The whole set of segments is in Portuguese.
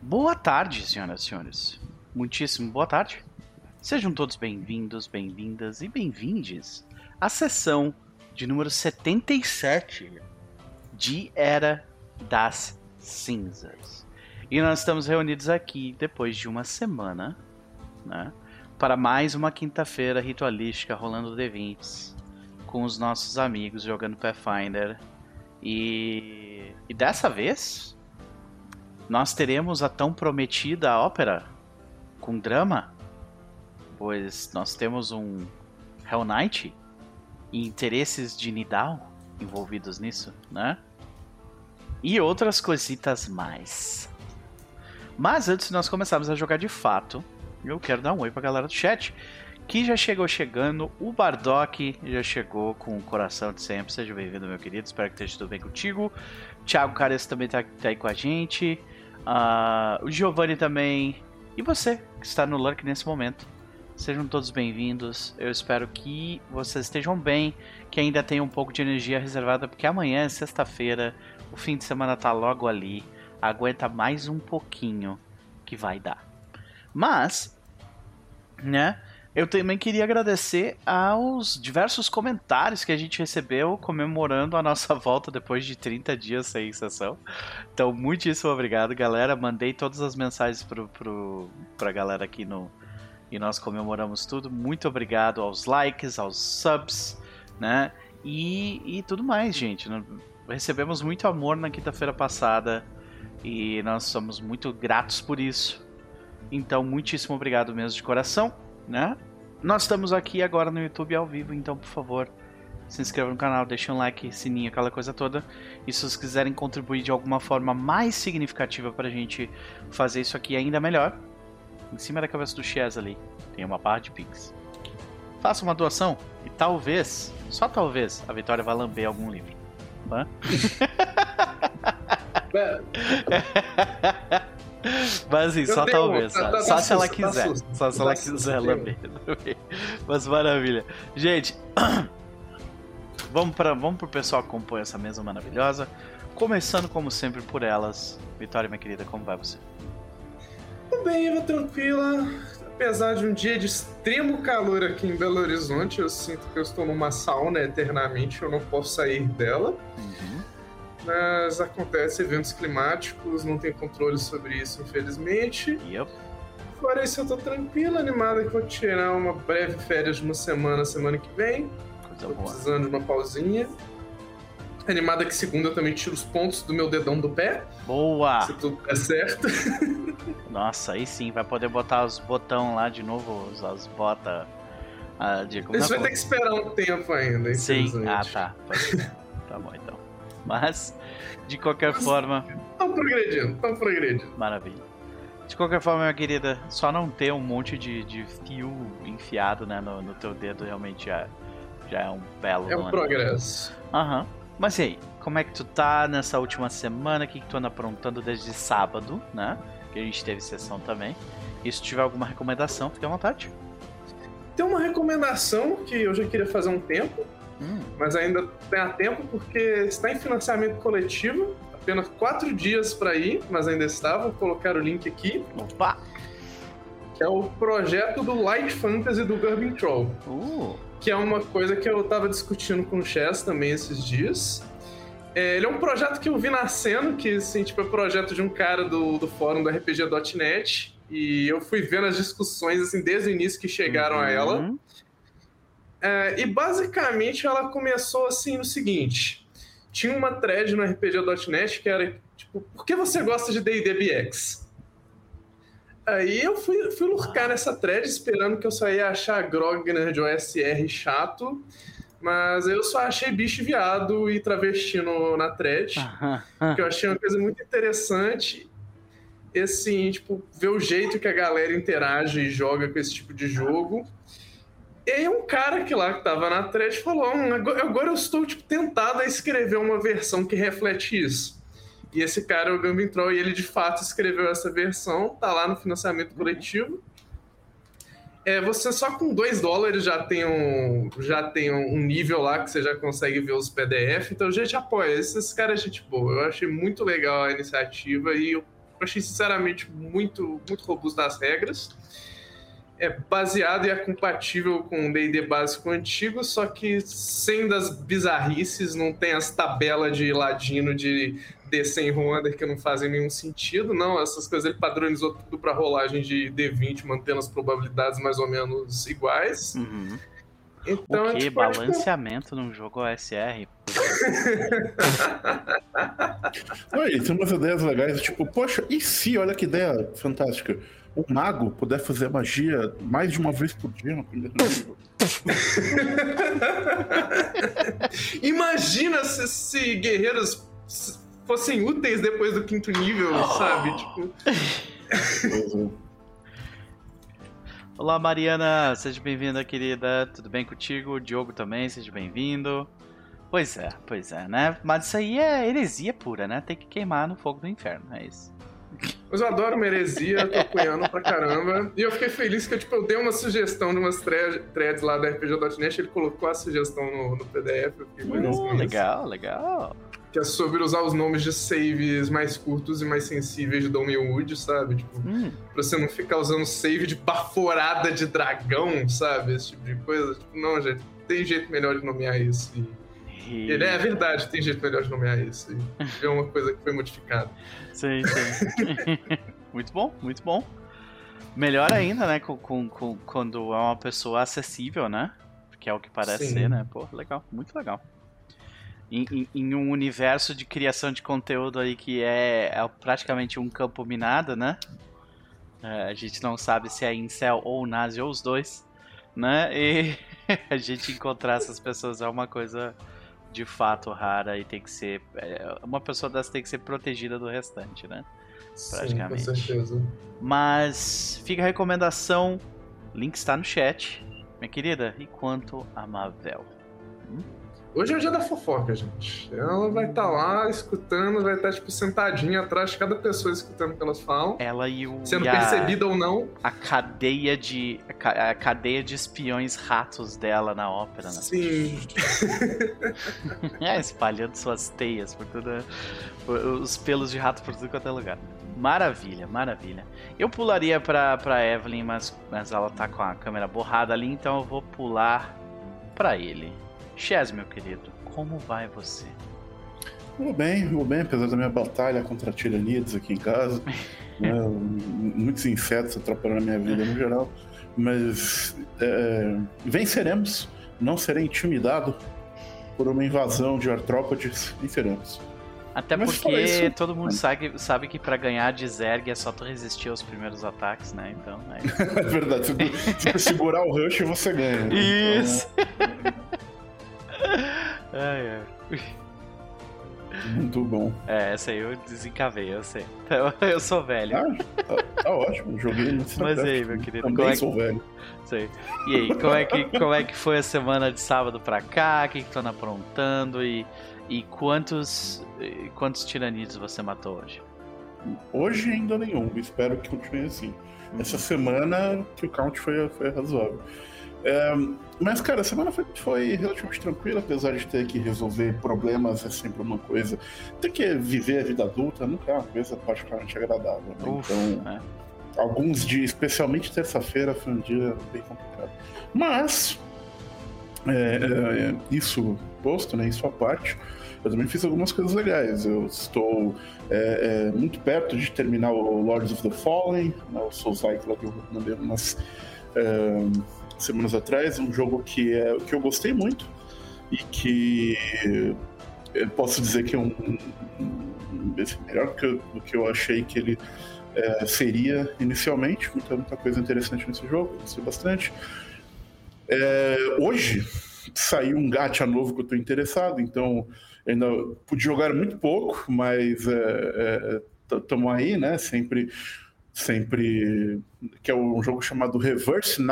Boa tarde, senhoras e senhores. Muitíssimo boa tarde. Sejam todos bem-vindos, bem-vindas e bem-vindes à sessão de número 77 de Era das Cinzas. E nós estamos reunidos aqui depois de uma semana, né, para mais uma quinta-feira ritualística rolando D20s com os nossos amigos jogando Pathfinder. E dessa vez nós teremos a tão prometida ópera com drama, pois nós temos um Hell Knight e interesses de Nidal envolvidos nisso, né? E outras coisitas mais. Mas antes de nós começarmos a jogar de fato, eu quero dar um oi pra galera do chat, que já chegou chegando. O Bardock já chegou com o coração de sempre. Seja bem-vindo, meu querido. Espero que esteja tudo bem contigo. Thiago Cares também tá aí com a gente. O Giovanni também. E você, que está no Lurk nesse momento. Sejam todos bem-vindos. Eu espero que vocês estejam bem, que ainda tenham um pouco de energia reservada, porque amanhã é sexta-feira, o fim de semana tá logo ali. Aguenta mais um pouquinho que vai dar. Mas, né, eu também queria agradecer aos diversos comentários que a gente recebeu comemorando a nossa volta depois de 30 dias sem sessão. Então, muitíssimo obrigado, galera. Mandei todas as mensagens pra galera aqui e nós comemoramos tudo. Muito obrigado aos likes, aos subs, né? E tudo mais, gente. Recebemos muito amor na quinta-feira passada e nós somos muito gratos por isso. Então, muitíssimo obrigado mesmo de coração, né? Nós estamos aqui agora no YouTube ao vivo, então, por favor, se inscreva no canal, deixa um like, sininho, aquela coisa toda. E se vocês quiserem contribuir de alguma forma mais significativa pra gente fazer isso aqui ainda melhor, em cima da cabeça do Chaz ali, tem uma barra de Pix. Faça uma doação e talvez, só talvez, a Vitória vá lamber algum livro. Hã? Mas assim, só talvez, só se ela quiser. Só se ela quiser lamber. Mas maravilha. Gente, vamos pro pessoal que compõe essa mesa maravilhosa. Começando como sempre por elas. Vitória, minha querida, como vai você? Tudo bem, Eva, tranquila. Apesar de um dia de extremo calor aqui em Belo Horizonte, eu sinto que eu estou numa sauna eternamente, eu não posso sair dela. Mas acontece eventos climáticos, não tem controle sobre isso, infelizmente. Fora isso, eu tô tranquilo, animado, que vou tirar uma breve férias de uma semana que vem. Tô precisando de uma pausinha. Animada que segunda eu também tiro os pontos do meu dedão do pé. Boa! Se tudo der certo. Nossa, aí sim, vai poder botar os botão lá de novo, as botas. Isso vai ter que esperar um tempo ainda, sim, tá. Tá bom então. Mas, de qualquer forma... Estão progredindo. Maravilha. De qualquer forma, minha querida, só não ter um monte de fio enfiado, né, no teu dedo realmente já é um belo... É um progresso. Aham. Mas e aí, como é que tu tá nessa última semana? O que tu anda aprontando desde sábado, né? Que a gente teve sessão também. E se tiver alguma recomendação, fique à vontade. Tem uma recomendação que eu já queria fazer há um tempo, mas ainda tem a tempo porque está em financiamento coletivo. Apenas 4 dias para ir, mas ainda está. Vou colocar o link aqui. Opa! Que é o projeto do Light Fantasy do Gurbin Troll. Que é uma coisa que eu tava discutindo com o Chess também esses dias. Ele é um projeto que eu vi nascendo, que assim, tipo, é projeto de um cara do fórum do RPG.net, e eu fui vendo as discussões assim, desde o início que chegaram a ela. E basicamente ela começou assim no seguinte: tinha uma thread no RPG.net que era tipo, por que você gosta de D&D BX? Aí eu fui lurcar nessa thread esperando que eu só ia achar Grogner de OSR chato, mas eu só achei bicho viado e travesti na thread, que eu achei uma coisa muito interessante. E assim, tipo, ver o jeito que a galera interage e joga com esse tipo de jogo. E aí um cara que tava na thread falou, agora eu estou tipo, tentado a escrever uma versão que reflete isso. E esse cara é o Gurbin Troll, e ele de fato escreveu essa versão, tá lá no financiamento coletivo. Você só com $2 já tem um nível lá que você já consegue ver os PDF, então a gente apoia. Esse cara é gente boa, eu achei muito legal a iniciativa e eu Eu achei, sinceramente, muito, muito robusto das regras. É baseado e é compatível com o D&D básico antigo, só que sem das bizarrices, não tem as tabelas de ladino de D100 e Wonder que não fazem nenhum sentido, não. Essas coisas ele padronizou tudo para rolagem de D20, mantendo as probabilidades mais ou menos iguais. Uhum. Então, o que? Balanceamento num jogo OSR? Oi, tem umas ideias legais, tipo, poxa, e se, olha que ideia fantástica, o mago puder fazer magia mais de uma vez por dia no primeiro nível. Imagina se guerreiros fossem úteis depois do 5º nível, sabe? Tipo... Olá, Mariana, seja bem-vinda, querida. Tudo bem contigo? O Diogo também, seja bem-vindo. Pois é, né? Mas isso aí é heresia pura, né? Tem que queimar no fogo do inferno, é isso. Mas eu adoro uma heresia, tô apoiando pra caramba. E eu fiquei feliz que eu dei uma sugestão de umas threads lá da RPG.net, ele colocou a sugestão no PDF. Eu fiquei feliz com legal. Que é sobre usar os nomes de saves mais curtos e mais sensíveis de Domewood, sabe? Tipo, pra você não ficar usando save de baforada de dragão, sabe? Esse tipo de coisa. Tipo, não, gente, tem jeito melhor de nomear isso. Ele é verdade, tem jeito melhor de nomear isso. É uma coisa que foi modificada. Sim. Muito bom. Melhor ainda, né? Quando é uma pessoa acessível, né? Que é o que parece ser, né? Pô, legal, muito legal. Em um universo de criação de conteúdo aí que é praticamente um campo minado, né? A gente não sabe se é incel ou nazi ou os dois, né? E a gente encontrar essas pessoas é uma coisa de fato rara e tem que ser... uma pessoa dessa tem que ser protegida do restante, né? Praticamente. Sim, com certeza. Mas fica a recomendação, link está no chat. Minha querida, e quanto a Mavel? Hoje é o dia da fofoca, gente. Ela vai estar lá escutando, vai estar tipo sentadinha atrás de cada pessoa escutando o que elas falam. Ela sendo percebida ou não. A cadeia de espiões ratos dela na ópera, né? Sim. Espalhando suas teias por tudo, os pelos de rato por tudo quanto é lugar. Maravilha. Eu pularia pra Evelyn, mas ela tá com a câmera borrada ali, então eu vou pular pra ele. Chaz, meu querido, como vai você? Vou bem, apesar da minha batalha contra tiranides aqui em casa. Né, muitos insetos atrapalhando a minha vida no geral. Mas venceremos. Não serei intimidado por uma invasão de artrópodes. Venceremos. Até mas porque todo mundo sabe que pra ganhar de Zerg é só tu resistir aos primeiros ataques, né? Então, é verdade, se tu segurar o rush você ganha. Isso! Então, Muito bom. Essa aí eu desencavei, eu sei. Eu sou velho. Tá ótimo, joguei no Mas e aí, meu querido? Também sou velho. Sei. E aí, como é que foi a semana de sábado pra cá? O que tu anda aprontando? E quantos tiranides você matou hoje? Hoje ainda nenhum, espero que continue assim. Essa semana que o count foi razoável. Mas, cara, a semana foi relativamente tranquila, apesar de ter que resolver problemas, é sempre uma coisa. Ter que viver a vida adulta nunca é uma coisa particularmente agradável. Né? Então, alguns dias, especialmente terça-feira, foi um dia bem complicado. Mas, isso posto, né, isso à parte, eu também fiz algumas coisas legais. Eu estou muito perto de terminar o Lords of the Fallen, né, o Souls-like lá que eu mandei umas semanas atrás, um jogo que eu gostei muito e que eu posso dizer que é melhor do que eu achei que ele seria inicialmente. Muita coisa interessante nesse jogo, gostei bastante. Hoje saiu um gacha novo que eu estou interessado, então ainda pude jogar muito pouco, mas estamos aí, né? Sempre, que é um jogo chamado Reverse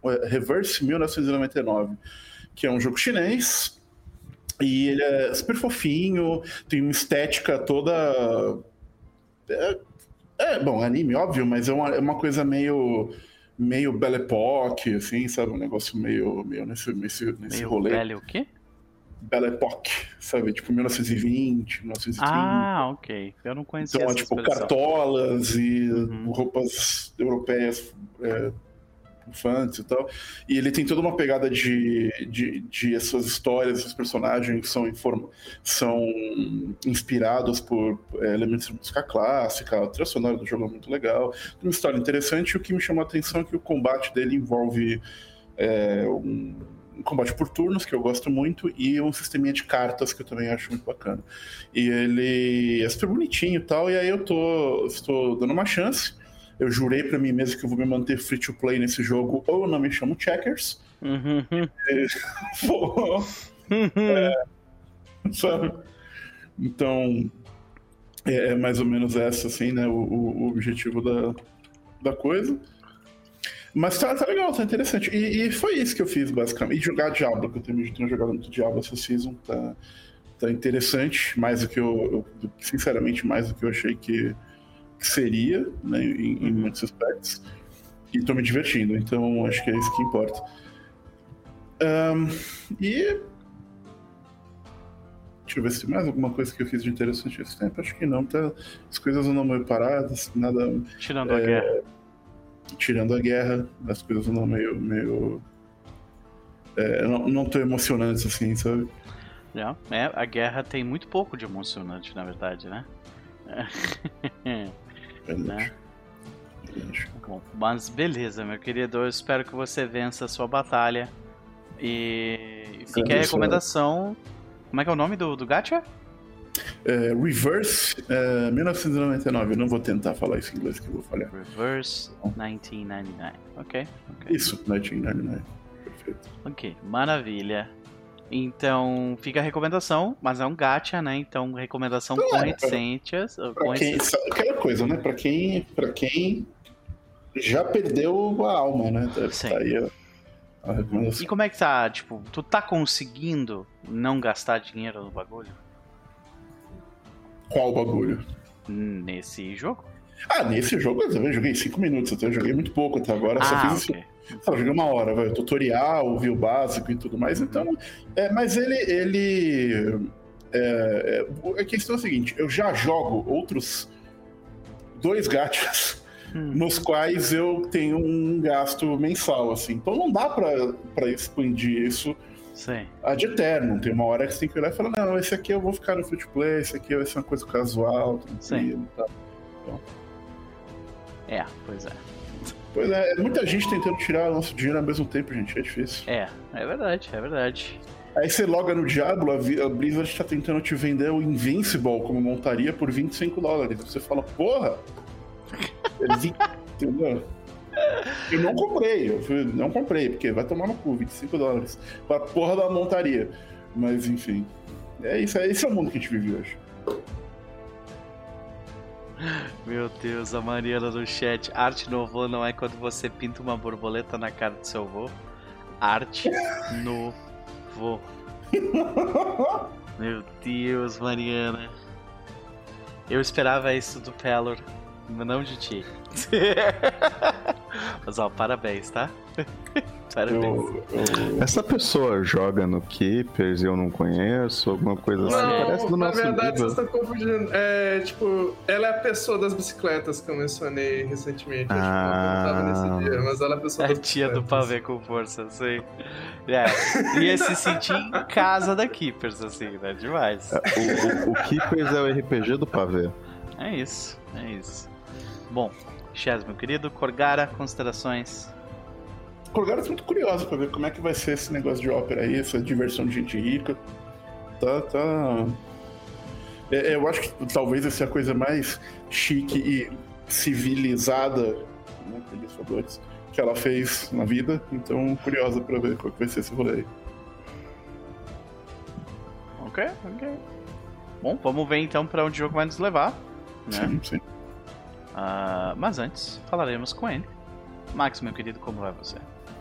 1999, que é um jogo chinês, e ele é super fofinho, tem uma estética toda... bom, anime, óbvio, mas é uma coisa meio Belle Époque, assim, sabe? Um negócio meio nesse meio rolê. Belle o quê? Belle Époque, sabe? Tipo 1920, 1930. Ah, ok. Eu não conhecia então, essa tipo, expressão. cartolas e roupas europeias infantes e tal. E ele tem toda uma pegada de essas histórias, esses personagens são inspirados por elementos de música clássica, a trilha sonora do jogo é muito legal. Uma história interessante, e o que me chamou a atenção é que o combate dele envolve um combate por turnos, que eu gosto muito, e um sisteminha de cartas que eu também acho muito bacana. E ele é super bonitinho e tal, e aí eu estou dando uma chance. Eu jurei pra mim mesmo que eu vou me manter free to play nesse jogo, ou eu não me chamo Checkers. Sabe? Então, é mais ou menos essa, assim, né, o objetivo da coisa. Mas tá legal, tá interessante. E foi isso que eu fiz, basicamente. E jogar Diablo, que eu tenho jogado muito Diablo essa season, tá interessante, mais do que sinceramente, mais do que eu achei que seria, né, em muitos aspectos. E tô me divertindo, então acho que é isso que importa. E... deixa eu ver se tem mais alguma coisa que eu fiz de interessante esse tempo. Acho que não, tá? As coisas andam meio paradas, nada... Tirando a guerra. Tirando a guerra, as coisas andam meio não tão emocionantes assim, sabe? A guerra tem muito pouco de emocionante, na verdade, né? Verdade. Bom, mas beleza, meu querido, eu espero que você vença a sua batalha. E fica aí a recomendação. Como é que é o nome do gacha? Reverse 1999. Eu não vou tentar falar isso em inglês que eu vou falhar. Reverse 1999. Ok. Isso, 1999. Perfeito. Ok, maravilha. Então fica a recomendação, mas é um gacha, né? Então recomendação com reticências. Aquela coisa, né? Pra quem já perdeu a alma, né? Sim. Tá aí a recomendação. E como é que tá? Tipo, tu tá conseguindo não gastar dinheiro no bagulho? Qual bagulho? Nesse jogo? Nesse jogo eu joguei 5 minutos, eu joguei muito pouco até agora. Só fiz isso. Eu joguei 1 hora, velho. Tutorial, vi o básico e tudo mais. Então, mas ele a questão é a seguinte: eu já jogo outros 2 gachas nos quais eu tenho um gasto mensal, assim. Então não dá pra expandir isso ad eterno. Tem uma hora que você tem que olhar e falar: não, esse aqui eu vou ficar no free to play, esse aqui vai ser uma coisa casual, tranquilo e tal. Então, pois é. Pois é, muita gente tentando tirar o nosso dinheiro ao mesmo tempo, gente, é difícil. É verdade. Aí você loga no Diablo, a Blizzard tá tentando te vender o Invincible como montaria por $25. Você fala, porra! Entendeu? Eu não comprei, porque vai tomar no cu, $25. Pra porra da montaria. Mas enfim, esse é o mundo que a gente vive hoje. Meu Deus, a Mariana no chat. Arte no vô não é quando você pinta uma borboleta na cara do seu vô. Arte no vô. Meu Deus, Mariana. Eu esperava isso do Pelor, mas não de ti. Mas parabéns, tá? Parabéns. Essa pessoa joga no Keepers e eu não conheço, alguma coisa assim. Parece do nosso na verdade, nível. vocês estão confundindo. Ela é a pessoa das bicicletas que eu mencionei recentemente. Acho que ela não tava nesse dia, mas ela é a pessoa das tia do pavê com força, sei. Ia se sentir em casa da Keepers, assim, né? Demais. O Keepers é o RPG do pavê. É isso. Bom, Chaz, meu querido, Corgara, considerações. Corgara é muito curioso pra ver como é que vai ser esse negócio de ópera aí, essa diversão de gente rica. Eu acho que talvez essa é a coisa mais chique e civilizada, né, que ela fez na vida. Então, curiosa pra ver qual que vai ser esse rolê aí. Ok. Bom, vamos ver então pra onde o jogo vai nos levar, né? Sim. Mas antes, falaremos com ele. Max, meu querido, como vai você?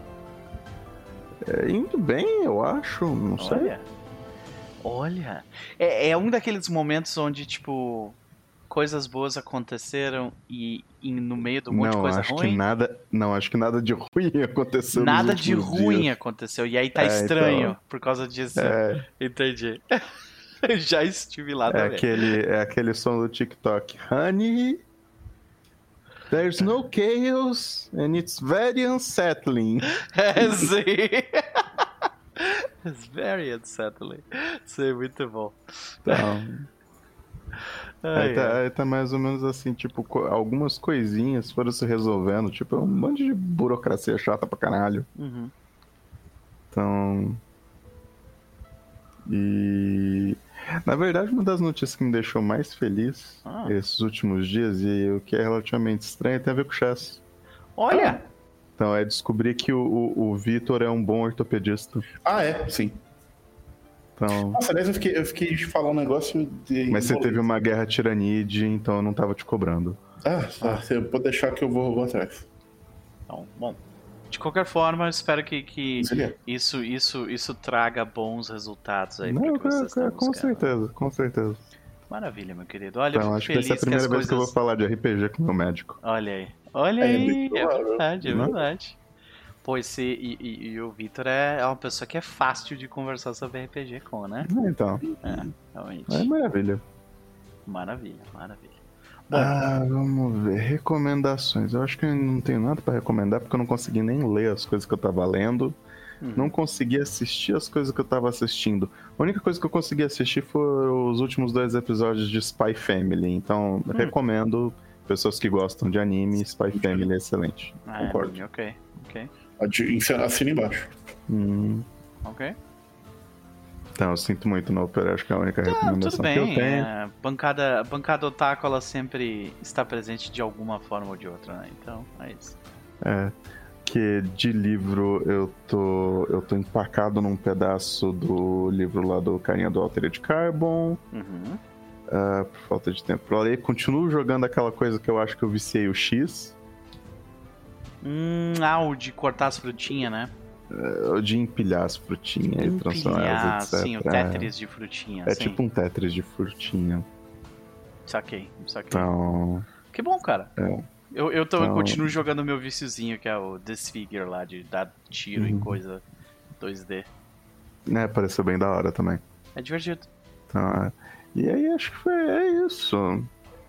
Indo bem, eu acho, não sei. Olha, é um daqueles momentos onde, tipo, coisas boas aconteceram e no meio do monte de coisa ruim? Acho que nada de ruim aconteceu. Nada de ruim aconteceu. E aí tá estranho então, por causa disso. Entendi. Já estive lá também. Aquele som do TikTok. Honey, there's no chaos and it's very unsettling. Sim. It's very unsettling. Sim, muito bom. Então... Aí tá mais ou menos assim, tipo, algumas coisinhas foram se resolvendo, tipo, um monte de burocracia chata pra caralho. Uhum. Então... E... Na verdade, uma das notícias que me deixou mais feliz esses últimos dias, e o que é relativamente estranho, tem a ver com o Chess. Olha! Então, é descobrir que o Vitor é um bom ortopedista. Sim. Então... Nossa, aliás, eu fiquei de falar um negócio de... Mas você teve uma guerra tiranide, então eu não tava te cobrando. Você pode deixar que eu vou atrás. Então, bom, de qualquer forma, eu espero que isso traga bons resultados aí. Com certeza. Maravilha, meu querido. Olha, então, eu acho fico feliz que essa é a primeira vez coisas... que eu vou falar de RPG com o meu médico. Olha aí, é verdade. Pô, e o Vitor é uma pessoa que é fácil de conversar sobre RPG com, né? Então. Realmente. É maravilha. Maravilha. Bom, vamos ver. Recomendações. Eu acho que eu não tenho nada pra recomendar, porque eu não consegui nem ler as coisas que eu tava lendo. Não consegui assistir as coisas que eu tava assistindo. A única coisa que eu consegui assistir foram os últimos 2 episódios de Spy Family. Então, recomendo. Pessoas que gostam de anime, Spy Family é excelente. Concordo. Ok. Assina embaixo. Ok. Então, eu sinto muito no Opera, acho que é a única recomendação que eu tenho. Bancada Otaku, ela sempre está presente de alguma forma ou de outra, né? Então, é isso. Que de livro eu tô empacado num pedaço do livro lá do carinha do Altered Carbon. Por falta de tempo pra ler. Continuo jogando aquela coisa que eu acho que eu viciei o X. O de cortar as frutinhas, né? O de empilhar as frutinhas e transformar elas, etc. Sim, o Tetris de frutinha. É tipo um Tetris de frutinha. Saquei. Então... Que bom, cara. Eu continuo jogando meu viciozinho, que é o Disfigure lá, de dar tiro em coisa 2D. Pareceu bem da hora também. É divertido. Então, e aí acho que é isso.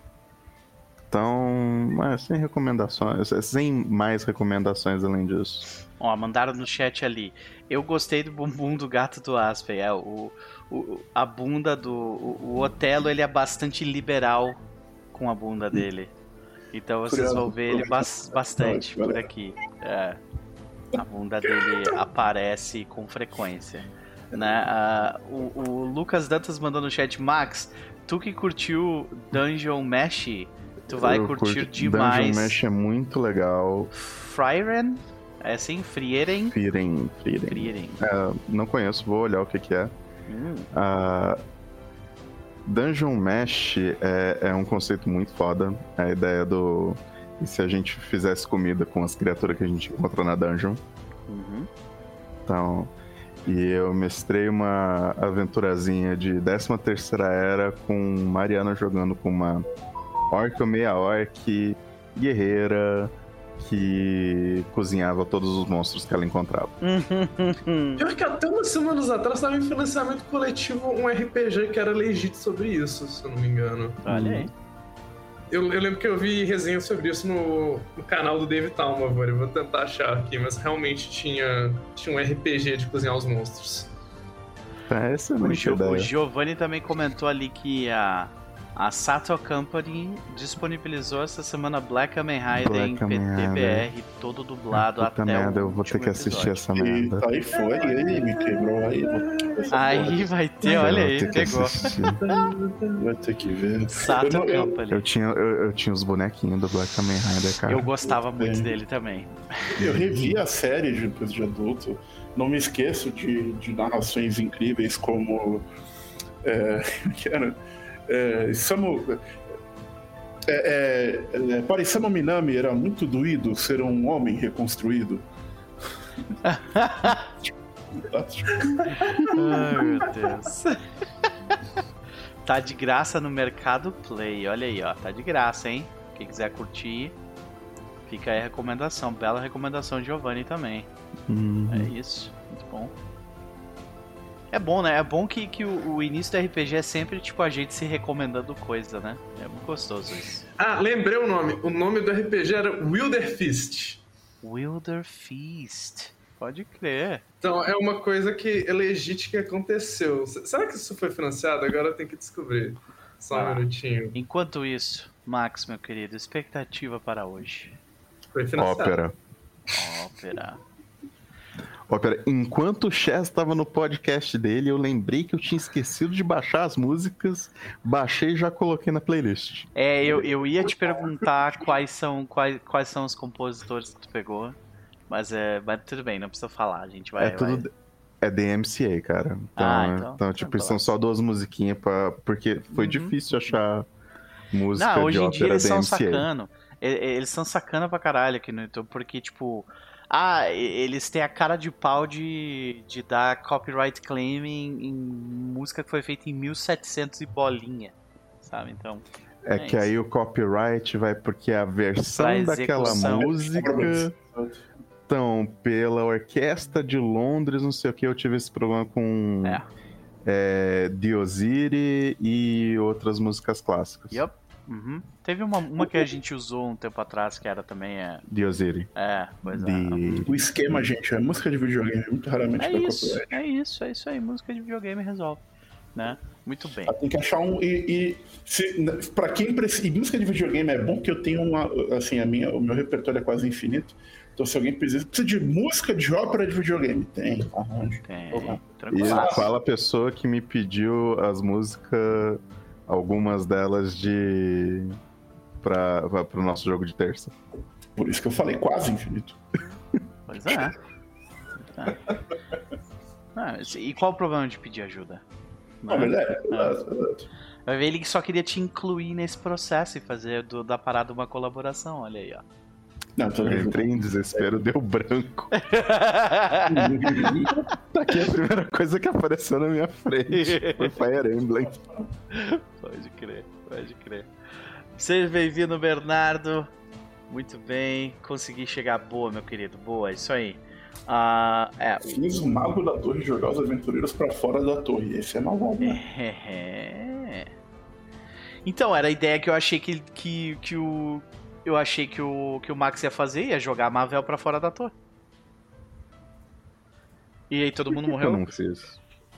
Então, sem recomendações, sem mais recomendações além disso. Mandaram no chat ali. Eu gostei do bumbum do gato do Aspen. A bunda do... O Otelo, ele é bastante liberal com a bunda dele. Então vocês vão ver ele bastante por aqui. A bunda dele aparece com frequência. Né? O Lucas Dantas mandou no chat: Max, tu que curtiu Dungeon Mesh, tu vai curtir demais. Dungeon Mesh é muito legal. Frieren? É assim? Frieren? Frieren. Não conheço, vou olhar o que é. Dungeon Mesh é um conceito muito foda. A ideia do... E se a gente fizesse comida com as criaturas que a gente encontra na dungeon? Então... E eu mestrei uma aventurazinha de 13ª Era com Mariana jogando com uma orc ou meia orc guerreira que cozinhava todos os monstros que ela encontrava. Pior que até umas semanas atrás estava em financiamento coletivo um RPG que era legítimo sobre isso, se eu não me engano. Olha aí. Eu lembro que eu vi resenha sobre isso no canal do David Talma, eu vou tentar achar aqui, mas realmente tinha um RPG de cozinhar os monstros. Essa é uma ideia. O Giovanni também comentou ali que a Sato Company disponibilizou essa semana Black Kamen Rider em PTBR, todo dublado até merda, o eu vou ter que assistir essa merda. Eita, aí foi, aí me quebrou, aí vai ter, olha aí, pegou. Vai ter que ver. Sato Company. Eu tinha os bonequinhos do Black Kamen Rider, cara. Eu gostava muito dele também. Eu revi a série depois de adulto. Não me esqueço de narrações incríveis como... Paisama Minami era muito doído ser um homem reconstruído. Ai, meu Deus. Tá de graça no Mercado Play. Olha aí, ó. Tá de graça, hein? Quem quiser curtir, fica aí a recomendação. Bela recomendação de Giovanni também. É isso. Muito bom. É bom, né? É bom que o início do RPG é sempre, tipo, a gente se recomendando coisa, né? É muito gostoso isso. Ah, lembrei o nome. O nome do RPG era Wilder Fist. Wilder Feast. Pode crer. Então, é uma coisa que é legítima que aconteceu. Será que isso foi financiado? Agora eu tenho que descobrir. Só um minutinho. Enquanto isso, Max, meu querido, expectativa para hoje. Foi financiado. Ópera. Enquanto o Chess estava no podcast dele, eu lembrei que eu tinha esquecido de baixar as músicas, baixei e já coloquei na playlist. Eu ia te perguntar quais são os compositores que tu pegou, mas tudo bem, não precisa falar, a gente vai... É DMCA, cara. Então tipo, são só 2 musiquinhas porque foi difícil achar música de ópera DMCA. Hoje em dia eles são sacana. Eles são sacana pra caralho aqui no YouTube, porque, tipo... eles têm a cara de pau de dar copyright claim em música que foi feita em 1700 e bolinha, sabe? Então... que aí o copyright vai porque a versão daquela música... Então, pela Orquestra de Londres, não sei o que, eu tive esse problema com Diosiri e outras músicas clásicas. Teve uma que a gente usou um tempo atrás, que era também... Diosiri. Pois O esquema, gente, é música de videogame, muito raramente dá copyright. É isso aí, música de videogame resolve, né? Muito bem. Tem que achar pra quem precisa... E música de videogame é bom que eu tenho o meu repertório é quase infinito. Então, se alguém precisa de música de ópera de videogame, tem. E fala a pessoa que me pediu as músicas, algumas delas pro nosso jogo de terça. Por isso que eu falei quase infinito. Pois é. E qual o problema de pedir ajuda? Verdade. Vai ver, ele só queria te incluir nesse processo e fazer da parada uma colaboração, olha aí, ó. Não, eu entrei em desespero, deu branco. Tá aqui a primeira coisa que apareceu na minha frente. Foi Fire Emblem. Pode crer. Seja bem-vindo, Bernardo. Muito bem. Consegui chegar boa, meu querido. Boa, isso aí. Fiz o Mago da Torre jogar os aventureiros pra fora da torre. Esse é malvado, né? Então, era a ideia que eu achei que o Max ia fazer, ia jogar a Mavel pra fora da torre. E aí todo mundo morreu? Eu não fiz.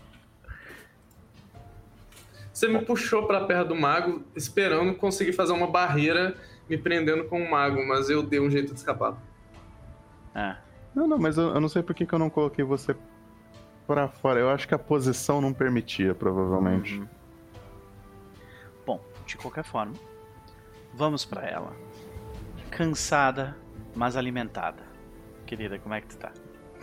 Você me puxou pra perto do mago, esperando conseguir fazer uma barreira me prendendo com o mago, mas eu dei um jeito de escapar. Não, mas eu não sei por que eu não coloquei você pra fora. Eu acho que a posição não permitia, provavelmente. Bom, de qualquer forma, vamos pra ela. Cansada, mas alimentada. Querida, como é que tu tá?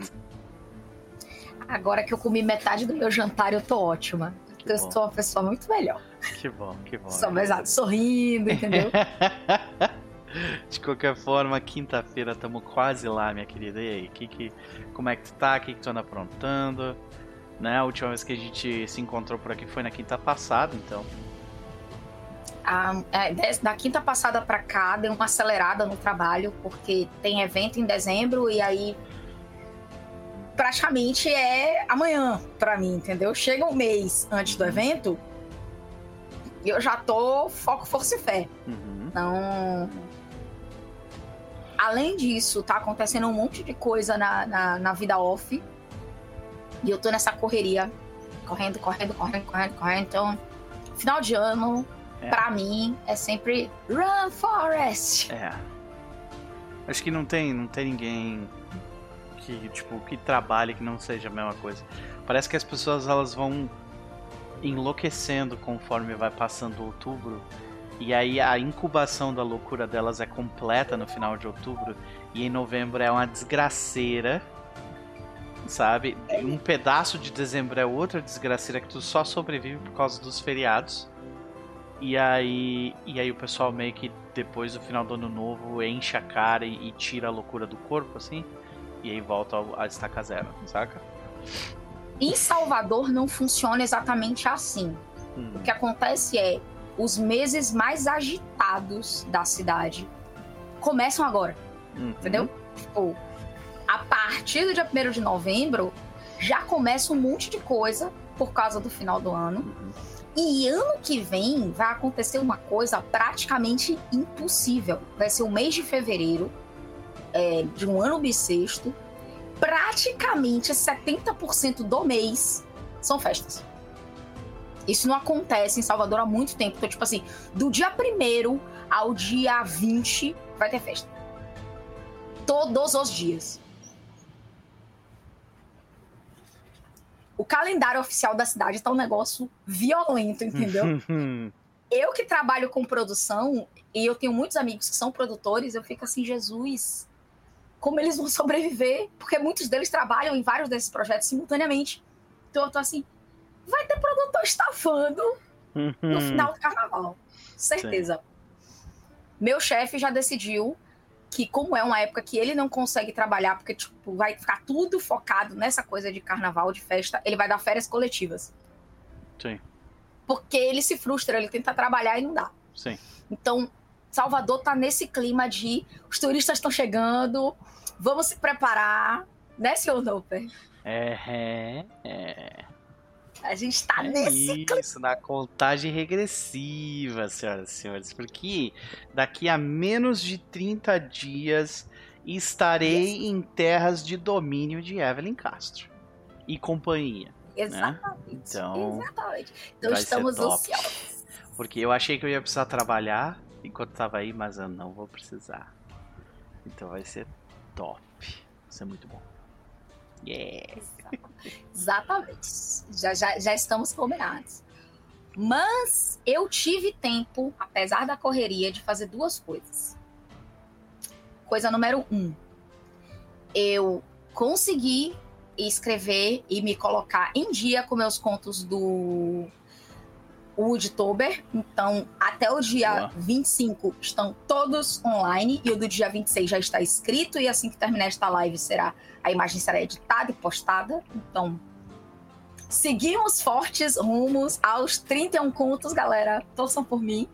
Agora que eu comi metade do meu jantar, eu tô ótima. Eu sou uma pessoa muito melhor. Que bom. Sou mesada, sorrindo, entendeu? De qualquer forma, quinta-feira estamos quase lá, minha querida. E aí, como é que tu tá? O que tu anda aprontando? Né? A última vez que a gente se encontrou por aqui foi na quinta passada, então... Da quinta passada pra cá, deu uma acelerada no trabalho, porque tem evento em dezembro e aí praticamente é amanhã pra mim, entendeu? Chega um mês antes do evento e eu já tô foco, força e fé. Então, além disso, tá acontecendo um monte de coisa na vida off e eu tô nessa correria, correndo. Então, final de ano... Pra mim, é sempre Run, Forest! Acho que não tem ninguém que trabalhe que não seja a mesma coisa. Parece que as pessoas elas vão enlouquecendo conforme vai passando outubro. E aí a incubação da loucura delas é completa no final de outubro. E em novembro é uma desgraceira. Sabe? Um pedaço de dezembro é outra desgraceira que tu só sobrevive por causa dos feriados. E aí o pessoal meio que depois do final do ano novo enche a cara e tira a loucura do corpo, assim. E aí volta a estaca zero, saca? Em Salvador não funciona exatamente assim. O que acontece é, os meses mais agitados da cidade começam agora, entendeu? Tipo, a partir do dia 1º de novembro, já começa um monte de coisa por causa do final do ano. E ano que vem vai acontecer uma coisa praticamente impossível. Vai ser o mês de fevereiro de um ano bissexto. Praticamente 70% do mês são festas. Isso não acontece em Salvador há muito tempo. Então, tipo assim, do dia 1º ao dia 20 vai ter festa. Todos os dias. O calendário oficial da cidade tá um negócio violento, entendeu? Eu que trabalho com produção, e eu tenho muitos amigos que são produtores, eu fico assim, Jesus, como eles vão sobreviver? Porque muitos deles trabalham em vários desses projetos simultaneamente. Então eu tô assim, vai ter produtor estafando no final do carnaval. Certeza. Sim. Meu chefe já decidiu que, como é uma época que ele não consegue trabalhar, porque tipo, vai ficar tudo focado nessa coisa de carnaval, de festa, ele vai dar férias coletivas. Sim. Porque ele se frustra, ele tenta trabalhar e não dá. Sim. Então, Salvador tá nesse clima de os turistas estão chegando, vamos se preparar, né, senhor Noper? A gente tá nesse clima. Isso, na contagem regressiva, senhoras e senhores, porque daqui a menos de 30 dias estarei em terras de domínio de Evelyn Castro e companhia. Exatamente. Né? Então estamos ansiosos. Porque eu achei que eu ia precisar trabalhar enquanto tava aí, mas eu não vou precisar. Então vai ser top. Vai ser muito bom. Yeah. Exatamente. Já estamos combinados. Mas eu tive tempo, apesar da correria, de fazer duas coisas. Coisa número 1. Eu consegui escrever e me colocar em dia com meus contos do Woodtober. Então, até o dia 25 estão todos online e o do dia 26 já está escrito, e assim que terminar esta live a imagem será editada e postada. Então, seguimos fortes rumos aos 31 contos, galera. Torçam por mim.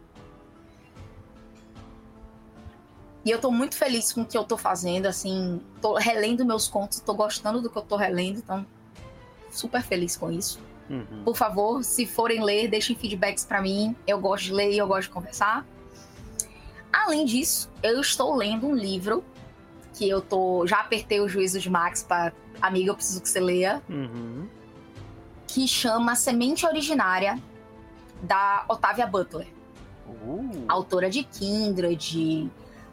E eu tô muito feliz com o que eu tô fazendo, assim, tô relendo meus contos, tô gostando do que eu tô relendo, então super feliz com isso. Por favor, se forem ler, deixem feedbacks pra mim. Eu gosto de ler e eu gosto de conversar. Além disso, eu estou lendo um livro que já apertei o juízo de Max pra amiga, eu preciso que você leia. Que chama Semente Originária, da Octavia Butler. Autora de Kindred.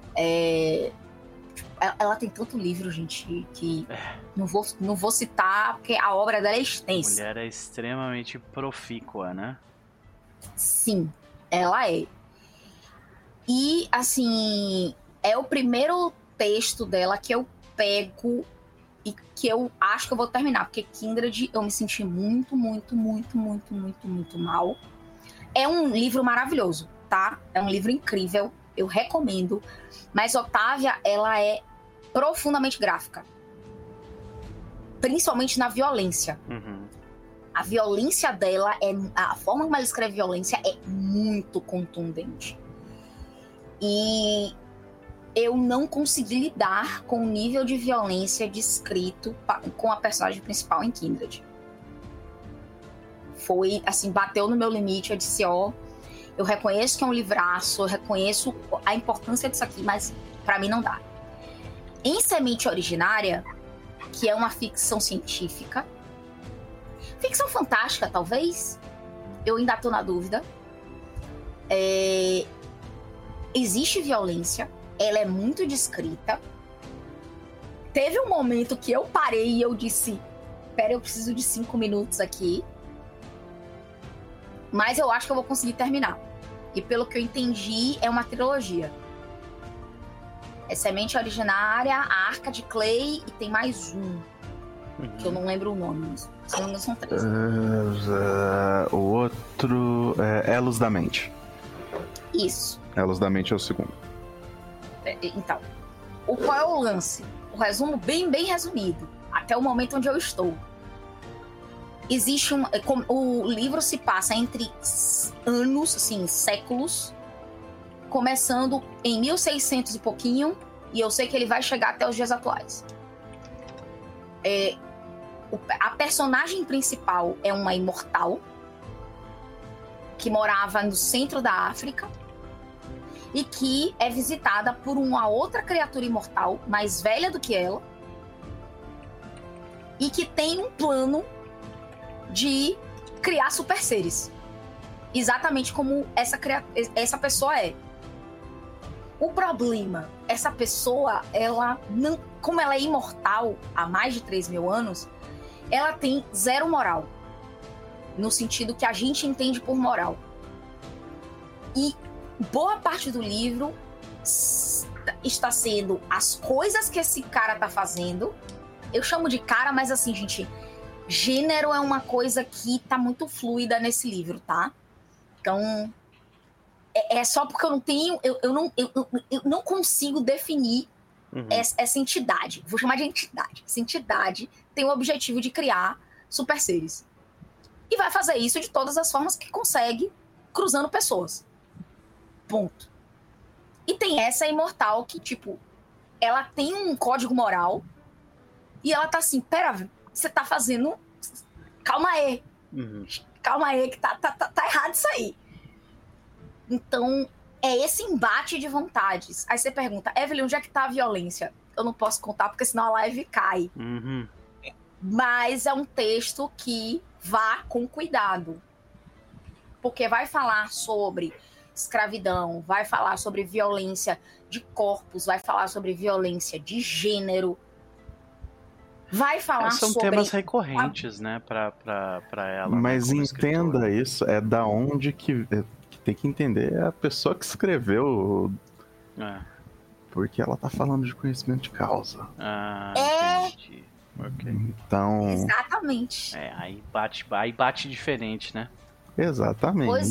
Ela tem tanto livro, gente, que não vou citar, porque a obra dela é extensa. A mulher é extremamente profícua, né? Sim, ela é. E, assim, é o primeiro texto dela que eu pego e que eu acho que eu vou terminar, porque Kindred eu me senti muito, muito, muito, muito, muito, muito mal. É um livro maravilhoso, tá? É um livro incrível, eu recomendo. Mas Octavia, ela é profundamente gráfica. Principalmente na violência. A violência dela, a forma como ela escreve violência é muito contundente. E eu não consegui lidar com o nível de violência descrito com a personagem principal em Kindred. Foi, assim, bateu no meu limite. Eu disse, eu reconheço que é um livraço, eu reconheço a importância disso aqui, mas pra mim não dá. Em Semente Originária, que é uma ficção científica, ficção fantástica, talvez, eu ainda tô na dúvida. Existe violência, ela é muito descrita. Teve um momento que eu parei e eu disse, pera, eu preciso de 5 minutos aqui. Mas eu acho que eu vou conseguir terminar. E pelo que eu entendi, é uma trilogia. É Semente Originária, a Arca de Clay e tem mais um. Que eu não lembro o nome. Se não me engano, são 3. O outro é Elos da Mente. Isso. Elos da Mente é o segundo. Então, qual é o lance? O resumo bem resumido. Até o momento onde eu estou. existe o livro se passa entre anos, assim, séculos, começando em 1600 e pouquinho, e eu sei que ele vai chegar até os dias atuais. A personagem principal é uma imortal que morava no centro da África e que é visitada por uma outra criatura imortal mais velha do que ela e que tem um plano de criar super seres, exatamente como essa pessoa é. O problema, essa pessoa, ela não, como ela é imortal há mais de 3.000 anos, ela tem zero moral, no sentido que a gente entende por moral. E boa parte do livro está sendo as coisas que esse cara tá fazendo. Eu chamo de cara, mas assim, gente, gênero é uma coisa que tá muito fluida nesse livro, tá? Então, é só porque eu não tenho, eu não consigo definir essa entidade. Vou chamar de entidade. Essa entidade tem o objetivo de criar super seres. E vai fazer isso de todas as formas que consegue, cruzando pessoas. Ponto. E tem essa imortal que, tipo, ela tem um código moral e ela tá assim, pera, você tá fazendo... Calma aí. Calma aí, que tá errado isso aí. Então, é esse embate de vontades. Aí você pergunta, Evelyn, onde é que tá a violência? Eu não posso contar, porque senão a live cai. Mas é um texto que vá com cuidado. Porque vai falar sobre escravidão, vai falar sobre violência de corpos, vai falar sobre violência de gênero, vai falar São sobre... temas recorrentes, né, pra ela. Mas né, entenda isso, é da onde que tem que entender é a pessoa que escreveu. Porque ela tá falando de conhecimento de causa. Entendi. Okay. Então... Exatamente. Aí bate diferente, né? Exatamente. Pois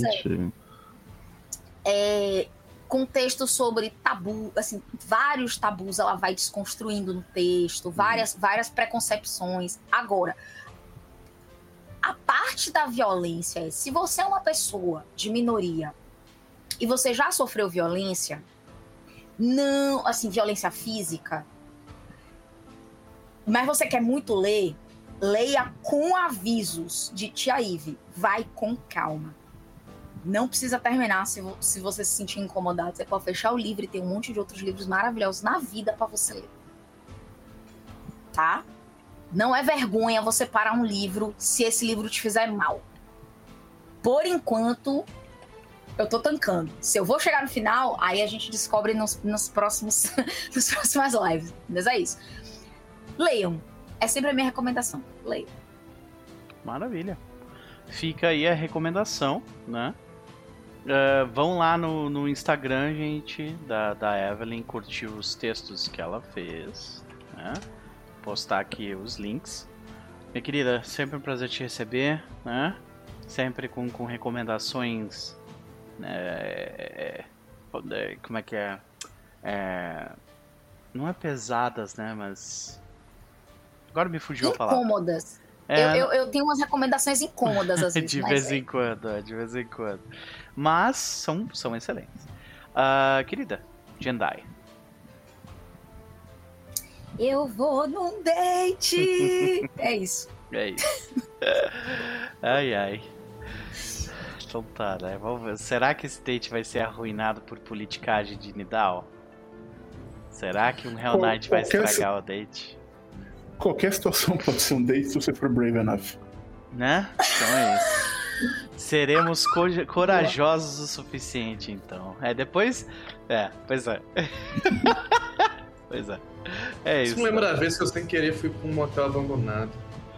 contexto sobre tabu, assim, vários tabus ela vai desconstruindo no texto, várias preconcepções. Agora, a parte da violência é, se você é uma pessoa de minoria e você já sofreu violência, não, assim, violência física, mas você quer muito ler, leia com avisos de Tia Ive. Vai com calma. Não precisa terminar se você se sentir incomodado. Você pode fechar o livro e tem um monte de outros livros maravilhosos na vida pra você ler. Tá? Não é vergonha você parar um livro se esse livro te fizer mal. Por enquanto, eu tô tancando. Se eu vou chegar no final, aí a gente descobre nos próximas lives. Mas é isso. Leiam. É sempre a minha recomendação. Leiam. Maravilha. Fica aí a recomendação, né? Vão lá no Instagram, gente, da Evelyn, curtir os textos que ela fez, né? Postar aqui os links. Minha querida, sempre um prazer te receber, né? Sempre com recomendações, como é que é? Não é pesadas, né? Mas agora me fugiu a palavra. Incômodas. Eu tenho umas recomendações incômodas às vezes. De vez em quando. Mas são excelentes. Querida, Jendai. Eu vou num date! É isso. Ai. Então tá, né? Vamos ver. Será que esse date vai ser arruinado por politicagem de Nidal? Será que um Hell Knight vai estragar o date? Qualquer situação pode ser um date se você for brave enough. Né? Então é isso. Seremos corajosos o suficiente, então. Depois... pois é. Pois é. É isso. Você não lembra da vez que eu sem querer fui pra um motel abandonado?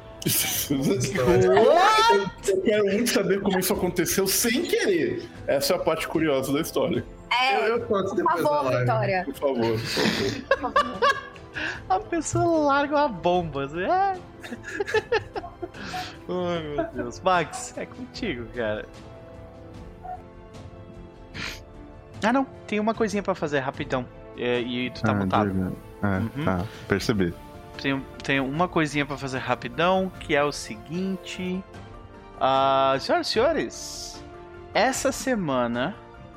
Eu quero muito saber como isso aconteceu sem querer. Essa é a parte curiosa da história. Eu conto depois da live. Vitória. Por favor. A pessoa larga uma bomba. Assim. Ai, meu Deus. Max, é contigo, cara. Não. Tem uma coisinha pra fazer rapidão. E tu tá mutado. Tá, percebi. tenho uma coisinha pra fazer rapidão, que é o seguinte. Senhoras e senhores, essa semana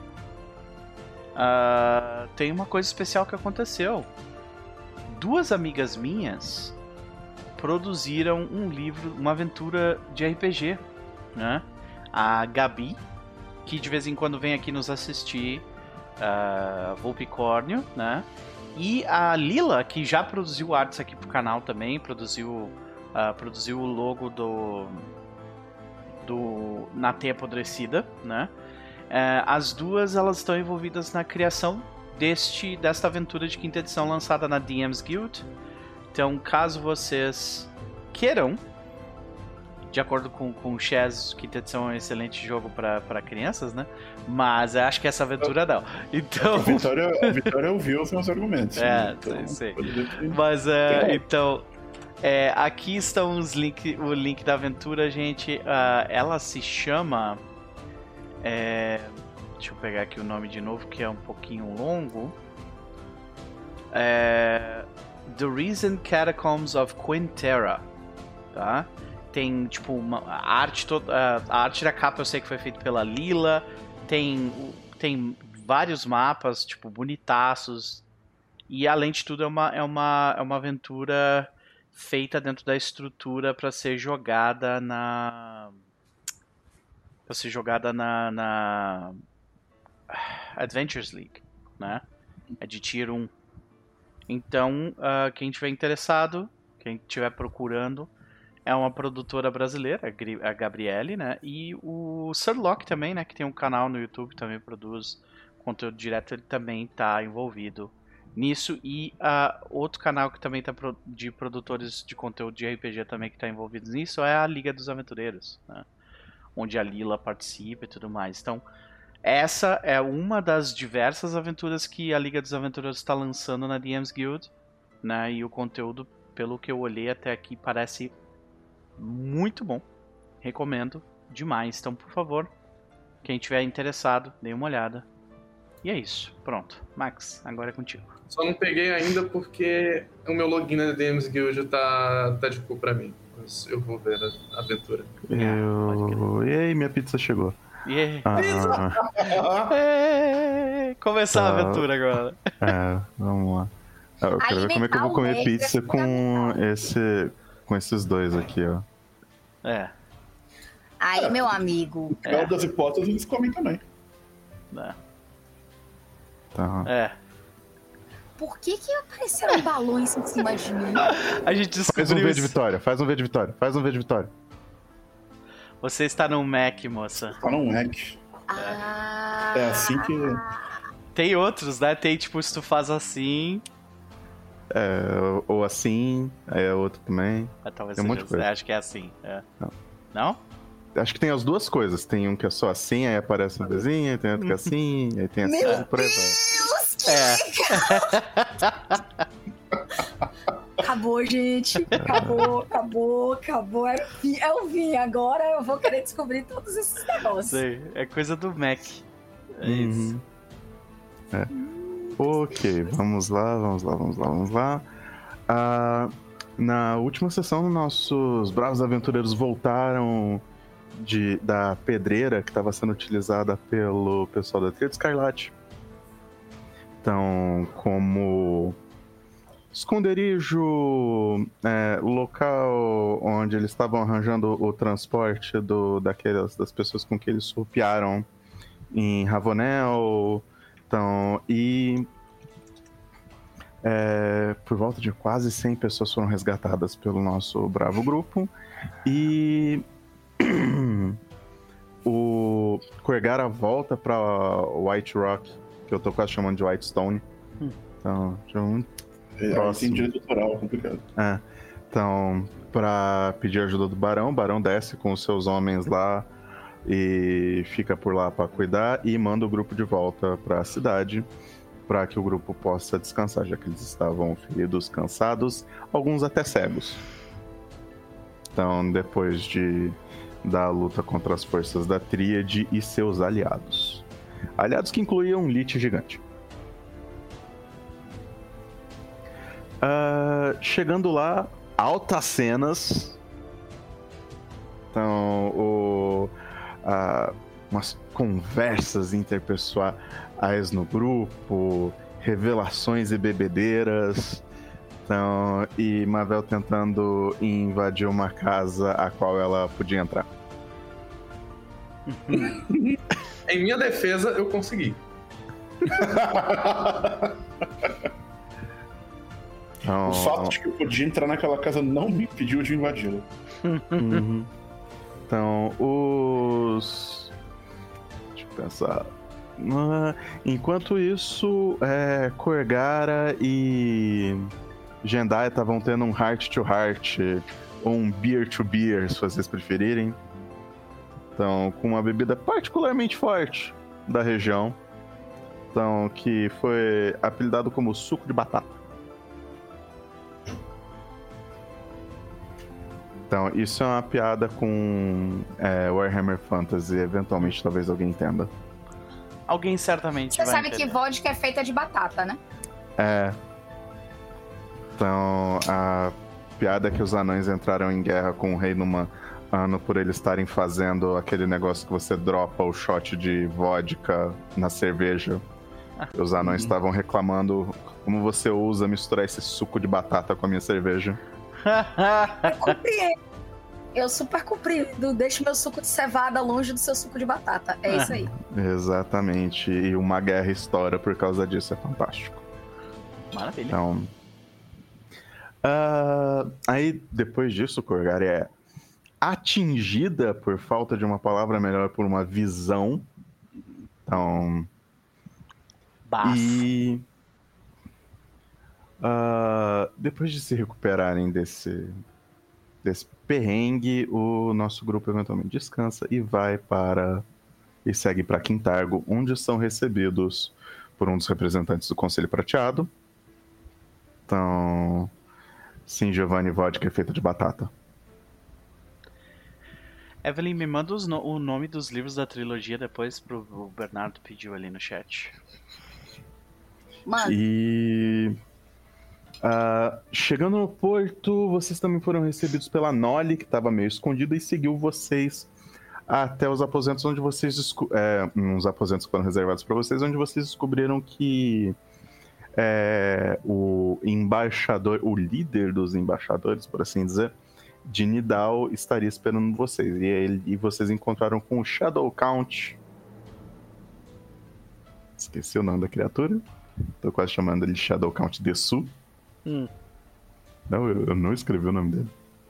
tem uma coisa especial que aconteceu. 2 amigas minhas produziram um livro, uma aventura de RPG, né? A Gabi, que de vez em quando vem aqui nos assistir, Vulpicórnio, né? E a Lila, que já produziu artes aqui pro canal também, produziu o logo do Na Teia Apodrecida, né? As duas, elas estão envolvidas na criação desta aventura de 5ª edição lançada na DM's Guild. Então, caso vocês queiram, de acordo com o Chaz, 5ª edição é um excelente jogo para crianças, né? Mas eu acho que essa aventura não. Então... A Vitória ouviu os meus argumentos. Então, sei. Mas, então... aqui estão o link da aventura, gente. Ela se chama... deixa eu pegar aqui o nome de novo, que é um pouquinho longo. The Risen Catacombs of Quintera, tá? Tem, tipo, a arte da capa eu sei que foi feita pela Lila. Tem vários mapas, tipo, bonitaços. E, além de tudo, é uma aventura feita dentro da estrutura para ser jogada na Adventures League, né? É de Tier 1. Então, quem tiver interessado, quem estiver procurando, é uma produtora brasileira, a Gabriele, né? E o Surlock também, né? Que tem um canal no YouTube, também produz conteúdo direto, ele também está envolvido nisso. E outro canal que também tá de produtores de conteúdo de RPG também que está envolvido nisso é a Liga dos Aventureiros, né? Onde a Lila participa e tudo mais. Então, essa é uma das diversas aventuras que a Liga dos Aventureiros está lançando na DM's Guild, né? E o conteúdo, pelo que eu olhei até aqui, parece muito bom. Recomendo demais. Então, por favor, quem tiver interessado, dê uma olhada. E é isso. Pronto. Max, agora é contigo. Só não peguei ainda porque o meu login na DM's Guild tá de cu pra mim. Mas eu vou ver a aventura. E aí, minha pizza chegou. Começar a aventura agora. Vamos lá. Eu quero ver como é que eu vou comer pizza com esses dois aqui, ó. Aí, meu amigo. No final das hipóteses, eles comem também. Tá. Por que apareceram balões em cima de mim? A gente descobriu. Faz um V de vitória, faz um V de vitória. Você está no Mac, moça. Tá no Mac. É assim que... Tem outros, né? Tem, tipo, se tu faz assim... ou assim, aí é outro também. Talvez tem um monte de coisa. Acho que é assim. Não? Acho que tem as duas coisas. Tem um que é só assim, aí aparece um desenho, tem outro que é assim, aí tem assim, por aí vai. Acabou, gente. Acabou. Eu vim. Agora eu vou querer descobrir todos esses negócios. Sei, é coisa do Mac. Isso. Ok, vamos lá. Na última sessão, nossos bravos aventureiros voltaram da pedreira que estava sendo utilizada pelo pessoal da Tríade Escarlate. Então, como esconderijo, local onde eles estavam arranjando o transporte das pessoas com que eles surpearam em Ravenel. Então, por volta de quase 100 pessoas foram resgatadas pelo nosso bravo grupo. E o Corgara volta para White Rock, que eu tô quase chamando de Whitestone. Então, tem direito autoral, complicado. Então, pra pedir ajuda do Barão, o Barão desce com os seus homens lá e fica por lá pra cuidar e manda o grupo de volta pra cidade para que o grupo possa descansar, já que eles estavam feridos, cansados, alguns até cegos. Então, depois da luta contra as forças da Tríade e seus aliados. Aliados que incluíam um Lich gigante. chegando lá, altas cenas. Então, umas conversas interpessoais no grupo, revelações e bebedeiras. Então, e Mavel tentando invadir uma casa a qual ela podia entrar. Em minha defesa, eu consegui. O fato de que eu podia entrar naquela casa não me impediu de invadi-la. Uhum. Então, deixa eu pensar. Enquanto isso, Korgara e Jendai estavam tendo um heart-to-heart, ou um beer-to-beer, se vocês preferirem. Então, com uma bebida particularmente forte da região. Então, que foi apelidado como suco de batata. Então, isso é uma piada com Warhammer Fantasy. Eventualmente, talvez alguém entenda. Alguém certamente vai entender. Você sabe que vodka é feita de batata, né? Então, a piada é que os anões entraram em guerra com o rei numa ano por eles estarem fazendo aquele negócio que você dropa o shot de vodka na cerveja. Os anões estavam reclamando como você ousa misturar esse suco de batata com a minha cerveja. Eu compreendo. Eu super compreendo. Deixo meu suco de cevada longe do seu suco de batata. É isso aí. Exatamente. E uma guerra estoura por causa disso. É fantástico. Maravilha. Então, aí, depois disso, Korgara é atingida, por falta de uma palavra melhor, por uma visão. Então... E... depois de se recuperarem desse perrengue, o nosso grupo eventualmente descansa e segue para Quintargo, onde são recebidos por um dos representantes do Conselho Prateado. Então, sim, Giovanni, vodka é feita de batata. Evelyn, me manda o nome dos livros da trilogia depois o Bernardo pediu ali no chat. Mano. E... chegando no porto, vocês também foram recebidos pela Nolly, que estava meio escondida, e seguiu vocês até os aposentos onde vocês... uns aposentos que foram reservados para vocês, onde vocês descobriram que o embaixador, o líder dos embaixadores, por assim dizer, de Nidal, estaria esperando vocês. E vocês encontraram com o Shadow Count. Esqueci o nome da criatura. Tô quase chamando ele de Shadow Count Desu. Não, eu não escrevi o nome dele.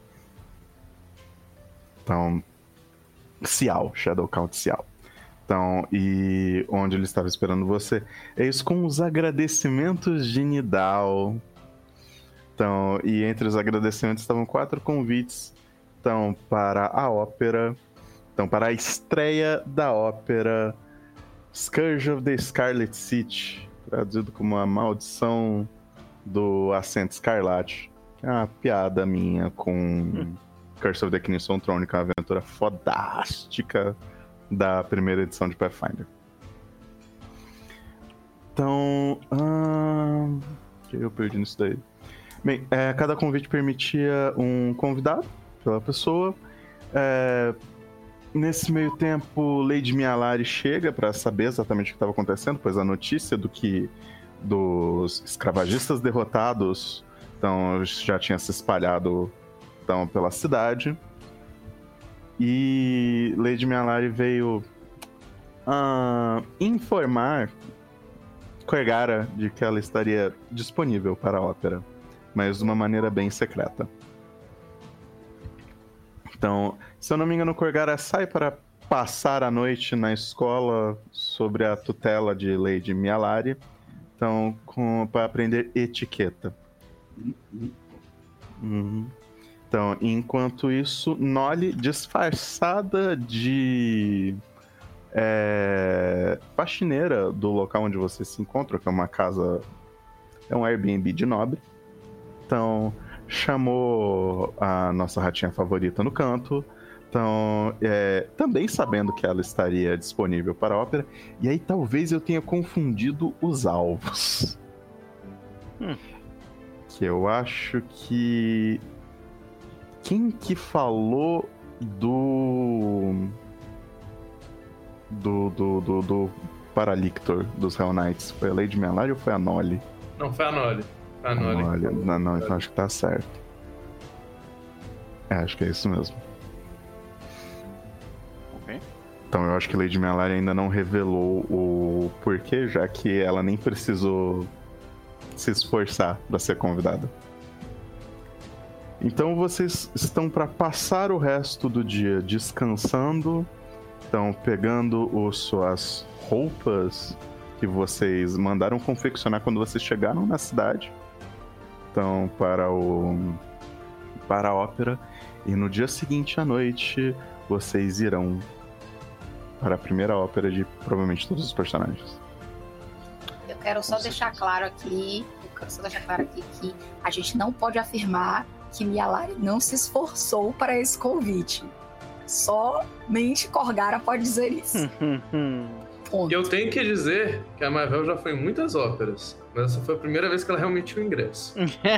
Então, Cial, Shadow Count Cial. Então, e onde ele estava esperando você. É isso, com os agradecimentos de Nidal. Então, e entre os agradecimentos estavam 4 convites. Então, para a ópera. Então, para a estreia da ópera Scourge of the Scarlet City, traduzido como a maldição do Assento Escarlate. É uma piada minha com Curse of the Crimson Throne, que é uma aventura fodástica da primeira edição de Pathfinder. Então, que eu perdi nisso daí. Bem, cada convite permitia um convidado pela pessoa. Nesse meio tempo, Lady Mialari chega para saber exatamente o que estava acontecendo, pois a notícia dos escravagistas derrotados então, já tinha se espalhado então, pela cidade. E Lady Mialari veio informar Korgara de que ela estaria disponível para a ópera, mas de uma maneira bem secreta. Então, se eu não me engano, Korgara sai para passar a noite na escola sob a tutela de Lady Mialari, então, para aprender etiqueta. Então, enquanto isso, Nolly, disfarçada de faxineira do local onde você se encontra, que é uma casa, é um Airbnb de nobre. Então, chamou a nossa ratinha favorita no canto. Então, também sabendo que ela estaria disponível para a ópera. E aí talvez eu tenha confundido os alvos. Que eu acho que... Quem que falou do Paralictor dos Hell Knights? Foi a Lady Melari ou foi a Nolly? Não, foi a Nolly. Não, então acho que tá certo. Acho que é isso mesmo. Ok. Então eu acho que Lady Melari ainda não revelou o porquê, já que ela nem precisou se esforçar para ser convidada. Então vocês estão para passar o resto do dia descansando, estão pegando suas roupas que vocês mandaram confeccionar quando vocês chegaram na cidade. Então para a ópera, e no dia seguinte à noite vocês irão para a primeira ópera de provavelmente todos os personagens. Eu quero só deixar claro aqui que a gente não pode afirmar que Mialari não se esforçou para esse convite. Somente Corgara pode dizer isso. E eu tenho que dizer que a Marvel já foi em muitas óperas, mas essa foi a primeira vez que ela realmente tinha o ingresso.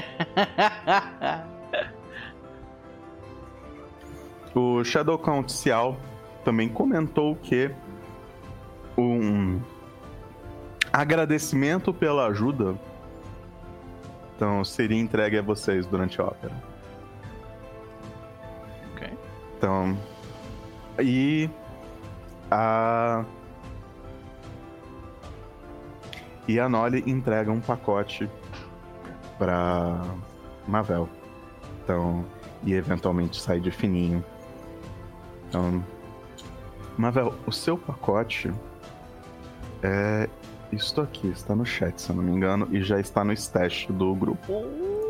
O Shadow Count Cial também comentou que um agradecimento pela ajuda então seria entregue a vocês durante a ópera. Ok. Então, e a Nolly entrega um pacote pra Mavel. Então, e eventualmente sai de fininho. Então, Mavel, o seu pacote é isto aqui, está no chat, se eu não me engano, e já está no stash do grupo.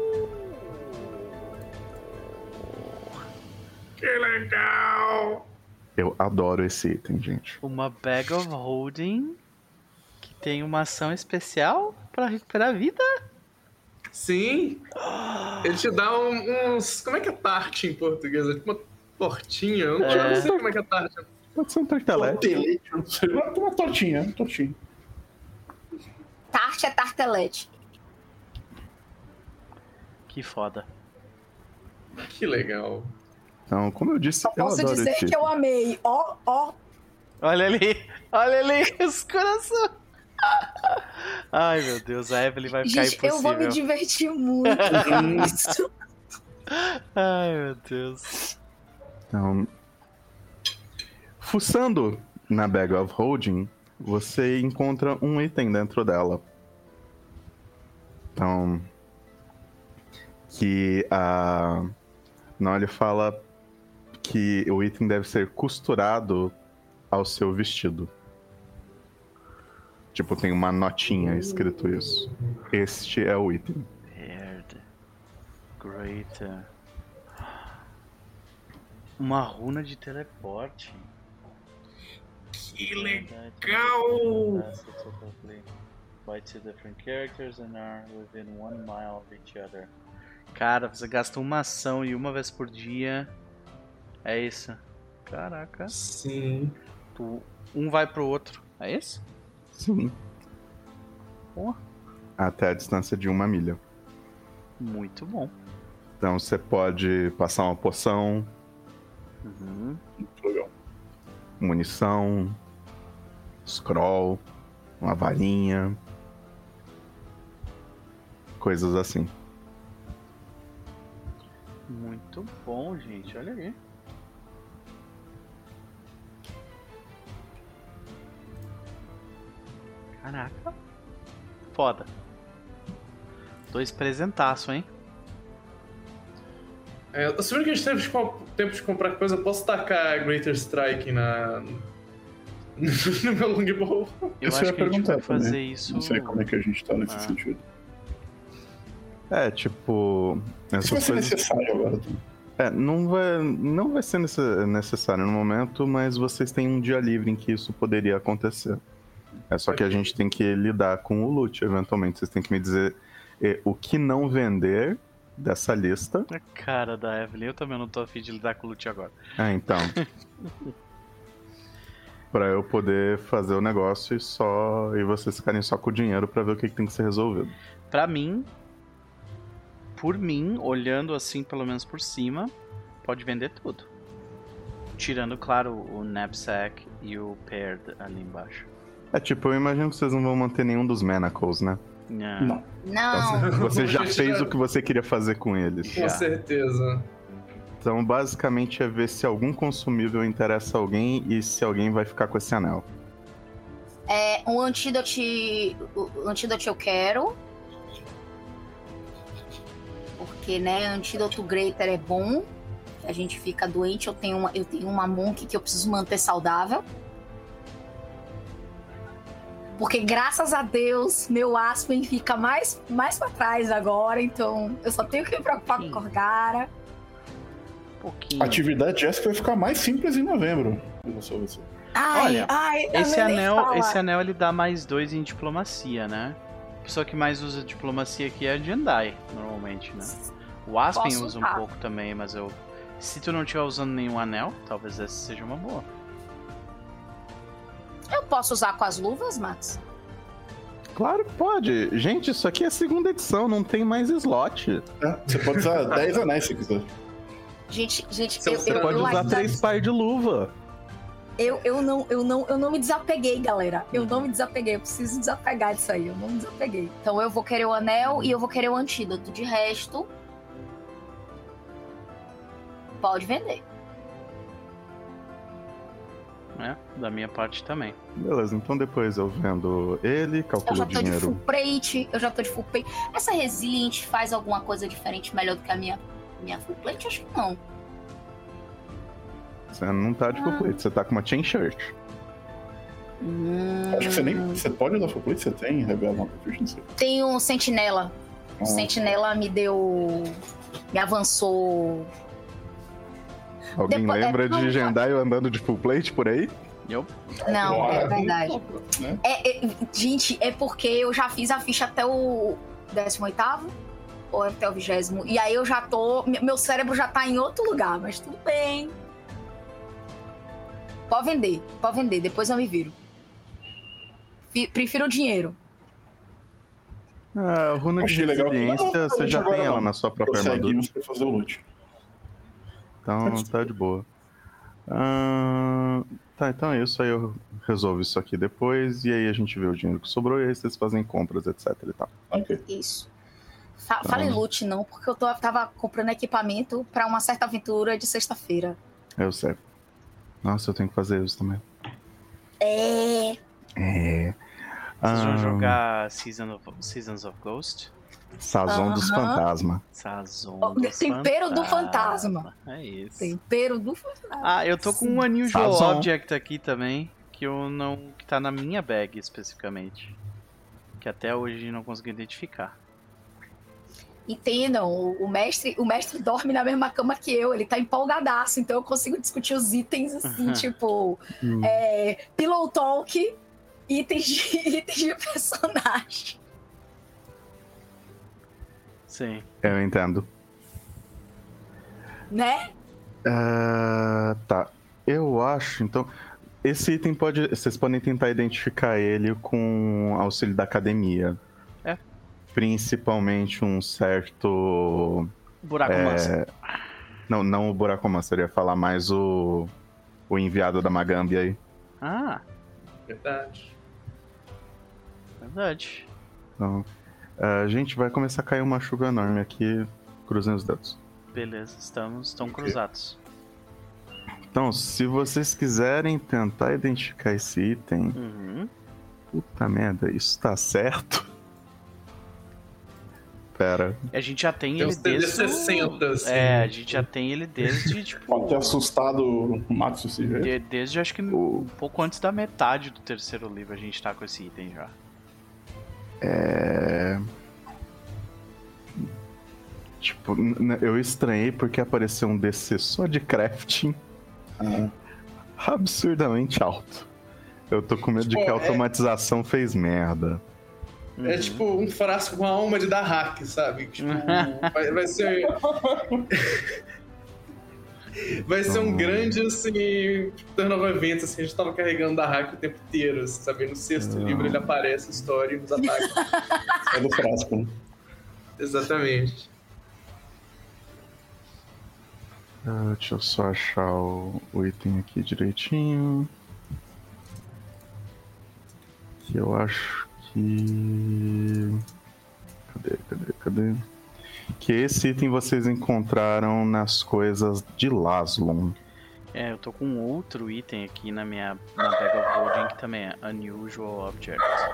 Que legal! Eu adoro esse item, gente. Uma Bag of Holding que tem uma ação especial para recuperar a vida? Sim! Ele te dá uns... Como é que é tarte em português? É tipo uma tortinha. Eu não sei como é que é tarte. Pode ser um tartelete. Uma tortinha. Tarte é tartelete. Que foda. Que legal. Então, como eu disse, eu Posso adoro dizer esse que eu amei. Ó. Olha ali, os corações. Ai, meu Deus, a Evelyn vai ficar Gente, impossível. eu vou me divertir muito com isso. Ai, meu Deus. Então, fuçando na Bag of Holding, você encontra um item dentro dela. Então, que a Nolly fala que o item deve ser costurado ao seu vestido. Tipo, tem uma notinha escrito isso. Este é o item. Weird. Great. Uma runa de teleporte. Que legal! Fight two different characters and are within 1 mile of each other. Cara, você gasta uma ação e uma vez por dia. É isso. Caraca. Sim. Um vai pro outro. É isso? Sim. Pô. Até a distância de 1 milha. Muito bom. Então você pode passar uma poção, Muito legal. munição, scroll, uma varinha, coisas assim. Muito bom, gente. Olha aí. Caraca. Foda. 2 presentaço, hein? Assumir que a gente teve tempo de comprar coisa, eu posso tacar Greater Strike no meu longbow? Eu Isso acho ia que a gente perguntar vai fazer também. isso. Não sei como é que a gente tá nesse sentido. É, tipo, essas Isso vai ser coisas... necessário agora. Não vai ser necessário no momento, mas vocês têm um dia livre em que isso poderia acontecer. É só que a gente tem que lidar com o loot, eventualmente. Vocês têm que me dizer o que não vender dessa lista. A cara da Evelyn, eu também não tô afim de lidar com o loot agora. Então. Pra eu poder fazer o negócio e vocês ficarem só com o dinheiro pra ver o que tem que ser resolvido. Pra mim, por mim, olhando assim, pelo menos por cima, pode vender tudo. Tirando, claro, o knapsack e o paired ali embaixo. Eu imagino que vocês não vão manter nenhum dos manacles, né? Não. Não. Você já fez o que você queria fazer com eles. Com certeza. Então, basicamente, é ver se algum consumível interessa a alguém e se alguém vai ficar com esse anel. O antídote eu quero. Porque, né, antídoto greater é bom. A gente fica doente. Eu tenho uma monk que eu preciso manter saudável. Porque, graças a Deus, meu Aspen fica mais pra trás agora. Então, eu só tenho que me preocupar com Corgara. A atividade Jéssica vai ficar mais simples em novembro. Olha, esse anel ele dá mais 2 em diplomacia, né? A pessoa que mais usa diplomacia aqui é a Jendai, normalmente, né? O Aspen usa um pouco também, mas se tu não estiver usando nenhum anel, talvez essa seja uma boa. Eu posso usar com as luvas, Max? Claro que pode. Gente, isso aqui é a 2ª edição, não tem mais slot. Você pode usar 10 anéis se quiser. Gente, você pode usar 3 pares de luva. Eu não me desapeguei, galera. Eu não me desapeguei. Eu preciso desapegar disso aí. Eu não me desapeguei. Então eu vou querer o anel e eu vou querer o antídoto. De resto, pode vender. Da minha parte também. Beleza, então depois eu vendo ele, calculo o dinheiro. Eu já tô de full plate. Essa Resilient faz alguma coisa diferente, melhor do que a minha full plate? Acho que não. Você não tá de full plate, você tá com uma chain shirt. Acho que você pode usar full plate, você tem Rebel One Proficiency? Tem um Sentinela. O Sentinela me avançou. Alguém lembra de Jendai andando de full plate por aí? Não, é verdade. Gente, é porque eu já fiz a ficha até o 18º ou até o 20º. E aí eu já tô... Meu cérebro já tá em outro lugar, mas tudo bem. Pode vender. Depois eu me viro. Prefiro o dinheiro. A runa de resiliência, você já tem ela na sua própria armadura. Pra fazer o loot. Então tá de boa. Tá, então é isso. Aí eu resolvo isso aqui depois. E aí a gente vê o dinheiro que sobrou. E aí vocês fazem compras, etc e tal. Isso. Fale loot não, porque eu tava comprando equipamento pra uma certa aventura de sexta-feira. Eu sei. Nossa, eu tenho que fazer isso também. Vocês vão jogar Seasons of Ghost? Sazon dos Fantasma. Tempero do Fantasma. É isso. Tempero do Fantasma. Eu tô com um Unusual Object aqui também, que tá na minha bag especificamente. Que até hoje não consegui identificar. Entendam, o mestre dorme na mesma cama que eu, ele tá empolgadaço, então eu consigo discutir os itens assim, tipo Pillow Talk, itens de personagem. Sim. Eu entendo. Né? Tá. Eu acho, então... Esse item vocês podem tentar identificar ele com auxílio da academia. Principalmente um certo... Buraco Mancer. Não o Buraco Mancer, eu ia falar mais o enviado da Magambi aí. Verdade. Então, a gente vai começar a cair uma chuva enorme aqui, cruzem os dedos. Beleza, estão cruzados. Então, se vocês quiserem tentar identificar esse item... Puta merda, isso tá certo? Pera. A gente já tem ele desde... 60, assim. A gente já tem ele desde, tipo... Pode ter assustado o Max esse jeito. Desde, acho que um pouco antes da metade do terceiro livro a gente tá com esse item já. Tipo, eu estranhei porque apareceu um DC só de crafting absurdamente alto. Eu tô com medo de que a automatização fez merda. É tipo um frasco com a alma de Dahak, sabe? Tipo, vai ser... Vai ser um grande, assim, turnover event, assim, a gente tava carregando Dahak o tempo inteiro, assim, sabe? No sexto livro ele aparece a história e nos ataca. É do frasco, né? Exatamente. Deixa eu só achar o item aqui direitinho. Que eu acho que... Cadê? Que esse item vocês encontraram nas coisas de Laszlo. Eu tô com outro item aqui na Bag of Holding que também é Unusual Objects.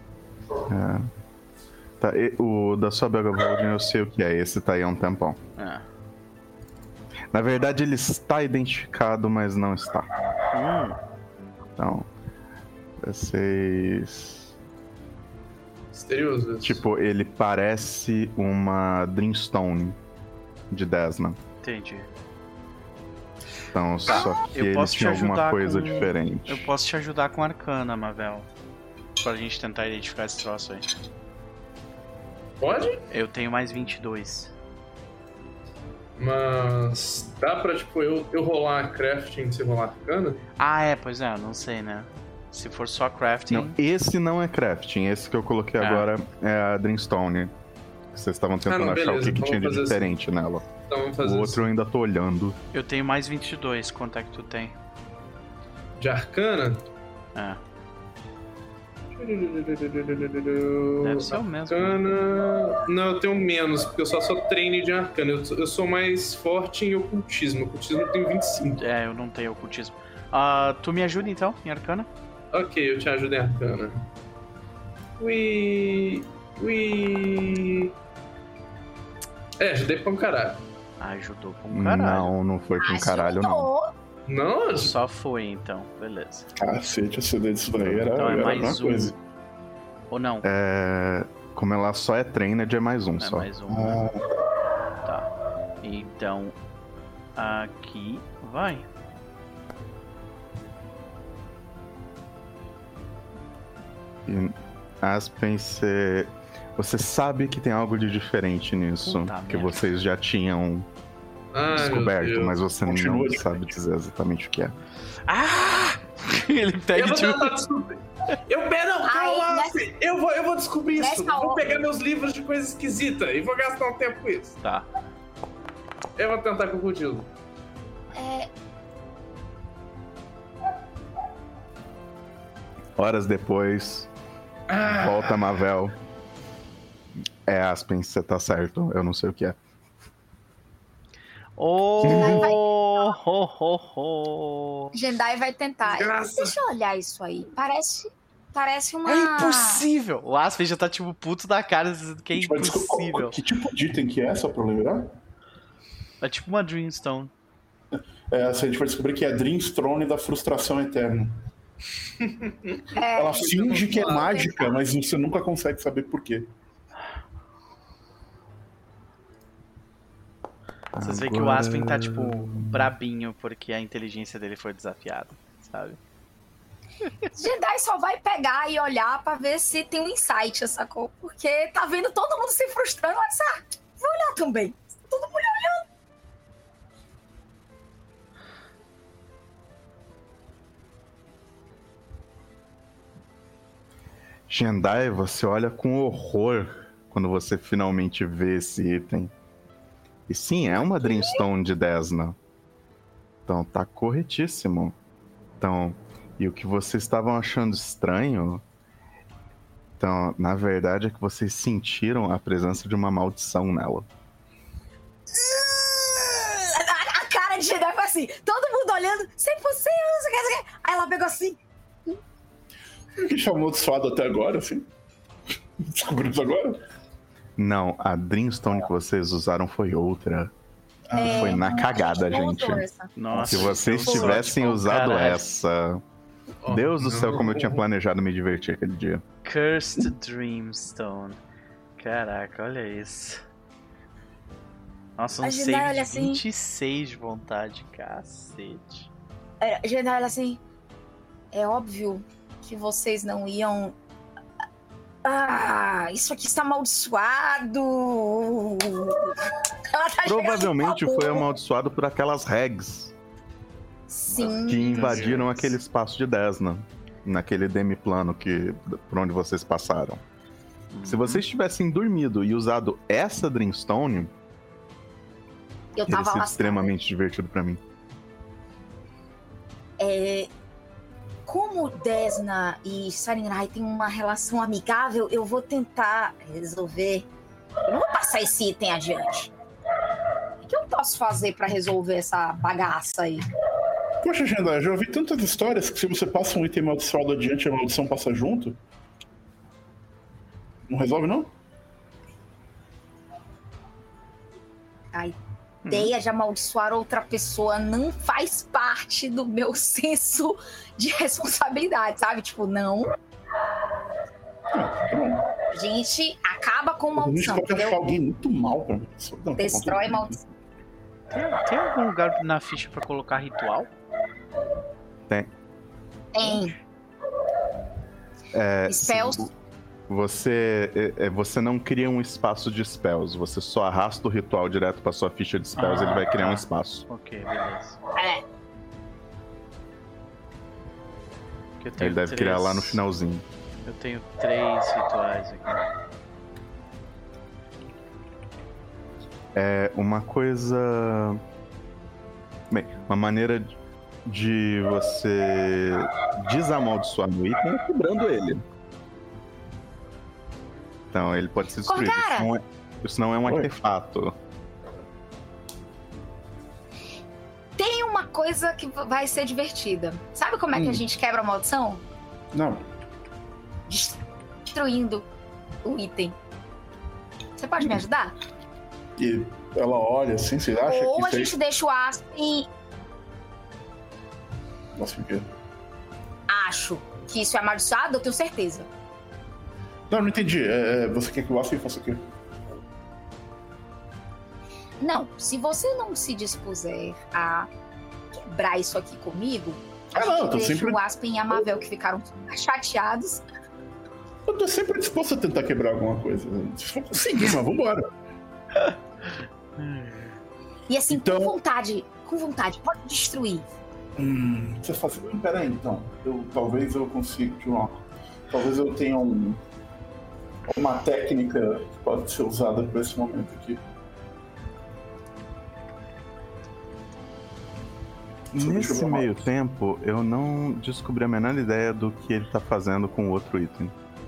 Tá, o da sua Bag of Holding eu sei o que é, esse tá aí há um tempão. Na verdade ele está identificado, mas não está. Então, vocês... Misterioso. Tipo, ele parece uma Dreamstone de Desna. Entendi. Então, só que ele tinha alguma coisa diferente. Eu posso te ajudar com Arcana, Mavel. Pra gente tentar identificar esse troço aí. Pode? Eu tenho mais 22. Mas dá pra, tipo, eu rolar crafting e você rolar Arcana? Pois é, não sei, né? Se for só crafting... Não, esse não é crafting, esse que eu coloquei agora é a Dreamstone. Vocês estavam tentando achar o que tinha de diferente nela. Então vamos fazer o outro eu ainda tô olhando. Eu tenho mais 22, quanto é que tu tem? De Arcana? Deve ser o mesmo. Arcana... Não, eu tenho menos, porque eu só sou treine de Arcana. Eu sou mais forte em Ocultismo. Ocultismo eu tenho 25. Eu não tenho Ocultismo. Tu me ajuda então, em Arcana? Ok, eu te ajudo em Arcana. Ui. Ajudei pra um caralho. Ajudou pra um caralho. Não foi pra um caralho, não. Não? Só foi, então. Beleza. Cacete, a CD disso daí era, então era mais uma coisa. Ou não? Como ela só é trained, é mais um só. Mais um. Tá. Então, aqui vai. E Aspen, você sabe que tem algo de diferente nisso. Que vocês já tinham descoberto, mas você não sabe dizer exatamente o que é. Ele pega Eu vou descobrir isso. Vou pegar meus livros de coisa esquisita e vou gastar um tempo com isso. Tá. Eu vou tentar com o Rodildo. Horas depois, volta Mavel. Aspen, você tá certo. Eu não sei o que é. Jendai vai tentar. Deixa eu olhar isso aí. Parece uma... É impossível! O Aspen já tá tipo puto da cara dizendo que é impossível. Que tipo de item que é, só pra lembrar? É tipo uma Dreamstone. A gente vai descobrir que é a Dreamstone da frustração eterna. Ela finge que é mágica, mas você nunca consegue saber por quê. Vocês veem que o Aspen tá, tipo, brabinho porque a inteligência dele foi desafiada, sabe? Jedi só vai pegar e olhar pra ver se tem um insight, sacou? Porque tá vendo todo mundo se frustrando, olha só, vou olhar também. Todo mundo olhando. Jendai, você olha com horror quando você finalmente vê esse item. E sim, é uma Dreamstone de Desna. Então, tá corretíssimo. Então, e o que vocês estavam achando estranho... Então, na verdade, é que vocês sentiram a presença de uma maldição nela. A cara de Jedi foi assim, todo mundo olhando, sem você, não sei o que. Aí ela pegou assim... Que chamou de suado até agora, assim? Descobrimos agora? Não, a Dreamstone que vocês usaram foi outra. Foi na cagada, gente. Nossa, se vocês tivessem usado essa... Deus do céu, como eu tinha planejado me divertir aquele dia. Cursed Dreamstone. Caraca, olha isso. Nossa, um save de assim, 26 de vontade, cacete. Jedi, olha assim... É óbvio que vocês não iam... isso aqui está amaldiçoado. Provavelmente foi amaldiçoado por aquelas regs. Sim. Que invadiram aquele espaço de Desna. Naquele demiplano por onde vocês passaram. Se vocês tivessem dormido e usado essa Dreamstone, Eu tava lascada. Extremamente divertido pra mim. Como Desna e Sarenrae têm uma relação amigável, eu vou tentar resolver. Eu não vou passar esse item adiante. O que eu posso fazer pra resolver essa bagaça aí? Poxa, Jandai, eu já ouvi tantas histórias que se você passa um item amaldiçoado adiante, a maldição passa junto. Não resolve, não? A ideia de amaldiçoar outra pessoa não faz parte do meu senso de responsabilidade, sabe? Tipo, não. A gente acaba com maldição. A gente pode achar alguém muito mal pra mim. Destrói maldição. Tem algum lugar na ficha pra colocar ritual? Tem. Spells. Você não cria um espaço de spells, você só arrasta o ritual direto pra sua ficha de spells, ele vai criar um espaço. Ok, beleza. Ele deve criar lá no finalzinho. Eu tenho 3 rituais aqui. Uma coisa... Bem, uma maneira de você desamaldiçoar o item é quebrando ele. Então, ele pode ser destruído. Isso não é um artefato. Tem uma coisa que vai ser divertida. Sabe como é que a gente quebra a maldição? Não. Destruindo o item. Você pode me ajudar? E ela olha assim, você acha Ou que... a gente deixa o Aspen... Nossa, o quê? Acho que isso é amaldiçoado, eu tenho certeza. Não entendi. Você quer que o Aspen faça o quê? Não, se você não se dispuser a quebrar isso aqui comigo, a gente deixa sempre... o Aspen e a Mavel, que ficaram chateados. Eu tô sempre disposto a tentar quebrar alguma coisa. Se for conseguir, mas vambora. E assim, com vontade, pode destruir. Você faz... Peraí, então. Talvez eu consiga... Talvez eu tenha uma técnica que pode ser usada para esse momento aqui. Nesse meio tempo, eu não descobri a menor ideia do que ele tá fazendo com o outro item.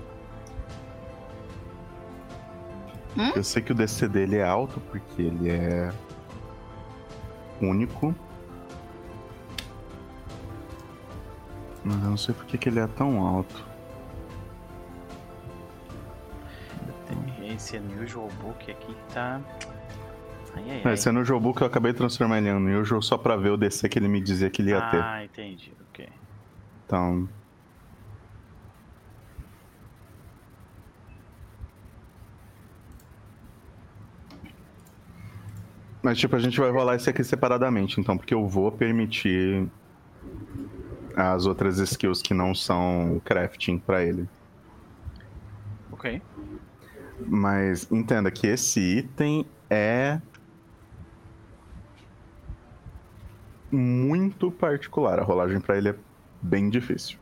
Eu sei que o DC dele é alto, porque ele é único. Mas eu não sei por que ele é tão alto. Esse Unusual Book aqui que tá... Esse Unusual Book eu acabei de transformar ele em Unusual só pra ver o DC que ele me dizia que ele ia ter. Ah, entendi, ok. Então... Mas tipo, a gente vai rolar esse aqui separadamente, então, porque eu vou permitir as outras skills que não são crafting pra ele. Ok. Mas entenda que esse item é muito particular. A rolagem pra ele é bem difícil.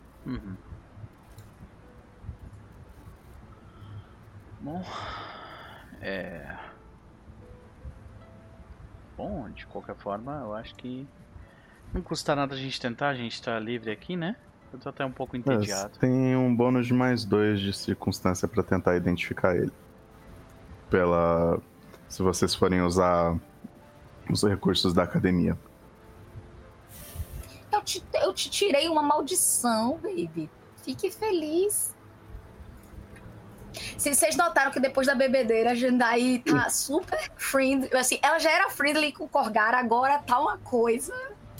Bom, Bom, de qualquer forma, eu acho que não custa nada a gente tentar, a gente tá livre aqui, né? Eu tô até um pouco entediado. Tem um bônus de +2 de circunstância pra tentar identificar ele. Se vocês forem usar os recursos da academia. Eu te tirei uma maldição, baby. Fique feliz. Se vocês notaram que depois da bebedeira a Jandai tá super friendly. Assim, ela já era friendly com o Corgar, agora tá uma coisa.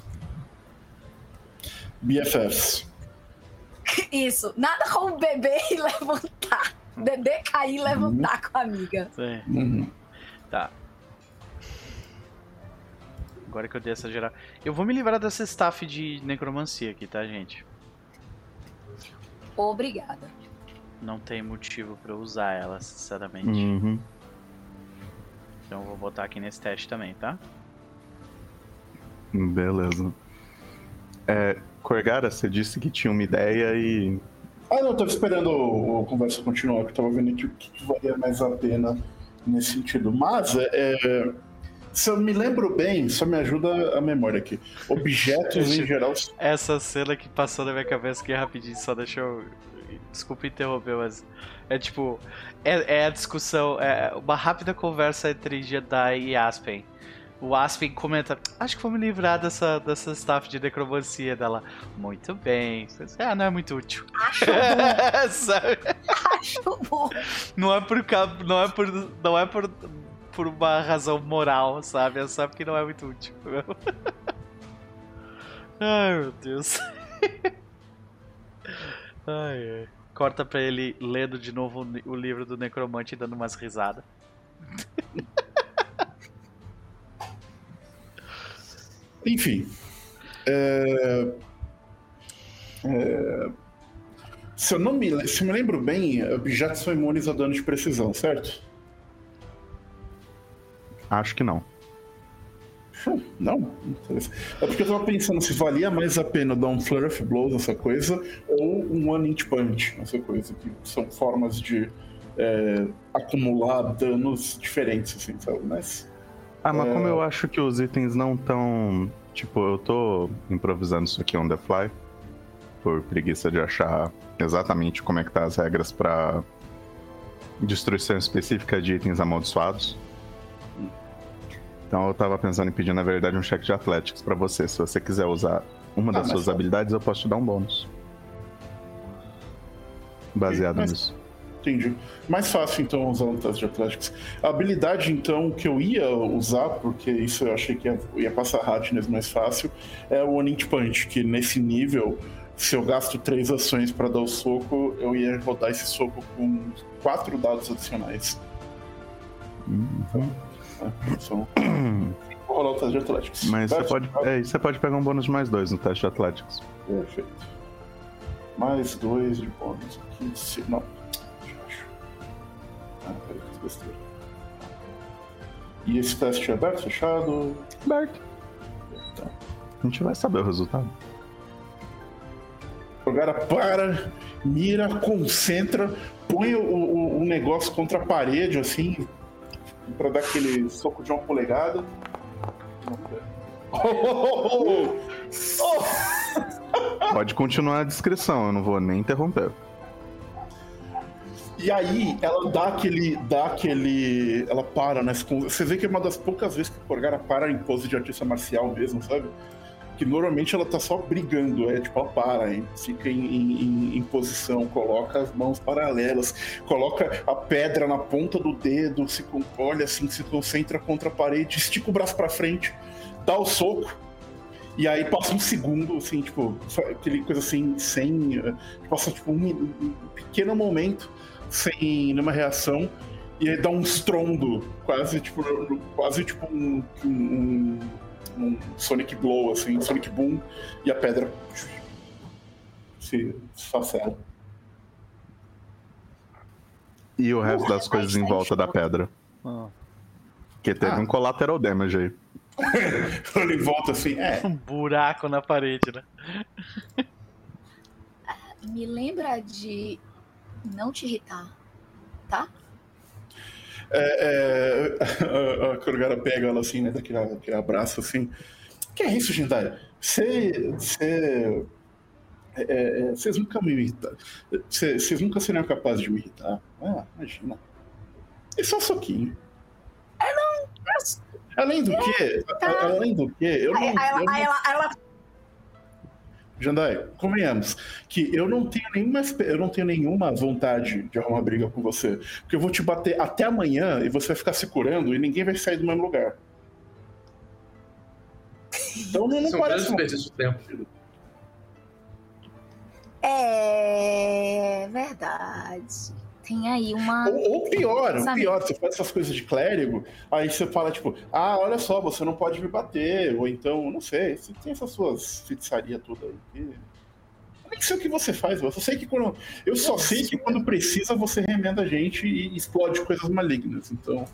BFFs. Isso. Nada como beber e levantar. Beber, cair e levantar com a amiga. Tá. Agora que eu dei essa geral. Eu vou me livrar dessa staff de necromancia aqui, tá, gente? Obrigada. Não tem motivo pra eu usar ela, sinceramente. Então eu vou botar aqui nesse teste também, tá? Beleza. Corgara, você disse que tinha uma ideia e... não, eu tava esperando a conversa continuar, porque eu tava vendo o que valia mais a pena nesse sentido. Mas, Se eu me lembro bem, só me ajuda a memória aqui. Objetos em geral. Essa cena que passou na minha cabeça aqui rapidinho, só deixa eu. Desculpa interromper, mas. É tipo. É a discussão. É uma rápida conversa entre Jedi e Aspen. O Aspen comenta: acho que vou me livrar dessa staff de necromancia dela. Muito bem. Não é muito útil. Acho bom. Sabe? Acho bom. Não é por uma razão moral, sabe? É só porque não é muito útil. Ai, meu Deus. Ai. Corta pra ele lendo de novo o livro do necromante e dando umas risadas. Enfim. Se eu me lembro bem, objetos são imunes a dano de precisão, certo? Acho que não. Não? É porque eu tava pensando se valia mais a pena dar um Flurry of Blows, essa coisa, ou um One Inch Punch, essa coisa, que são formas de acumular danos diferentes, assim, sabe? Mas como eu acho que os itens não tão... Tipo, eu tô improvisando isso aqui on the fly, por preguiça de achar exatamente como é que tá as regras pra destruição específica de itens amaldiçoados. Então eu tava pensando em pedir, na verdade, um check de Athletics pra você. Se você quiser usar uma das suas habilidades, eu posso te dar um bônus. Baseado nisso. Entendi. Mais fácil, então, usar um teste de Athletics. A habilidade, então, que eu ia usar, porque isso eu achei que ia passar hardness mais fácil, é o One Inch Punch, que nesse nível, se eu gasto 3 ações pra dar o soco, eu ia rodar esse soco com 4 dados adicionais. Vou rolar o teste de Athletics. Mas você pode pegar um bônus de mais 2 no teste de Athletics. Perfeito. Mais 2 de bônus aqui. Não. Peraí, que besteira. E esse teste é aberto, fechado? Aberto. Tá. A gente vai saber o resultado. O cara para, mira, concentra, põe o negócio contra a parede, assim, pra dar aquele soco de 1 polegada. Pode continuar a descrição, eu não vou nem interromper. E aí, ela dá aquele... Ela para, né? Você vê que é uma das poucas vezes que a Corgara para em pose de artista marcial mesmo, sabe? Que normalmente ela tá só brigando, tipo, ela para, hein? Fica em posição, coloca as mãos paralelas, coloca a pedra na ponta do dedo, olha assim, se concentra contra a parede, estica o braço pra frente, dá o soco, e aí passa um segundo, assim, tipo, aquele coisa assim, passa tipo um pequeno momento, sem nenhuma reação, e aí dá um estrondo, quase tipo um Sonic Blow, assim, Sonic Boom, e a pedra se esfacela. E o resto das coisas em volta da pedra? Porque teve um collateral damage aí. Ele volta assim, um buraco na parede, né? Me lembra de não te irritar, tá? A Kurgara pega ela assim, né, daquele abraço assim. Que é isso, Jindai? Vocês nunca me irritaram. Vocês nunca seriam capazes de me irritar. Imagina. É só um soquinho. Não. Além do que, eu não... Ela... Jandai, convenhamos que eu não tenho nenhuma vontade de arrumar briga com você, porque eu vou te bater até amanhã e você vai ficar se curando e ninguém vai sair do mesmo lugar. Então não parece um desperdício de tempo. É verdade. Tem aí uma... Ou pior, você faz essas coisas de clérigo, aí você fala, tipo, olha só, você não pode me bater, ou então, não sei, você tem essas suas feitiçarias todas aí. Eu nem sei o que você faz, eu só sei que quando precisa você remenda a gente e explode coisas malignas, então...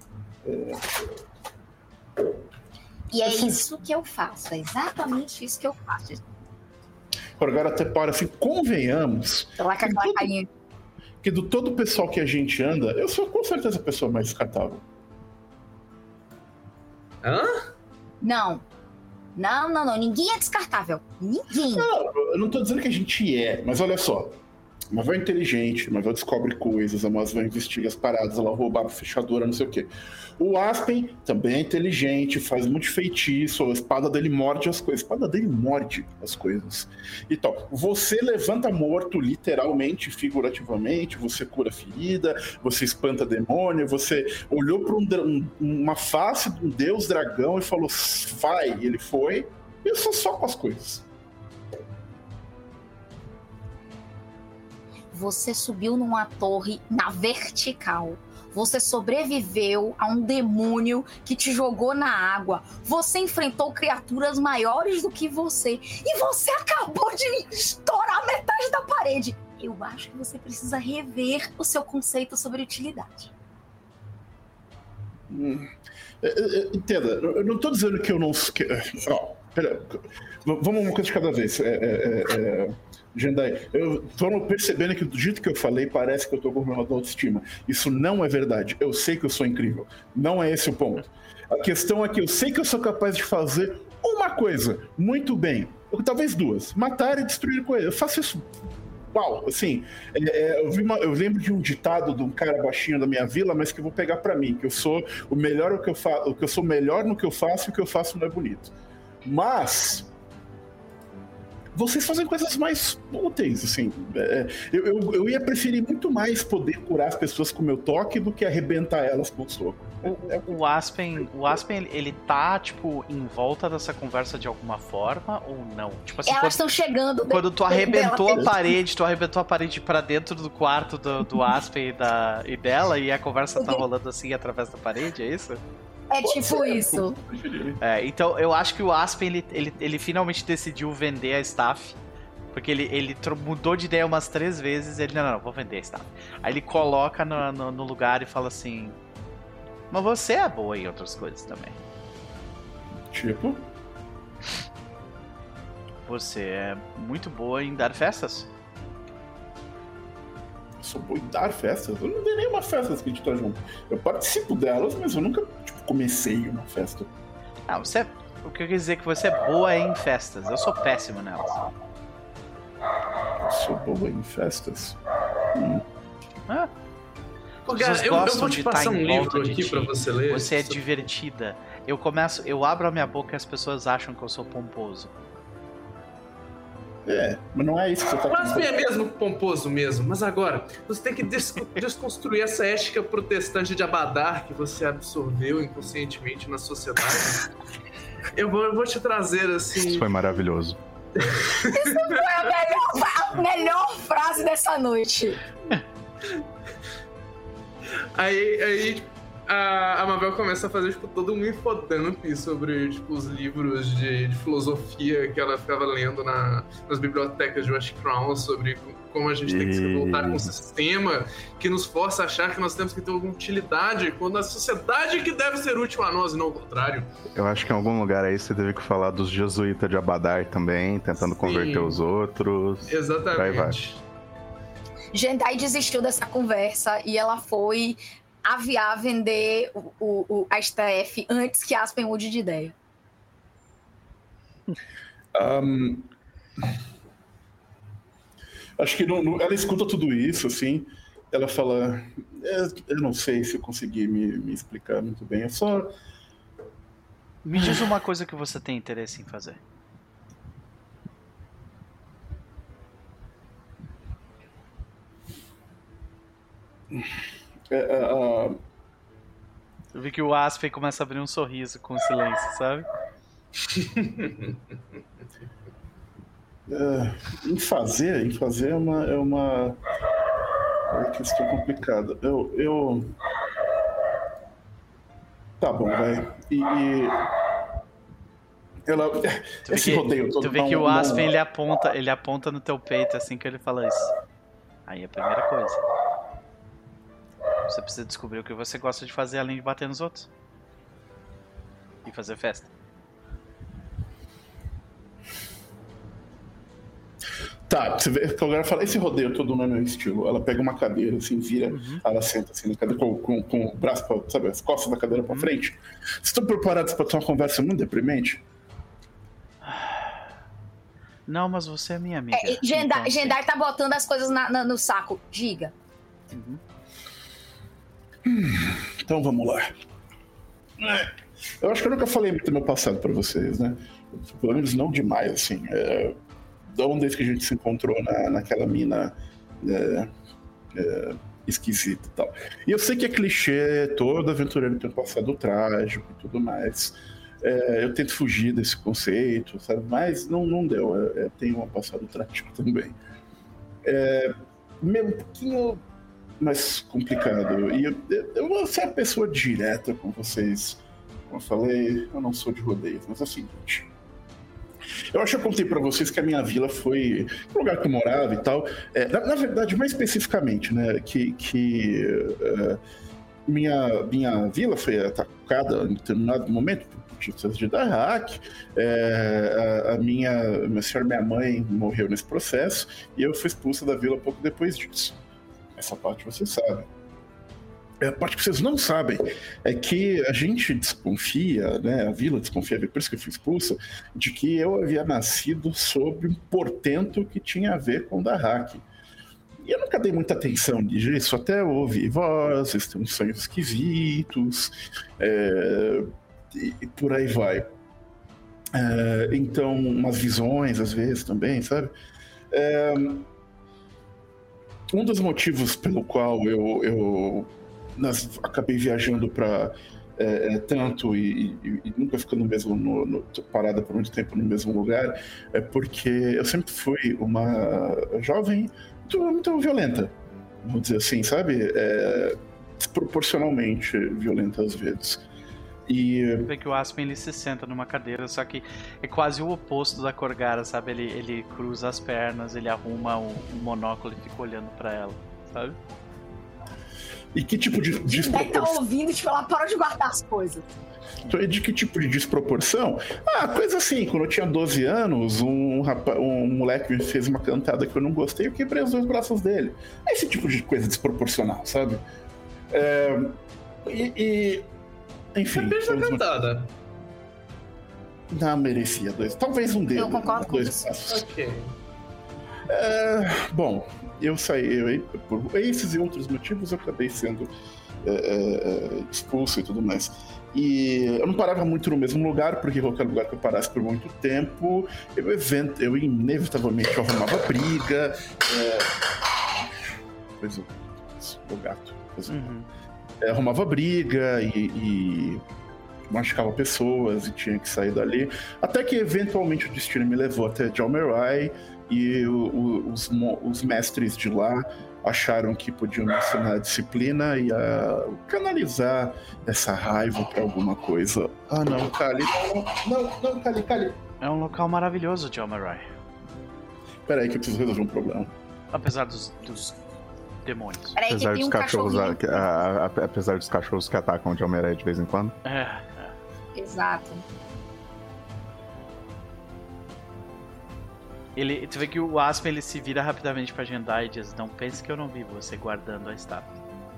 E é isso que eu faço, é exatamente isso que eu faço. Agora até para, assim, convenhamos... Tô lá com aquela carinha. Que do todo o pessoal que a gente anda, eu sou com certeza a pessoa mais descartável. Hã? Não. Ninguém é descartável. Ninguém. Não, eu não tô dizendo que a gente é, mas olha só. A Mavel é inteligente, a Mavel descobre coisas, a Mavel investiga as paradas, ela rouba a fechadura, não sei o quê. O Aspen também é inteligente, faz muito feitiço, a espada dele morde as coisas. A espada dele morde as coisas. Então, você levanta morto, literalmente, figurativamente, você cura ferida, você espanta demônio, você olhou para uma face de um deus dragão e falou, vai, e ele foi, e eu sou só com as coisas. Você subiu numa torre na vertical. Você sobreviveu a um demônio que te jogou na água. Você enfrentou criaturas maiores do que você. E você acabou de estourar metade da parede. Eu acho que você precisa rever o seu conceito sobre utilidade. Entenda, eu não tô dizendo que eu não... Pera, vamos uma coisa de cada vez. Jendai, eu tô percebendo que do jeito que eu falei, parece que eu tô com problema da autoestima. Isso não é verdade. Eu sei que eu sou incrível. Não é esse o ponto. A questão é que eu sei que eu sou capaz de fazer uma coisa muito bem. Ou talvez duas. Matar e destruir coisas. Eu faço isso. Uau, assim, eu lembro de um ditado de um cara baixinho da minha vila, mas que eu vou pegar pra mim, que eu sou o melhor no que eu faço, que eu sou melhor no que eu faço e o que eu faço não é bonito. Mas vocês fazem coisas mais úteis, assim. Eu ia preferir muito mais poder curar as pessoas com o meu toque do que arrebentar elas com o soco. O Aspen, ele tá, tipo, em volta dessa conversa de alguma forma ou não? Tipo assim, elas estão chegando. Quando tu arrebentou a parede pra dentro do quarto do Aspen e dela, e a conversa tá rolando assim através da parede, é isso? É tipo isso. Então eu acho que o Aspen, ele finalmente decidiu vender a staff. Porque ele mudou de ideia umas 3 vezes. Ele, não, vou vender a staff. Aí ele coloca no lugar e fala assim: mas você é boa em outras coisas também. Tipo? Você é muito boa em dar festas. Eu sou boa em dar festas? Eu não dei nenhuma festa que a gente tá junto. Eu participo delas, mas eu nunca comecei uma festa. Ah, o que eu quis dizer é que você é boa em festas. Eu sou péssimo nelas. Eu sou boa em festas? Eu vou te passar um livro aqui pra você ler. Você é divertida. Eu abro a minha boca e as pessoas acham que eu sou pomposo. Mas não é isso que você tá pensando. Mas é mesmo pomposo mesmo. Mas agora, você tem que desconstruir essa ética protestante de Abadar que você absorveu inconscientemente na sociedade. Eu vou te trazer, assim... Isso foi maravilhoso. Isso foi a melhor frase dessa noite. Aí a Mabel começa a fazer, tipo, todo um infodump sobre, tipo, os livros de filosofia que ela ficava lendo nas bibliotecas de West Crown, sobre como a gente tem que se voltar com um sistema que nos força a achar que nós temos que ter alguma utilidade, quando a sociedade que deve ser útil a nós e não o contrário. Eu acho que em algum lugar aí você teve que falar dos jesuítas de Abadar também, tentando converter os outros. Exatamente. Jendai desistiu dessa conversa e ela foi aviar vender a STF antes que Aspen mude de ideia. Acho que ela escuta tudo isso, assim, ela fala, eu não sei se eu consegui me explicar muito bem, é só... Me diz uma coisa que você tem interesse em fazer. Eu vi que o Aspen começa a abrir um sorriso com o silêncio, sabe? Em fazer é uma questão complicada. Tá bom, vai. Ela... Esse roteiro todo. Tu vê que o Aspen ele aponta no teu peito assim que ele fala isso. Aí a primeira coisa. Você precisa descobrir o que você gosta de fazer além de bater nos outros. E fazer festa. Tá. Tá, você vê que a galera fala, esse rodeio todo não é meu estilo. Ela pega uma cadeira, assim, vira, ela senta assim na cadeira com o braço, sabe, as costas da cadeira pra frente. Vocês estão preparados pra ter uma conversa muito deprimente? Não, mas você é minha amiga. Gendai tá botando as coisas no saco. Diga. Então vamos lá. Eu acho que eu nunca falei muito do meu passado pra vocês, né? Pelo menos não demais, assim. Desde que a gente se encontrou naquela mina esquisita e tal. E eu sei que é clichê, todo aventureiro tem um passado trágico e tudo mais. Eu tento fugir desse conceito, sabe? Mas não deu. Tem um passado trágico também. Um pouquinho mais complicado. E eu vou ser a pessoa direta com vocês. Como eu falei, eu não sou de rodeios, mas é o seguinte. Eu acho que eu contei pra vocês que a minha vila foi o lugar que eu morava e tal. Na verdade, mais especificamente, né? Minha vila foi atacada em determinado momento por notícias de Dahak. Minha senhora, minha mãe, morreu nesse processo e eu fui expulsa da vila pouco depois disso. Essa parte vocês sabem. A parte que vocês não sabem é que a gente desconfia, né, a vila desconfia, por isso que eu fui expulsa, de que eu havia nascido sob um portento que tinha a ver com Dahak. E eu nunca dei muita atenção nisso, até ouvi vozes, tem uns sonhos esquisitos, e por aí vai. Então, umas visões às vezes também, sabe? Um dos motivos pelo qual eu acabei viajando para tanto e nunca ficando parada por muito tempo no mesmo lugar é porque eu sempre fui uma jovem muito violenta, vamos dizer assim, sabe? Desproporcionalmente violenta às vezes. E vê que o Aspen ele se senta numa cadeira, só que é quase o oposto da Corgara, sabe? Ele cruza as pernas, ele arruma um monóculo e fica olhando pra ela, sabe? E que tipo de desproporção? Tá ouvindo, tipo, ela parou de guardar as coisas. De que tipo de desproporção? Coisa assim, quando eu tinha 12 anos, um moleque me fez uma cantada que eu não gostei e eu quebrei os 2 braços dele. Esse tipo de coisa desproporcional, sabe? Enfim. Você fez uma cantada. Não, merecia 2. Talvez um deles. Eu concordo com 2 isso. Ok. Bom, eu saí por esses e outros motivos, eu acabei sendo expulso e tudo mais. E eu não parava muito no mesmo lugar, porque qualquer lugar que eu parasse por muito tempo, eu inevitavelmente arrumava briga. Pois o gato. Arrumava briga e machucava pessoas e tinha que sair dali. Até que eventualmente o destino me levou até Jalmerai e os mestres de lá acharam que podiam me ensinar a disciplina e a canalizar essa raiva pra alguma coisa. Não, Kali. Não, Kali. É um local maravilhoso, Jalmerai. Peraí que eu preciso resolver um problema. Apesar dos demônios. Peraí, apesar que tem dos cachorros, apesar dos cachorros que atacam o Jalmerai de vez em quando. Exato. Tu vê que o Aspen ele se vira rapidamente pra Gendai e diz: não pense que eu não vi você guardando a estátua.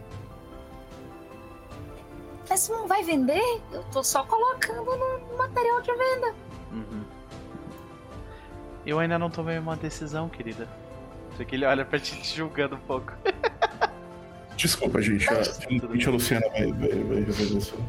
Mas você não vai vender? Eu tô só colocando no material de venda. Eu ainda não tomei uma decisão, querida. Tu vê que ele olha pra ti te julgando um pouco. Desculpa, gente. A Luciana vai resolver isso.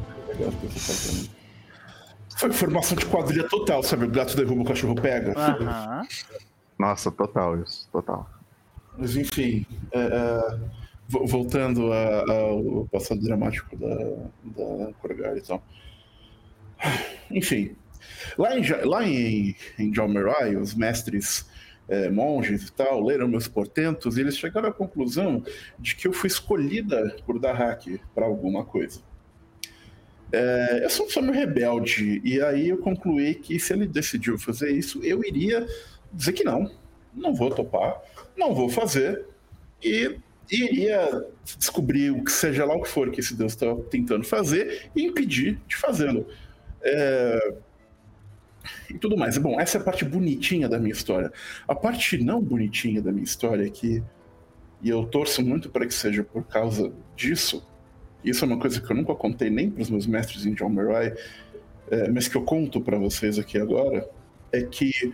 Foi formação de quadrilha total, sabe? O gato derruba, o cachorro pega. Nossa, total isso, total. Mas enfim, voltando ao passado dramático da Corgara e tal. Enfim, lá em Jalmerai, os mestres monges e tal leram meus portentos e eles chegaram à conclusão de que eu fui escolhida por Dahak para alguma coisa. Eu sou um homem rebelde, e aí eu concluí que se ele decidiu fazer isso, eu iria dizer que não vou topar, não vou fazer, e iria descobrir o que seja lá o que for que esse Deus está tentando fazer e impedir de fazê-lo. e tudo mais. Bom, essa é a parte bonitinha da minha história. A parte não bonitinha da minha história é que, e eu torço muito para que seja por causa disso, isso é uma coisa que eu nunca contei nem para os meus mestres em John Marai, mas que eu conto para vocês aqui agora, é que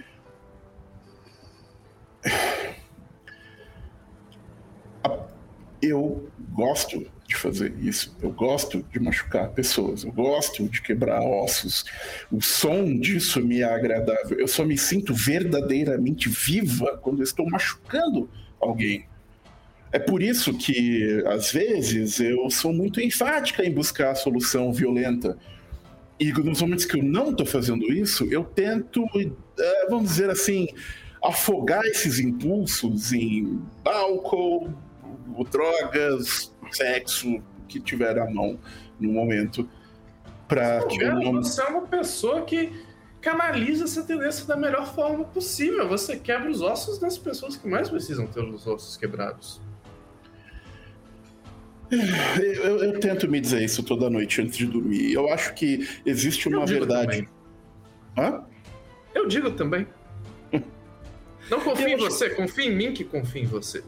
eu gosto de fazer isso, eu gosto de machucar pessoas, eu gosto de quebrar ossos, o som disso me é agradável, eu só me sinto verdadeiramente viva quando eu estou machucando alguém. É por isso que, às vezes, eu sou muito enfática em buscar a solução violenta. E nos momentos que eu não estou fazendo isso, eu tento, vamos dizer assim, afogar esses impulsos em álcool, drogas, sexo, o que tiver à mão no momento. Você é uma pessoa que canaliza essa tendência da melhor forma possível. Você quebra os ossos das pessoas que mais precisam ter os ossos quebrados. Eu tento me dizer isso toda noite antes de dormir. Eu acho que existe uma verdade. Hã? Eu digo também. Não confio em você, confia em mim que confio em você.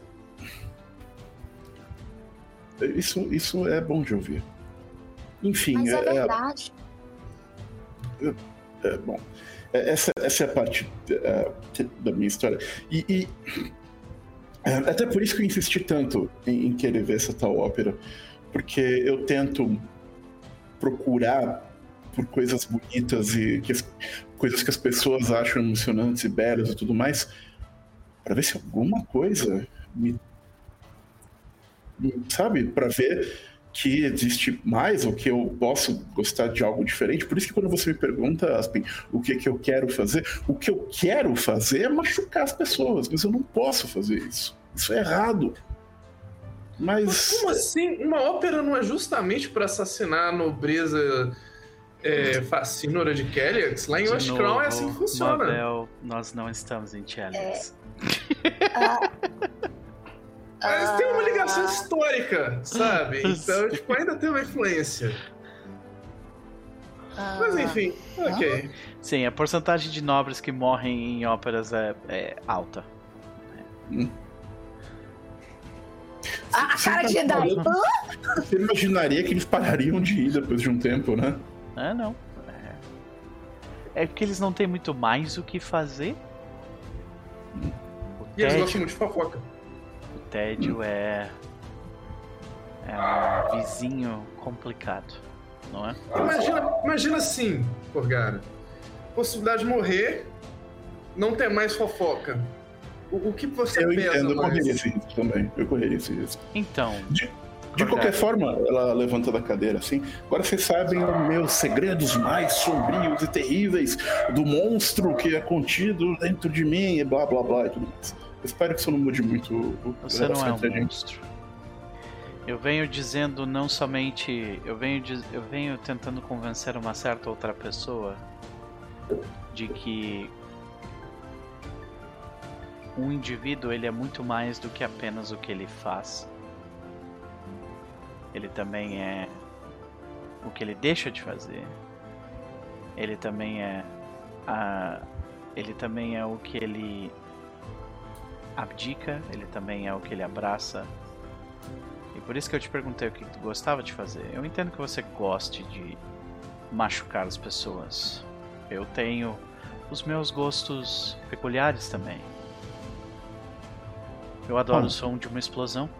Isso é bom de ouvir. Enfim, mas é verdade. Bom, essa é a parte da minha história. E até por isso que eu insisti tanto em querer ver essa tal ópera, porque eu tento procurar por coisas bonitas e coisas que as pessoas acham emocionantes e belas e tudo mais, para ver se alguma coisa sabe, para ver que existe mais, ou que eu posso gostar de algo diferente. Por isso que quando você me pergunta, Aspen, o que eu quero fazer é machucar as pessoas, mas eu não posso fazer isso. Isso é errado. Mas como assim? Uma ópera não é justamente para assassinar a nobreza fascínora de Kelliax? Lá em West Crown é assim que funciona. Mabel, nós não estamos em Kelliax. Mas tem uma ligação histórica, sabe? Então, tipo, ainda tem uma influência. Mas enfim, ok. Sim, a porcentagem de nobres que morrem em óperas é alta. A cara de Jedi. Você imaginaria que eles parariam de ir depois de um tempo, né? Não. É porque eles não têm muito mais o que fazer. E eles gostam muito de fofoca. O tédio é um vizinho complicado, não é? Imagina assim, Corgara. Possibilidade de morrer, não ter mais fofoca. O que você eu pesa entendo, mais? Eu correria esse risco. Então... De qualquer forma, ela levanta da cadeira assim. Agora vocês sabem os meus segredos mais sombrios e terríveis do monstro que é contido dentro de mim e blá blá blá e tudo mais. Eu espero que isso não mude muito. Você não é um monstro. Eu venho dizendo não somente... Eu venho tentando convencer uma certa outra pessoa de que um indivíduo, ele é muito mais do que apenas o que ele faz. Ele também é o que ele deixa de fazer. Ele também é o que ele abdica. Ele também é o que ele abraça. E por isso que eu te perguntei o que tu gostava de fazer. Eu entendo que você goste de machucar as pessoas. Eu tenho os meus gostos peculiares também. Eu adoro o som de uma explosão.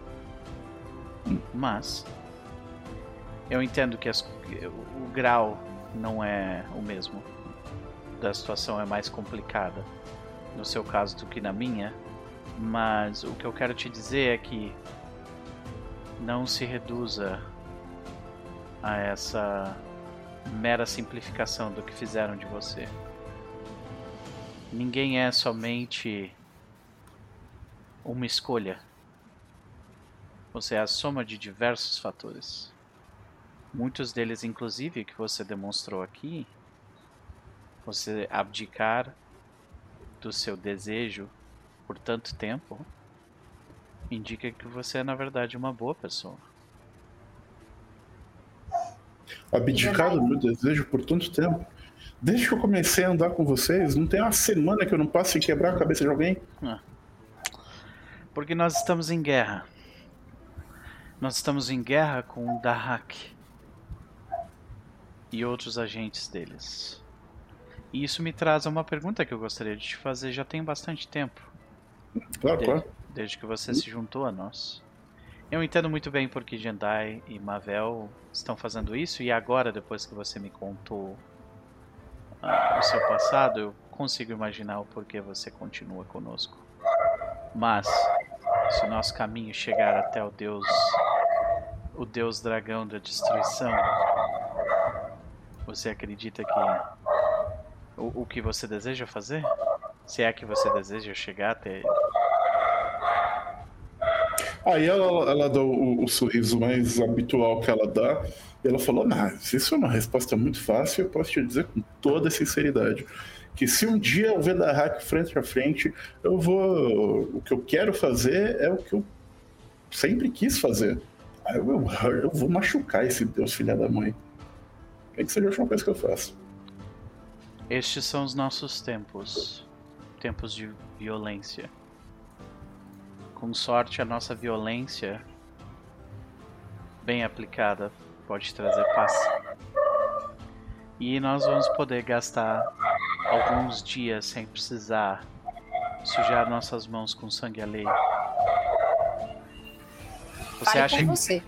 Mas eu entendo que o grau não é o mesmo. A situação é mais complicada no seu caso do que na minha. Mas o que eu quero te dizer é que não se reduza a essa mera simplificação do que fizeram de você. Ninguém é somente uma escolha. Você é a soma de diversos fatores. Muitos deles, inclusive, que você demonstrou aqui, você abdicar do seu desejo por tanto tempo, indica que você é, na verdade, uma boa pessoa. Abdicar do meu desejo por tanto tempo? Desde que eu comecei a andar com vocês, não tem uma semana que eu não passe e quebrar a cabeça de alguém. Porque nós estamos em guerra. Nós estamos em guerra com o Dahak e outros agentes deles. E isso me traz a uma pergunta que eu gostaria de te fazer já tem bastante tempo. Claro. Desde que você se juntou a nós. Eu entendo muito bem por que Jendai e Mavel estão fazendo isso, e agora, depois que você me contou o seu passado, eu consigo imaginar o porquê você continua conosco. Mas, se o nosso caminho chegar até o Deus Dragão da Destruição, você acredita que o que você deseja fazer? Se é que você deseja chegar até ele? Aí ela dá o sorriso mais habitual que ela dá, e ela falou, mas isso é uma resposta muito fácil, eu posso te dizer com toda sinceridade, que se um dia eu ver Dahak frente a frente, o que eu quero fazer é o que eu sempre quis fazer. Eu vou machucar esse Deus filha da mãe. Tem que ser a última coisa que eu faço. Estes são os nossos tempos. Tempos de violência. Com sorte, a nossa violência, bem aplicada, pode trazer paz. E nós vamos poder gastar alguns dias sem precisar sujar nossas mãos com sangue alheio. Você acha que... você.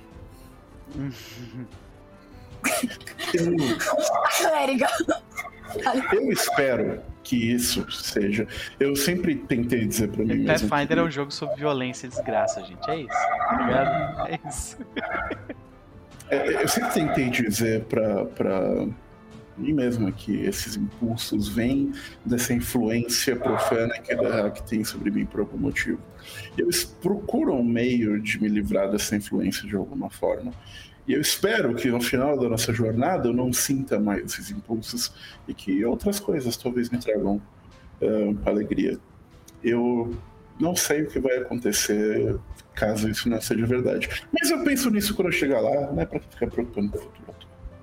Eu espero que isso seja... Eu sempre tentei dizer pra mim mesmo... Pathfinder é um jogo sobre violência e desgraça, gente. É isso. Tá ligado? É isso. Eu sempre tentei dizer pra mim mesmo que esses impulsos vêm dessa influência profana que tem sobre mim por algum motivo. Eles procuram um meio de me livrar dessa influência de alguma forma. E eu espero que no final da nossa jornada eu não sinta mais esses impulsos e que outras coisas talvez me tragam alegria. Eu não sei o que vai acontecer caso isso não seja verdade. Mas eu penso nisso quando eu chegar lá, não é pra ficar preocupando com o futuro.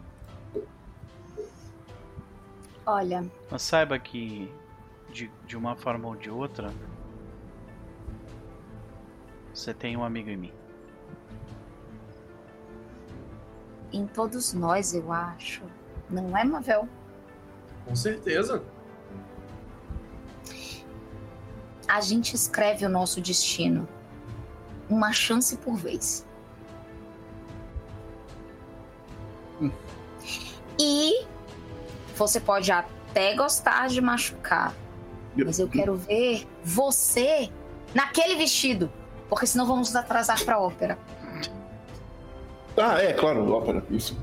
Olha... Mas saiba que, de uma forma ou de outra, você tem um amigo em mim. Em todos nós, eu acho. Não é, Mavel? Com certeza. A gente escreve o nosso destino. Uma chance por vez. E você pode até gostar de machucar. Mas eu quero ver você naquele vestido. Porque senão vamos nos atrasar pra ópera. É claro, ópera, isso.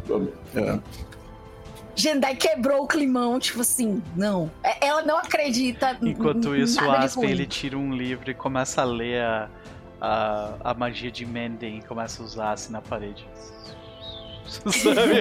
Jendai quebrou o climão, tipo assim, não. Ela não acredita. Enquanto isso, o Aspen, ele tira um livro e começa a ler a magia de Menden e começa a usar assim na parede. Sabe?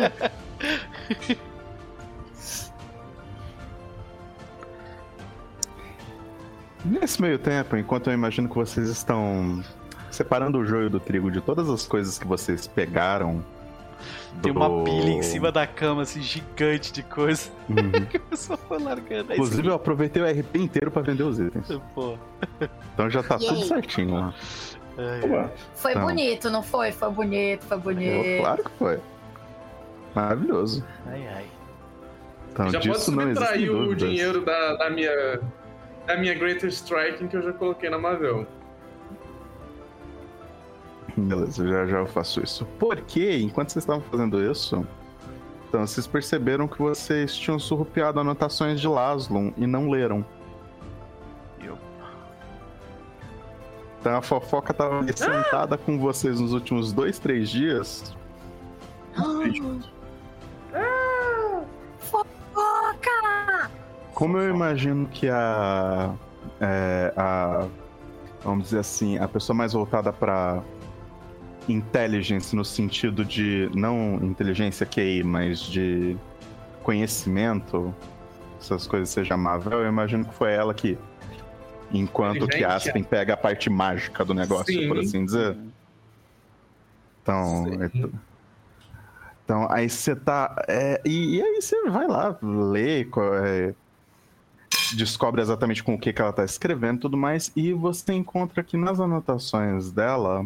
Nesse meio tempo, enquanto eu imagino que vocês estão separando o joio do trigo de todas as coisas que vocês pegaram. Tem uma pilha em cima da cama, assim, gigante de coisa. Que a pessoa foi largando. Inclusive, eu aproveitei o RP inteiro pra vender os itens. Pô. Então já tá tudo certinho lá. Foi então, bonito, não foi? Foi bonito. Claro que foi. Maravilhoso. Ai. Então, já disso pode não subtrair o dúvidas. dinheiro da minha Greater Striking que eu já coloquei na Mavel. Beleza, já eu faço isso. Porque, enquanto vocês estavam fazendo isso, então vocês perceberam que vocês tinham surrupiado anotações de Laszlo e não leram. Então a fofoca tava ali sentada com vocês nos últimos 2-3 dias. Fofoca! Como eu imagino que vamos dizer assim, a pessoa mais voltada pra intelligence no sentido de, não inteligência QI, mas de conhecimento, essas coisas seja amável, eu imagino que foi ela que, enquanto que Aspen pega a parte mágica do negócio, por assim dizer. Então, Então, aí você tá... e aí você vai lá, lê, descobre exatamente com o que ela tá escrevendo e tudo mais, e você encontra aqui nas anotações dela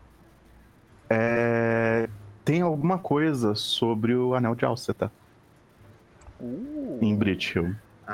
tem alguma coisa sobre o Anel de Alceta em Brit Hill.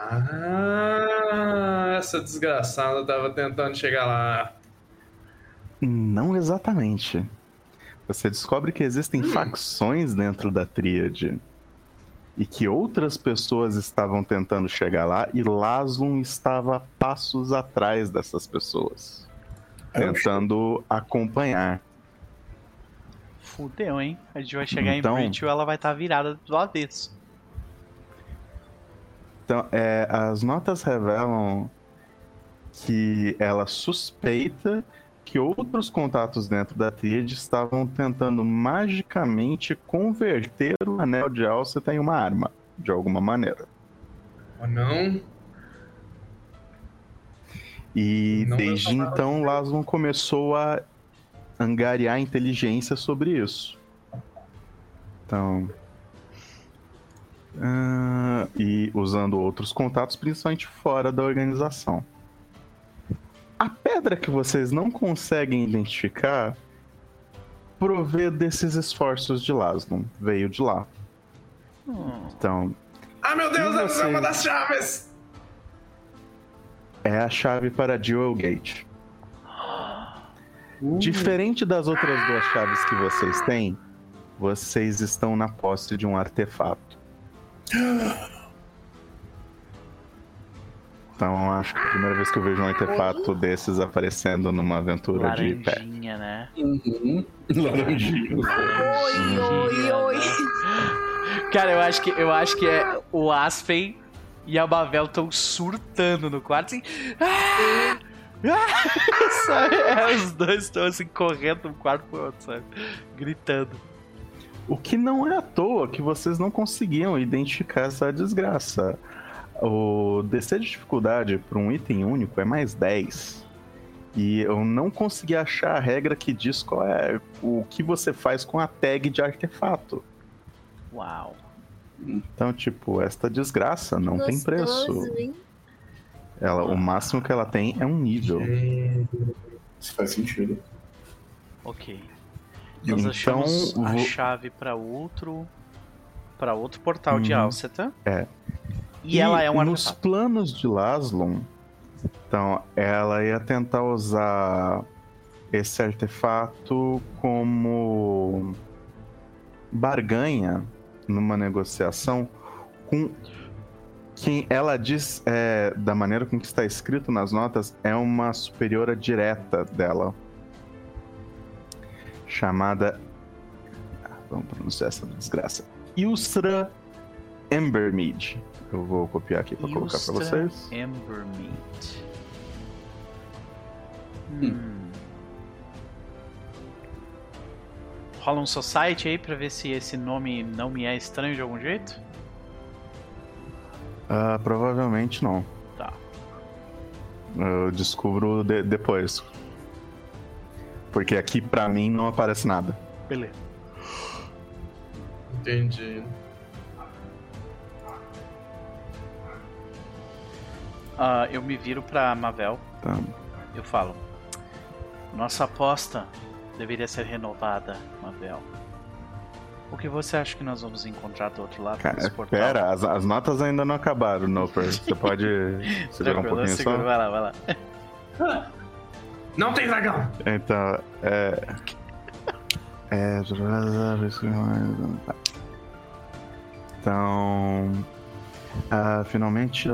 Essa desgraçada tava tentando chegar lá. Não exatamente. Você descobre que existem facções dentro da Tríade e que outras pessoas estavam tentando chegar lá e Laszlo estava passos atrás dessas pessoas, tentando acompanhar. Fudeu, hein? A gente vai chegar em Brit e ela vai estar virada do avesso. Então, as notas revelam que ela suspeita que outros contatos dentro da Tríade estavam tentando magicamente converter o Anel de Alceta em uma arma, de alguma maneira. Oh, não? E não, desde então, Laszlo começou a angariar inteligência sobre isso. Então... e usando outros contatos, principalmente fora da organização. A pedra que vocês não conseguem identificar provê desses esforços de Laszlo. Veio de lá. Então... meu Deus, é uma das chaves! É a chave para Jewel Gate. Diferente das outras duas chaves que vocês têm, vocês estão na posse de um artefato. Então, acho que é a primeira vez que eu vejo um artefato desses aparecendo numa aventura de pé. Laranjinha, né? Laranjinha. Oi. Cara, eu acho que é o Aspen e a Mavel estão surtando no quarto, assim... sabe? Os dois estão assim, correndo de um quarto pro outro, sabe? Gritando. O que não é à toa que vocês não conseguiam identificar essa desgraça. O DC de dificuldade para um item único é mais 10. E eu não consegui achar a regra que diz qual é o que você faz com a tag de artefato. Uau. Então, tipo, esta desgraça não tem preço. Hein? O máximo que ela tem é um nível. Isso faz sentido. Ok. Nós achamos a chave para outro portal de Alceta. E ela é um artefato. Nos planos de Laszlo, então, ela ia tentar usar esse artefato como barganha numa negociação com quem ela diz, da maneira com que está escrito nas notas, é uma superiora direta dela. Chamada... vamos pronunciar essa desgraça. Yusra Embermead. Eu vou copiar aqui para colocar para vocês. Embermead. Rola um society aí pra ver se esse nome não me é estranho de algum jeito? Provavelmente não. Tá. Eu descubro depois. Porque aqui pra mim não aparece nada. Beleza. Entendi. Eu me viro pra Mavel. Tá. Eu falo: nossa aposta deveria ser renovada, Mavel. O que você acha que nós vamos encontrar do outro lado desse portal? Pera, as notas ainda não acabaram, Noper. Você pode segurar um pouquinho só? Vai lá. Não tem dragão! Então, Então... finalmente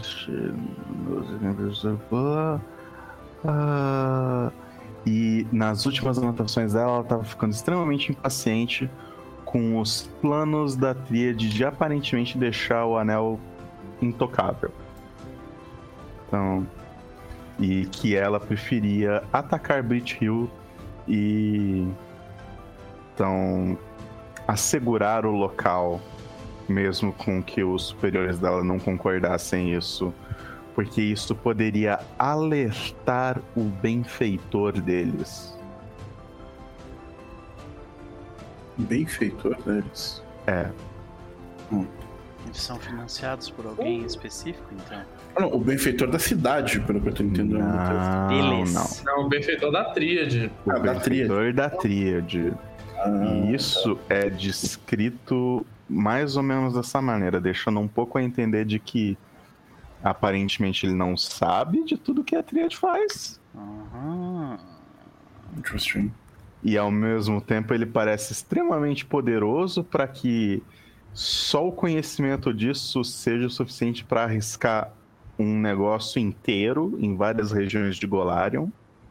e nas últimas anotações dela, ela estava ficando extremamente impaciente com os planos da Tríade de aparentemente deixar o anel intocável. Então, e que ela preferia atacar Brit Hill e então assegurar o local, mesmo com que os superiores dela não concordassem isso, porque isso poderia alertar o benfeitor deles. Benfeitor deles. Eles são financiados por alguém específico, então? Não, o benfeitor da cidade, pelo que eu tô entendendo. Não, o benfeitor da tríade. O benfeitor da tríade. E isso é descrito mais ou menos dessa maneira, deixando um pouco a entender de que aparentemente ele não sabe de tudo que a tríade faz. Interesting. E ao mesmo tempo ele parece extremamente poderoso para que só o conhecimento disso seja o suficiente para arriscar um negócio inteiro em várias regiões de Golarion.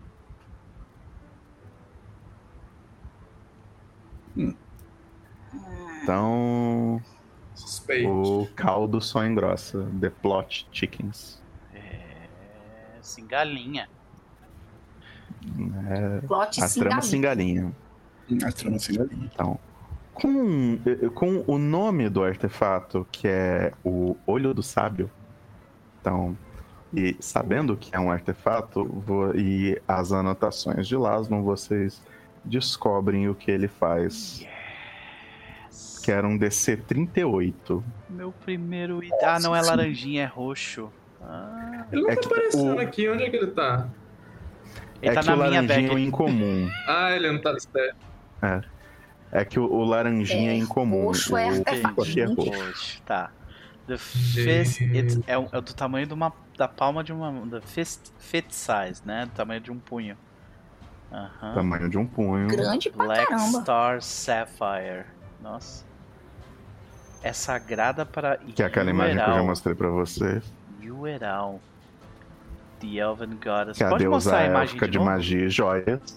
Então, suspeito. O caldo só engrossa. The plot thickens. Sem galinha. Plot a trama sem galinha. A trama sem galinha. Então, com o nome do artefato, que é o Olho do Sábio, então, e sabendo que é um artefato, e as anotações de Lasnon, vocês descobrem o que ele faz. Que era um DC 38. Meu primeiro item. Ah, não é laranjinha, é roxo. Ele não tá aparecendo aqui, onde é que ele tá? Ele tá na minha bag. É incomum. Ele não tá certo. É que o laranjinha é incomum. Roxo é artefato. Roxo, tá. The fist é do tamanho da palma de uma. The fit size, né? Do tamanho de um punho. Tamanho de um punho. Grande pra Black caramba. Star Sapphire. Nossa. É sagrada para. Que é aquela imagem que eu já mostrei pra você. Yueral. The Elven Goddess. Que é a Pode mostrar a imagem de magia e joias.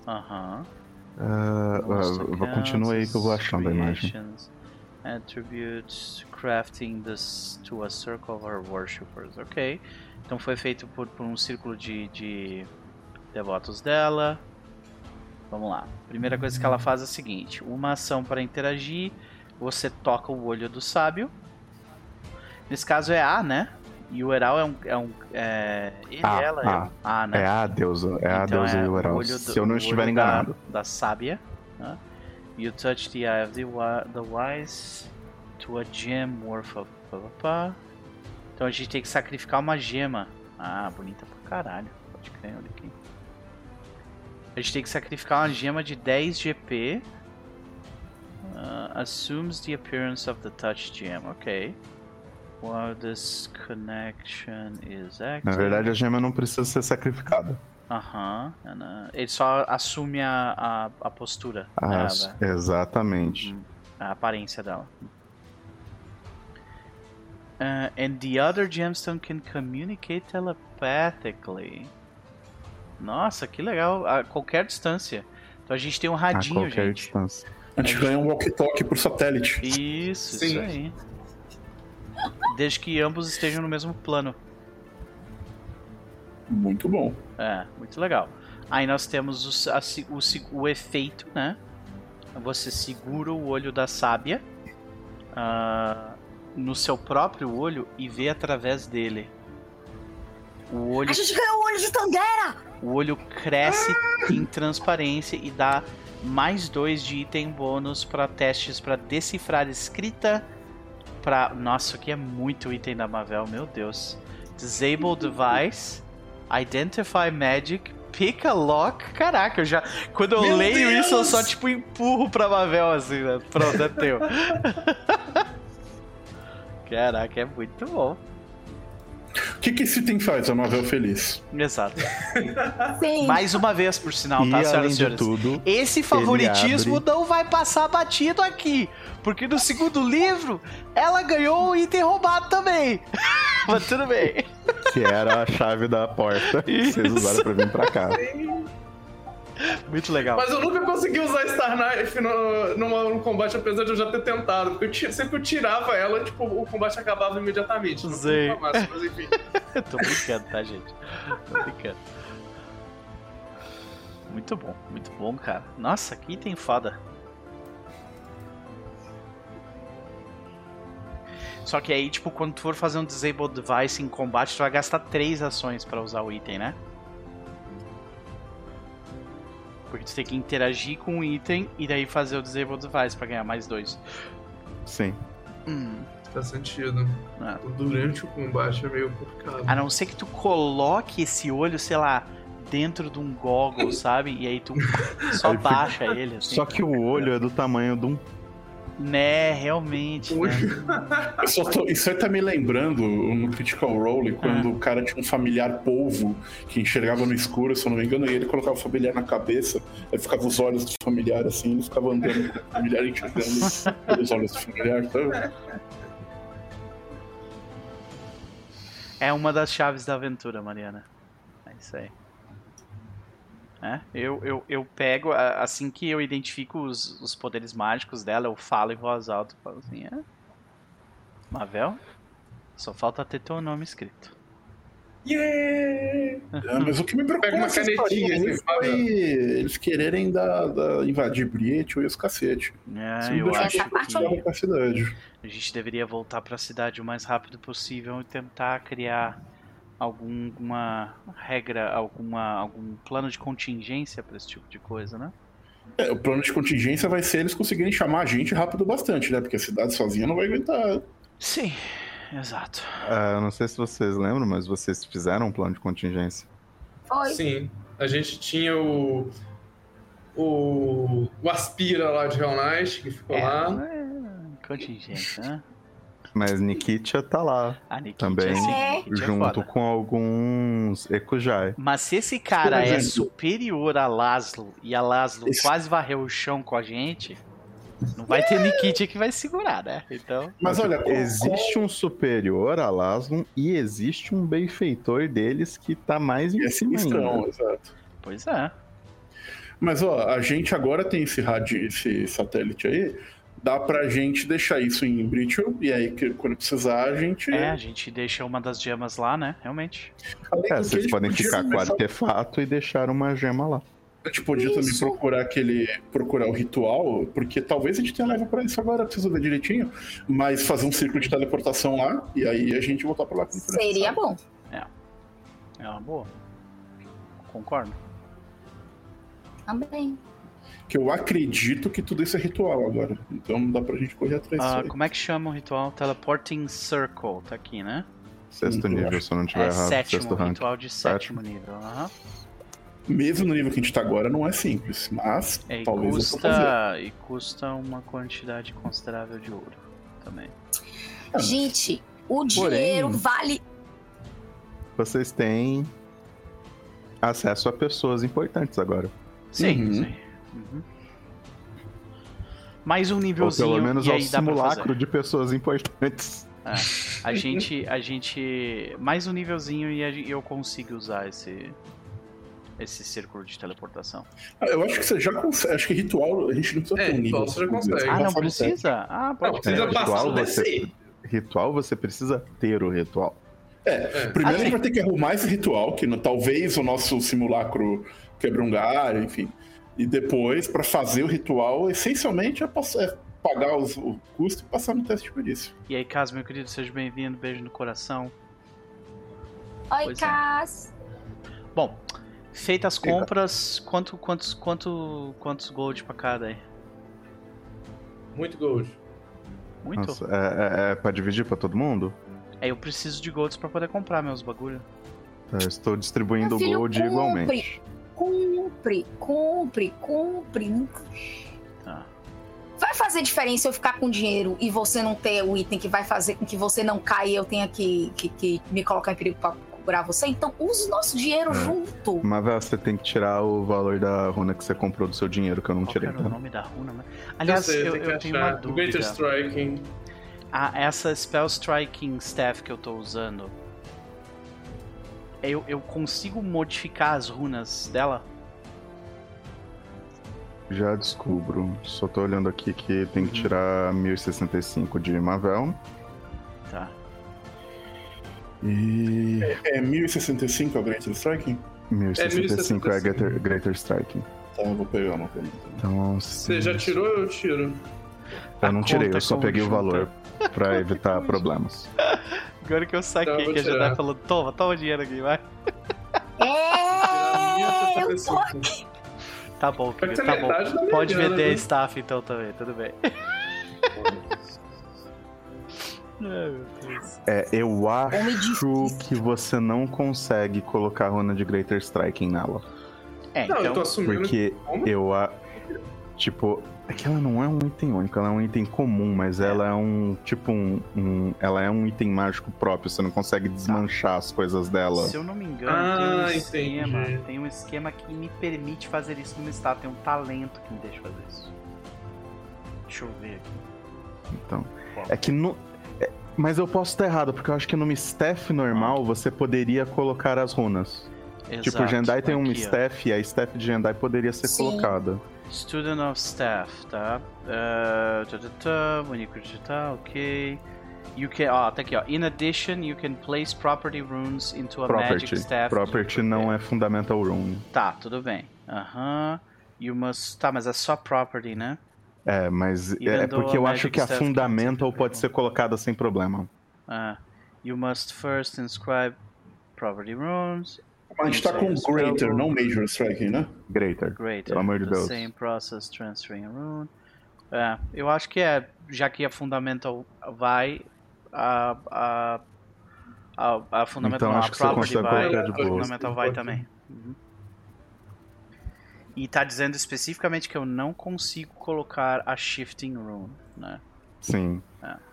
Continua aí que eu vou achando a imagem. Attributes, crafting this to a circle of our worshippers. Ok. Então foi feito por um círculo de devotos dela. Vamos lá. Primeira coisa que ela faz é a seguinte: uma ação para interagir, você toca o olho do sábio. Nesse caso é A, né? E o Eral ela, né? É a deusa, a deusa e o Eral, se eu não estiver enganado. Da sábia. Né? You touch the eye of the wise to a gem worth of... Então a gente tem que sacrificar uma gema. Bonita pra caralho. Pode crer, olha aqui. A gente tem que sacrificar uma gema de 10 GP. Assumes the appearance of the touch gem. Ok. While this connection is active. Na verdade, a gema não precisa ser sacrificada. Ele só assume a postura. Exatamente. A aparência dela. And the other gemstone can communicate telepathically. Nossa, que legal. A qualquer distância. Então a gente tem um radinho, a qualquer gente. Distância. A gente ganha um walkie-talkie por satélite. Isso aí. Desde que ambos estejam no mesmo plano. Muito bom. Muito legal. Aí nós temos o efeito, né? Você segura o olho da sábia no seu próprio olho e vê através dele. O olho... A gente ganhou o olho de Tandera! O olho cresce em transparência e dá mais 2 de item bônus para testes para decifrar escrita. Nossa, aqui é muito item da Mavel, meu Deus. Disable Device, Identify Magic, Pick a Lock. Caraca, eu já. Quando eu leio isso, eu só tipo empurro pra Mavel assim, né? Pronto, é teu. Caraca, é muito bom. O que esse item faz, a Mavel feliz? Exato. Sim. Mais uma vez, por sinal, tá, senhoras e senhores? Tudo, esse favoritismo não vai passar batido aqui. Porque no segundo livro, ela ganhou um item roubado também. Mas tudo bem. Que era a chave da porta que vocês usaram pra vir pra cá. Muito legal. Mas eu nunca consegui usar Star Knife no combate, apesar de eu já ter tentado. Porque sempre eu tirava ela, tipo, o combate acabava imediatamente. Não sei. Mas enfim. Tô brincando, tá, gente? Tô brincando. Muito bom, cara. Nossa, que item foda. Só que aí, tipo, quando tu for fazer um Disable Device em combate, tu vai gastar 3 ações pra usar o item, né? Porque tu tem que interagir com o item e daí fazer o Disable Device pra ganhar mais 2. Sim. Faz sentido. Durante o combate é meio complicado. A não ser que tu coloque esse olho, sei lá, dentro de um goggle, sabe? E aí tu só baixa ele, assim. Só que o olho é do tamanho de um... Né, realmente. Né? Isso aí tá me lembrando no Critical Role, quando o cara tinha um familiar polvo que enxergava no escuro, se eu não me engano, e ele colocava o familiar na cabeça, aí ficava os olhos do familiar assim, ele ficava andando com o familiar enxergando pelos olhos do familiar, sabe? É uma das chaves da aventura, Mariana. É isso aí. Eu pego, assim que eu identifico os poderes mágicos dela, eu falo em voz alta, falo assim, Mavel, só falta ter teu nome escrito. Yeah! Mas o que me preocupa uma canetinha foi eles quererem invadir Briet e os cacete. Eu acho que a gente deveria voltar pra cidade o mais rápido possível e tentar criar alguma regra, algum plano de contingência pra esse tipo de coisa, né? O plano de contingência vai ser eles conseguirem chamar a gente rápido bastante, né? Porque a cidade sozinha não vai aguentar. Sim, exato. Eu não sei se vocês lembram, mas vocês fizeram um plano de contingência. Foi. Sim, a gente tinha o Aspira lá de Hell Knight, que ficou lá. Contingência, né? Mas Nikitia tá lá também, junto com alguns Ekujai. Mas se esse cara é superior a Laszlo e a Laszlo quase varreu o chão com a gente, não vai ter Nikitia que vai segurar, né? Então... Mas olha, existe um superior a Laszlo e existe um benfeitor deles que tá mais em cima ainda. Exato. Pois é. Mas a gente agora tem esse satélite aí. Dá pra gente deixar isso em Brittle, e aí quando precisar a gente... a gente deixa uma das gemas lá, né? Realmente. Vocês podem ficar com o artefato e deixar uma gema lá. A gente podia também procurar o ritual, porque talvez a gente tenha leva pra isso agora, preciso ver direitinho, mas fazer um círculo de teleportação lá, e aí a gente voltar pra lá. Seria bom. É uma boa. Concordo. Também. Que eu acredito que tudo isso é ritual agora. Então dá pra gente correr atrás disso aí. Como é que chama o ritual? Teleporting Circle, tá aqui, né? 6º nível, se eu não tiver errado. 7º, ritual de 7º nível. Mesmo no nível que a gente tá agora, não é simples, mas talvez custa uma quantidade considerável de ouro também. Gente, o dinheiro vale... Vocês têm acesso a pessoas importantes agora. Sim. Mais um nívelzinho. Ou pelo menos e ao aí dá simulacro de pessoas importantes. A gente mais um nívelzinho e eu consigo usar esse círculo de teleportação. Eu acho que você já consegue. Acho que ritual a gente não precisa ter um nível. Você já consegue. Não precisa? Pode precisa passar o DC. Ritual você precisa ter o ritual. Primeiro a gente vai ter que arrumar esse ritual, que talvez o nosso simulacro quebre um galho, enfim. E depois, pra fazer o ritual, essencialmente é pagar o custo e passar no teste de perícia. E aí, Cas, meu querido, seja bem-vindo, beijo no coração. Oi, Cas. Bom, feitas as compras, quantos gold pra cada aí? Muito gold. Muito? Nossa, é pra dividir pra todo mundo? Eu preciso de golds pra poder comprar meus bagulho. Eu estou distribuindo gold igualmente. Compre. Vai fazer diferença eu ficar com dinheiro e você não ter o item que vai fazer com que você não caia e eu tenha que me colocar em perigo pra curar você? Então use nosso dinheiro junto. Mas você tem que tirar o valor da runa que você comprou do seu dinheiro, que eu não tirei. Qual era o nome da runa? Aliás, eu tenho uma dúvida. Greater Striking. Essa Spell Striking Staff que eu tô usando, eu consigo modificar as runas dela? Já descubro. Só tô olhando aqui que tem que tirar 1065 de Mavel. Tá. E... É 1065 é o Greater Striking? 1065 é Greater Striking. Tá, eu vou pegar uma coisa. Então, você já tirou ou eu tiro? Eu não tirei, eu só peguei o valor pra evitar problemas. Agora que eu saquei que a Jedi falou, toma o dinheiro aqui, vai. Eu tô aqui. Tá bom, querido, tá bom. Pode vender a staff então também, tudo bem. Eu acho que você não consegue colocar a runa de Greater Striking nela. Então, eu tô assumindo. Porque é que ela não é um item único, ela é um item comum, mas ela é ela é um item mágico próprio, você não consegue desmanchar as coisas dela. Se eu não me engano, tem um esquema que me permite fazer isso no meu estado, tem um talento que me deixa fazer isso. Deixa eu ver aqui. Então, mas eu posso estar errado, porque eu acho que no staff normal você poderia colocar as runas. Exato, tipo, o Jendai tem um aqui, staff e a staff de Jendai poderia ser colocada. Student of Staff, tá? Único digital, ok. You can, tá aqui, ó. In addition, you can place property runes into a magic staff. Property não é fundamental rune. Tá, tudo bem. You must... Tá, mas é só property, né? Mas é porque eu acho que a fundamental pode ser colocada sem problema. You must first inscribe property runes. A gente tá com Greater, não Major Striking, né? Greater. Pelo amor de Deus. Same process transferring a rune. Eu acho que já que a Fundamental vai, a Fundamental então, não, acho que a Property vai, a Fundamental vai também. E tá dizendo especificamente que eu não consigo colocar a Shifting Rune, né? Sim.